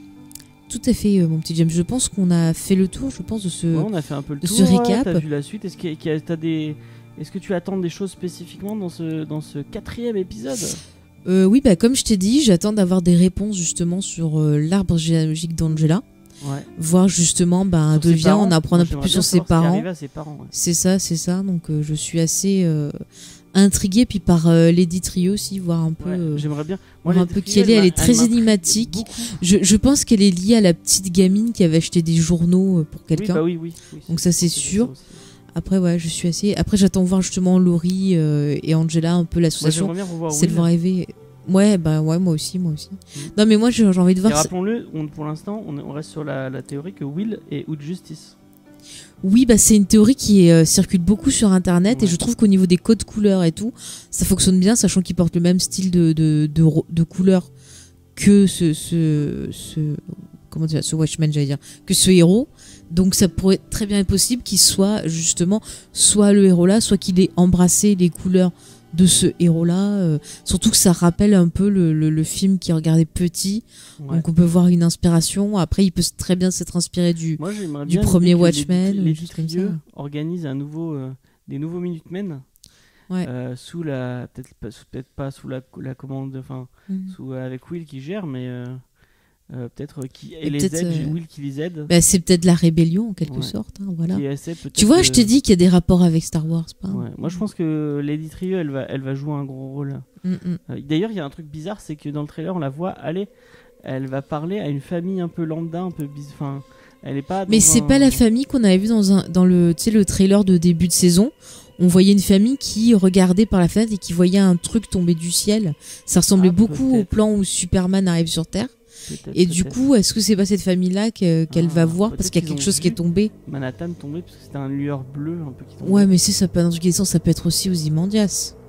Tout à fait, euh, mon petit James. Je pense qu'on a fait le tour, je pense, de ce. Ouais, on a fait un peu le de tour. ce récap. T'as vu la suite. Est-ce que, qu'il y a- t'as des... Est-ce que tu attends des choses spécifiquement dans ce, dans ce quatrième épisode? Euh, oui, bah, comme je t'ai dit, j'attends d'avoir des réponses justement sur euh, l'arbre généalogique d'Angela. Ouais. Voir justement, bah, Sur ses devient, parents. on apprend un Moi, peu j'aimerais plus bien sur ses savoir ce qui est parents. arrivé à ses parents. Ouais. C'est ça, c'est ça. Donc euh, je suis assez euh, intriguée. Puis par euh, Lady Trio aussi, voir un peu. Ouais, euh, J'aimerais bien. voir Moi, un les peu filles, qui elle est. Elle m'a- est très m'intrigue énigmatique. beaucoup. Je, je pense qu'elle est liée à la petite gamine qui avait acheté des journaux euh, pour quelqu'un. Oui, bah oui, oui, oui, Donc ça, c'est je pense que sûr. ça aussi. Après, ouais, je suis assez. Après, j'attends voir justement Laurie euh, et Angela, un peu Moi, l'association. j'aimerais bien revoir C'est Will. le voir rêver. Ouais, bah ouais, moi aussi, moi aussi. Mm. Non, mais moi, j'ai j'ai envie de Et voir. rappelons-le, on- pour l'instant, on, on reste sur la, la théorie que Will est Out Justice. Oui, bah c'est une théorie qui euh, circule beaucoup sur Internet et Ouais. je trouve qu'au niveau des codes couleurs et tout, ça fonctionne bien, sachant qu'ils portent le même style de de, de, ro- de couleur que ce ce ce comment dire, ce Watchman, j'allais dire, que ce héros. Donc ça pourrait très bien être possible qu'il soit justement soit le héros là, soit qu'il ait embrassé les couleurs de ce héros-là. euh, surtout que ça rappelle un peu le, le, le film qu'il regardait petit. Ouais. Donc on peut voir une inspiration. Après, il peut s- très bien s'être inspiré du... Moi, j'aimerais du bien premier l'idée que Watchmen, les, ou les juste comme Trieux ça. organisent un nouveau, euh, des nouveaux Minutemen. Ouais. Euh, sous la peut-être pas, sous- peut-être pas sous la, la commande, enfin Mhm. sous avec Will qui gère, mais euh, euh, peut-être qui et Et les peut-être, aide, euh, Will qui les aide. Bah, c'est peut-être la rébellion en quelque Ouais. sorte. hein, voilà. Qui essaie peut-être Tu vois, de- je t'ai dit qu'il y a des rapports avec Star Wars. Pas Ouais. Moi, je pense que Lady Trio, elle va, elle va jouer un gros rôle. Mm, mm. Euh, D'ailleurs, il y a un truc bizarre, c'est que dans le trailer, on la voit aller, elle va parler à une famille un peu lambda, un peu biz... enfin, elle est pas. Mais dans c'est un- pas la famille qu'on avait vu dans, un, dans le, tu sais, le trailer de début de saison. On voyait une famille qui regardait par la fenêtre et qui voyait un truc tomber du ciel. Ça ressemblait Ah, beaucoup au peut-être. plan où Superman arrive sur Terre. Peut-être, Et du peut-être. coup, est-ce que c'est pas cette famille-là que- qu'elle Ah, va voir peut-être parce qu'il y a qu'ils quelque ont chose qui est vu. tombé? Manhattan tombé parce que c'était un lueur bleu un peu qui tombait. Ouais, mais c'est ça peut être un truc qui descend, ça peut être aussi Ozymandias.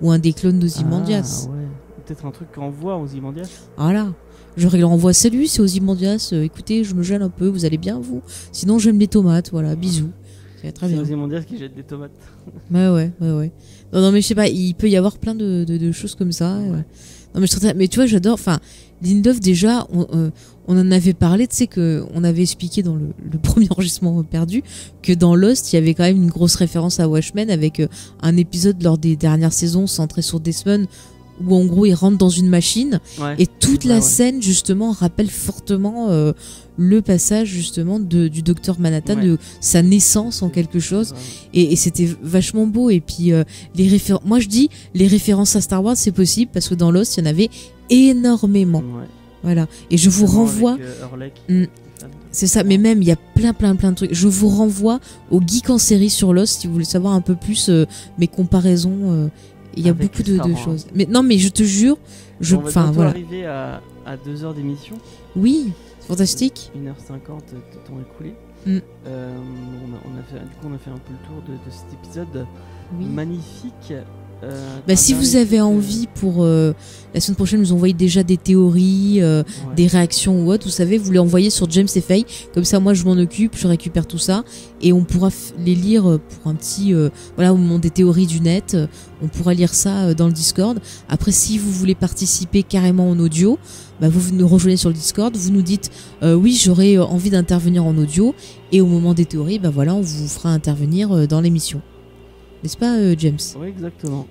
ou un des clones d'Ozymandias. Ah, ouais. Peut-être un truc qu'on voit Ozymandias. Voilà. Je leur envoie salut, c'est Ozymandias. Euh, écoutez, je me gêne un peu, vous allez bien vous? Sinon, j'aime les tomates. Voilà, bisous. C'est très C'est bien. Ozymandias qui jette des tomates. Ouais, ouais, ouais, ouais. Non, non, mais je sais pas, il peut y avoir plein de, de, de choses comme ça. Ouais. euh. Non, mais je trouve ça- mais tu vois, j'adore. Enfin, Lindelof, déjà, on, euh, on en avait parlé, tu sais, que on avait expliqué dans le, le premier enregistrement perdu que dans Lost, il y avait quand même une grosse référence à Watchmen avec euh, un épisode lors des dernières saisons centré sur Desmond où en gros il rentre dans une machine Ouais. et toute Ouais, la ouais. scène justement rappelle fortement euh, le passage justement de, du docteur Manhattan, Ouais. de sa naissance en quelque chose. Ouais. Et, et c'était vachement beau. Et puis, euh, les références. Moi, je dis, les références à Star Wars, c'est possible parce que dans Lost, il y en avait énormément. Ouais. Voilà. Et je vous Notamment renvoie. avec, euh, Hurley qui- Mm. C'est ça, mais même, il y a plein, plein, plein de trucs. Je vous renvoie au Geek en série sur Lost si vous voulez savoir un peu plus euh, mes comparaisons. euh, Il y a Avec beaucoup de, Star de Wars. choses. Mais non, mais je te jure, je. On va Enfin, bientôt voilà. arriver à, à deux heures d'émission. Oui, c'est fantastique. une heure cinquante de temps écoulé. Mm. Euh, on, a, on a fait, du coup, on a fait un peu le tour de, de cet épisode Oui. magnifique. Euh, Bah, un si vous dernier avez truc, euh, envie pour euh, la semaine prochaine, nous envoyer déjà des théories, euh, ouais. des réactions ou autre, vous savez, vous les envoyez sur James et Faye. Comme ça, moi, je m'en occupe, je récupère tout ça et on pourra f- les lire euh, pour un petit, euh, voilà, au moment des théories du net. euh, On pourra lire ça euh, dans le Discord. Après, si vous voulez participer carrément en audio, bah, vous nous rejoignez sur le Discord. Vous nous dites, euh, oui, j'aurais euh, envie d'intervenir en audio. Et au moment des théories, bah voilà, on vous fera intervenir euh, dans l'émission. N'est-ce pas, euh, James? Oui, exactement.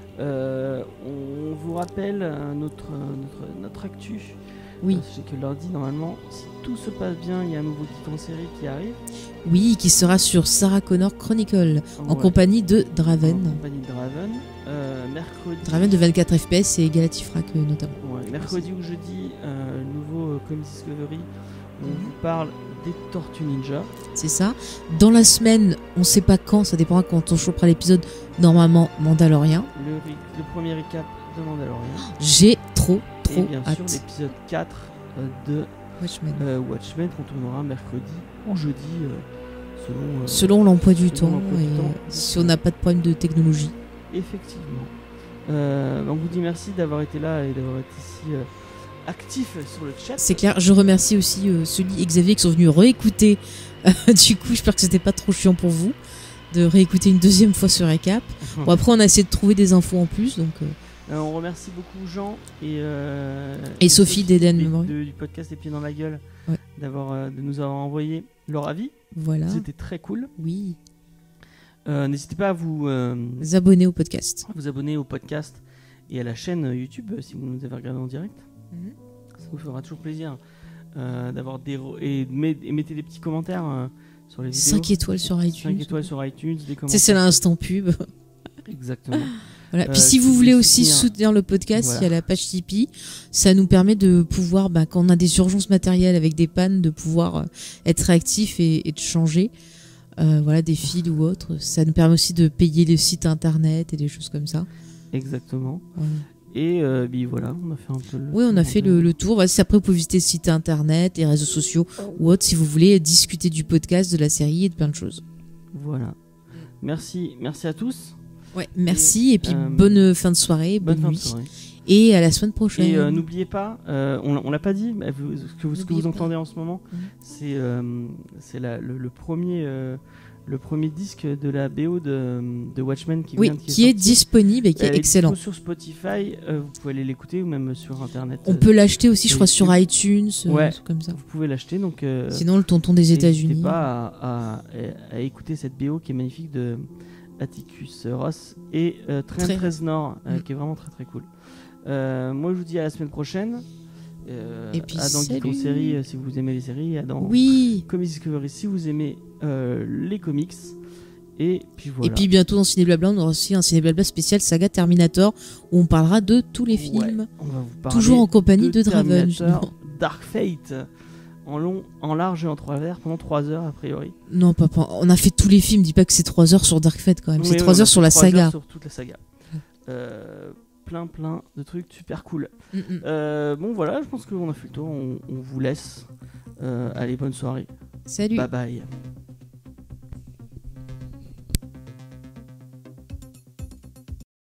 Euh, on vous rappelle euh, notre, notre, notre actu. Oui. Euh, c'est que lundi, normalement, si tout se passe bien, il y a un nouveau Geek en série qui arrive. Oui, qui sera sur Sarah Connor Chronicle, en Ouais. compagnie de En Draven. compagnie de Draven. Euh, mercredi. Draven de vingt-quatre F P S et Galatifrac euh, notamment. Ouais, mercredi ou jeudi, euh, nouveau euh, Comics Discovery. On vous parle des Tortues Ninja. C'est ça. Dans la semaine, on sait pas quand, ça dépendra quand on chopera l'épisode. Normalement, Mandalorian. Le, re- le premier recap de Mandalorian. J'ai trop, Et trop bien sûr hâte. l'épisode quatre euh, de Watchmen. euh, Watchmen qu'on tournera mercredi ou jeudi euh, selon, euh, Selon l'emploi du selon temps, l'emploi du et temps. si on n'a pas de problème de technologie. Effectivement. Euh, on vous dit merci d'avoir été là et d'avoir été ici euh, actif sur le chat. C'est clair. Je remercie aussi euh, Sully et Xavier qui sont venus réécouter. Euh, du coup, j'espère que c'était pas trop chiant pour vous de réécouter une deuxième fois ce récap. Bon, après, on a essayé de trouver des infos en plus, donc. euh, Euh, on remercie beaucoup Jean et, euh, Et Sophie d'Eden du- Memory. de- du podcast Les Pieds dans la Gueule Ouais. d'avoir, euh, de nous avoir envoyé leur avis. Voilà. C'était très cool. Oui. Euh, n'hésitez pas à vous, euh, Vous abonner au podcast. à vous abonner au podcast et à la chaîne YouTube euh, si vous nous avez regardé en direct. Ça nous fera toujours plaisir euh, d'avoir des re- et, met- et mettez des petits commentaires euh, sur les vidéos. cinq étoiles sur iTunes. cinq étoiles sur iTunes, des Tu sais, commentaires. c'est l'instant pub. Exactement. Voilà. Euh, Puis si si vous vous voulez voulez aussi soutenir- soutenir le podcast, Voilà. il y a la page Tipeee. Ça nous permet de pouvoir, bah, quand on a des urgences matérielles avec des pannes, de pouvoir euh, être réactif et, et de changer euh, voilà, des fils ou autre. Ça nous permet aussi de payer les sites internet et des choses comme ça. Exactement. Voilà. Et euh, puis voilà, on a fait un peu le Oui, on a tour fait de- le, le tour. Voilà, si après, vous pouvez visiter le site internet, les réseaux sociaux ou autre, si vous voulez discuter du podcast, de la série et de plein de choses. Voilà. Merci, merci à tous. Ouais, merci et, puis euh, bonne fin de soirée, bonne, Bonne fin de nuit soirée. et à la semaine prochaine. Et euh, n'oubliez pas, euh, on, l'a- on l'a pas dit, mais vous- ce que vous, ce que N'oubliez vous pas. entendez en ce moment, Mhm. c'est euh, c'est la- le, le premier euh, le premier disque de la B O de, de Watchmen qui oui, vient qui est sorti. disponible et qui Elle est excellent. dispo sur Spotify, euh, vous pouvez aller l'écouter ou même sur internet. On euh, peut l'acheter aussi, je sur crois, sur YouTube. iTunes, euh, Ouais. un truc comme ça. Vous pouvez l'acheter donc. euh, Sinon, le tonton des n'hésitez États-Unis. pas à, à- à écouter cette B O qui est magnifique de Atticus Ross et euh, Trent Très- Reznor euh, Mm. qui est vraiment très très cool. Euh, moi je vous dis à la semaine prochaine. Euh, Et puis, à dans Geek en salut. série euh, si vous aimez les séries, à dans Oui. Comics Discovery si vous aimez euh, les comics. Et puis voilà. Et puis bientôt dans Ciné Blabla, on aura aussi un Ciné Blabla spécial saga Terminator où on parlera de tous les Ouais, films. on va vous parler Toujours en compagnie de, de Draven. Terminator, Non. Dark Fate en long, en large et en travers pendant trois heures a priori. Non, papa, on a fait tous les films. Dis pas que c'est trois heures sur Dark Fate quand même. Oui, c'est oui, trois on a heures fait sur la trois saga. heures sur toute la saga. Euh, plein plein de trucs super cool. Mm, mm. Euh, bon voilà, je pense qu'on a fait le tour. On, on vous laisse. Euh, allez, bonne soirée. Salut. Bye bye.